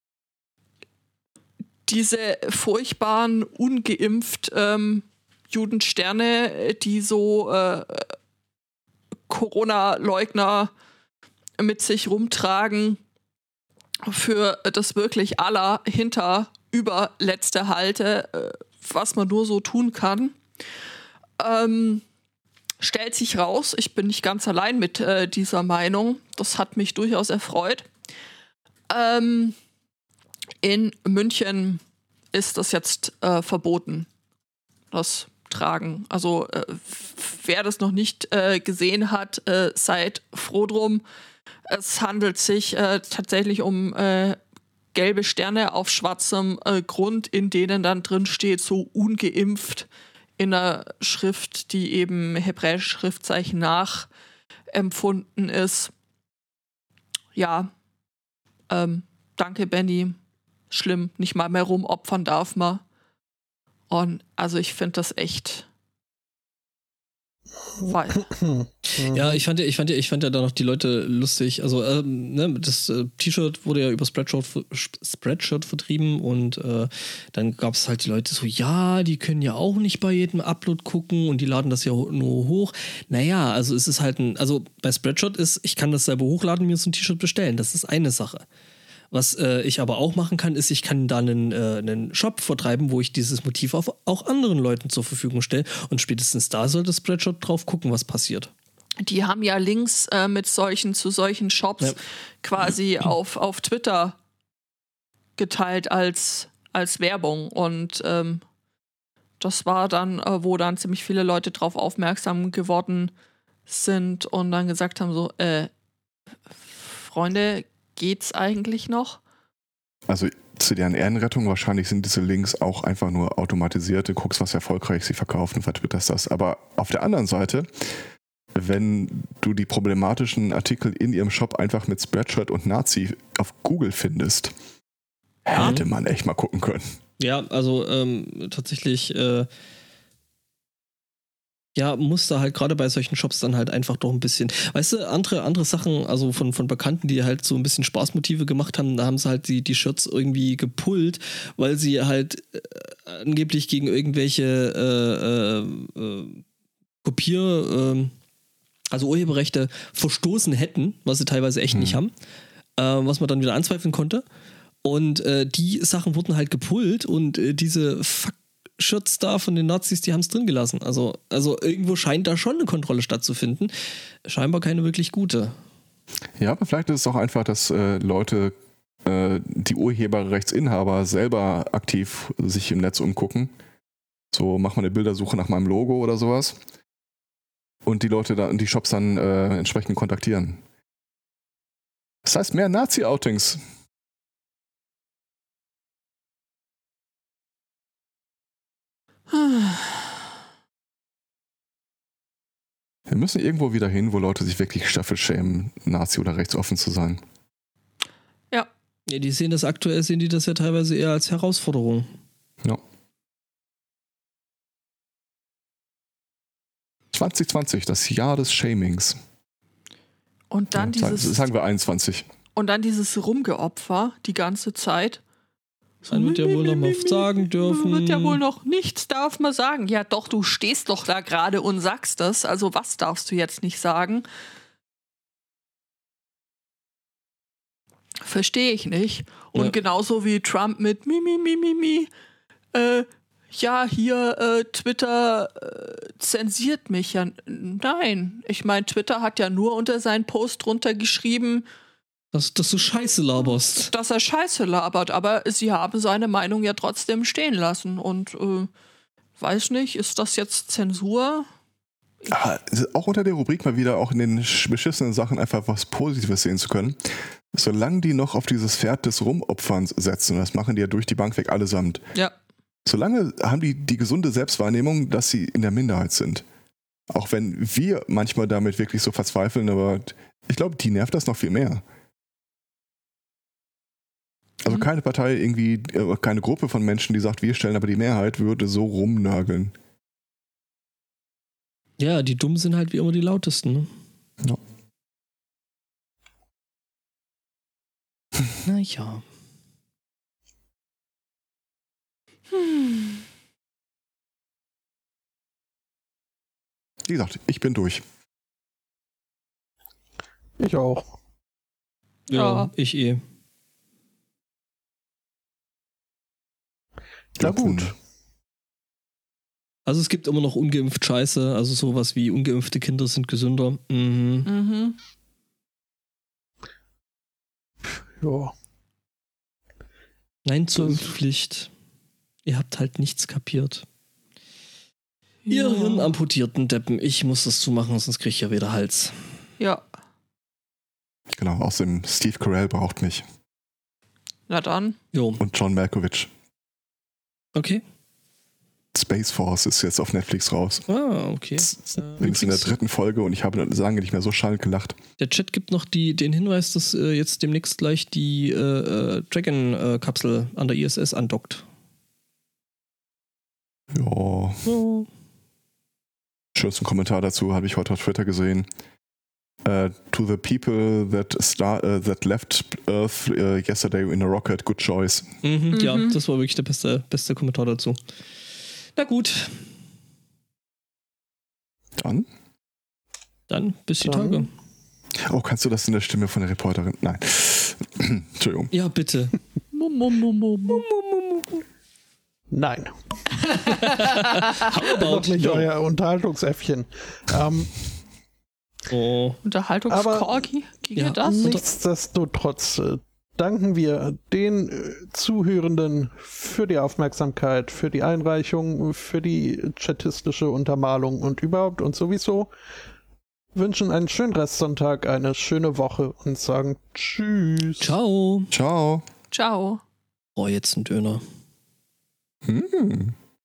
diese furchtbaren, ungeimpft ähm, Judensterne, äh, die so äh, Corona-Leugner mit sich rumtragen, für das wirklich aller hinter überletzte halte, äh, was man nur so tun kann. Ähm, stellt sich raus, ich bin nicht ganz allein mit äh, dieser Meinung. Das hat mich durchaus erfreut. Ähm, in München ist das jetzt äh, verboten, das Tragen. Also äh, wer das noch nicht äh, gesehen hat, äh, seid froh drum. Es handelt sich äh, tatsächlich um äh, gelbe Sterne auf schwarzem äh, Grund, in denen dann drin steht, so ungeimpft in einer Schrift, die eben hebräische Schriftzeichen nachempfunden ist. Ja, ähm, danke Benny. Schlimm, nicht mal mehr rumopfern darf man. Und also ich finde das echt. Weil, Ja, ich fand ja, ich fand ja, ich fand ja da noch die Leute lustig. Also, ähm, ne, das äh, T-Shirt wurde ja über Spreadshirt, Spreadshirt vertrieben und äh, dann gab es halt die Leute so, ja, die können ja auch nicht bei jedem Upload gucken und die laden das ja nur hoch. Naja, also es ist halt ein, also bei Spreadshirt ist, ich kann das selber hochladen, mir so ein T-Shirt bestellen. Das ist eine Sache. Was äh, ich aber auch machen kann, ist, ich kann da einen, äh, einen Shop vertreiben, wo ich dieses Motiv auf, auch anderen Leuten zur Verfügung stelle. Und spätestens da sollte Spreadshirt drauf gucken, was passiert. die haben ja Links äh, mit solchen zu solchen Shops Ja. quasi auf, auf Twitter geteilt als, als Werbung. Und ähm, das war dann, äh, wo dann ziemlich viele Leute drauf aufmerksam geworden sind und dann gesagt haben: so, äh, Freunde, geht's eigentlich noch? Also zu deren Ehrenrettung, wahrscheinlich sind diese Links auch einfach nur automatisiert. Du guckst, was erfolgreich sie verkaufen und vertwitterst das. Aber auf der anderen Seite, wenn du die problematischen Artikel in ihrem Shop einfach mit Spreadshirt und Nazi auf Google findest, Ja. hätte man echt mal gucken können. Ja, also ähm, tatsächlich, äh, ja, muss da halt gerade bei solchen Shops dann halt einfach doch ein bisschen, weißt du, andere, andere Sachen, also von, von Bekannten, die halt so ein bisschen Spaßmotive gemacht haben, da haben sie halt die, die Shirts irgendwie gepullt, weil sie halt äh, angeblich gegen irgendwelche äh, äh, äh, Kopier, äh, also Urheberrechte verstoßen hätten, was sie teilweise echt Hm. nicht haben, äh, was man dann wieder anzweifeln konnte. Und äh, die Sachen wurden halt gepullt und äh, diese Fuck-Shirts da von den Nazis, die haben es drin gelassen. Also, also irgendwo scheint da schon eine Kontrolle stattzufinden. Scheinbar keine wirklich gute. Ja, aber vielleicht ist es auch einfach, dass äh, Leute, äh, die Urheberrechtsinhaber selber aktiv sich im Netz umgucken. So, mach mal eine Bildersuche nach meinem Logo oder sowas. Und die Leute da, die Shops dann äh, entsprechend kontaktieren. Das heißt mehr Nazi-Outings. Wir müssen irgendwo wieder hin, wo Leute sich wirklich Staffel schämen, Nazi oder rechtsoffen zu sein. Ja, die sehen das aktuell, sehen die das ja teilweise eher als Herausforderung. Ja. zwanzig zwanzig, das Jahr des Shamings. Und dann Ja, dieses sagen wir einundzwanzig. und dann dieses Rumgeopfer die ganze Zeit. Man wird ja wohl noch mal sagen dürfen. Wird ja wohl noch nichts darf man sagen. Ja, doch, du stehst doch da gerade und sagst das. Also was darfst du jetzt nicht sagen? verstehe ich nicht. Und Ja. genauso wie Trump mit mi, mi, mi, mi, mi, äh, ja, hier äh, Twitter äh, zensiert mich ja. Nein, ich meine, Twitter hat ja nur unter seinen Post drunter geschrieben, Dass, dass du Scheiße laberst. dass er Scheiße labert, aber sie haben seine Meinung ja trotzdem stehen lassen und äh, weiß nicht, ist das jetzt Zensur? Ah, auch unter der Rubrik mal wieder auch in den beschissenen Sachen einfach was Positives sehen zu können. Solange die noch auf dieses Pferd des Rumopferns setzen, das machen die ja durch die Bank weg allesamt, Ja. solange haben die die gesunde Selbstwahrnehmung, dass sie in der Minderheit sind. Auch wenn wir manchmal damit wirklich so verzweifeln, aber ich glaube, die nervt das noch viel mehr. Also Mhm. keine Partei irgendwie, äh, keine Gruppe von Menschen, die sagt, wir stellen aber die Mehrheit, würde so rumnörgeln. Ja, die Dummen sind halt wie immer die lautesten. Ne? Ja. Naja. Hm. Wie gesagt, ich bin durch. Ich auch. Ja, Ja. ich eh. Na gut. Also es gibt immer noch ungeimpft Scheiße, also sowas wie ungeimpfte Kinder sind gesünder. Mhm. Mhm. Ja. Nein zur Das- Impfpflicht. Ihr habt halt nichts kapiert. Ihr Ja. hirnamputierten Deppen, ich muss das zumachen, sonst krieg ich ja wieder Hals. Ja, Genau, außerdem Steve Carell braucht mich. na dann. Jo, Und John Malkovich. okay. Space Force ist jetzt auf Netflix raus. Ah, okay. Übrigens Äh, in der übrigens, dritten Folge und ich habe lange nicht mehr so schallend gelacht. der Chat gibt noch die, den Hinweis, dass äh, jetzt demnächst gleich die äh, äh, Dragon-Kapsel an der I S S andockt. Ja, So. schönsten Kommentar dazu habe ich heute auf Twitter gesehen. Uh, to the people that star uh, that left Earth uh, yesterday in a rocket, good choice. Mhm, ja, Mhm. das war wirklich der beste, beste Kommentar dazu. Na gut, Dann? dann bis die Dann- Tage. Oh, kannst du das in der Stimme von der Reporterin? Nein. Entschuldigung. Ja, bitte. Mum, mum, mum, mum, mum. Nein. How Noch about nicht no? euer Unterhaltungsäffchen. Ähm, Oh. Unterhaltungskorgi? Ging Ja, ja, das? nicht- nichtsdestotrotz äh, danken wir den äh, Zuhörenden für die Aufmerksamkeit, für die Einreichung, für die chatistische Untermalung und überhaupt und sowieso. Wünschen einen schönen Restsonntag, eine schöne Woche und sagen Tschüss. Ciao. Ciao. Ciao. Oh, jetzt ein Döner. Hm.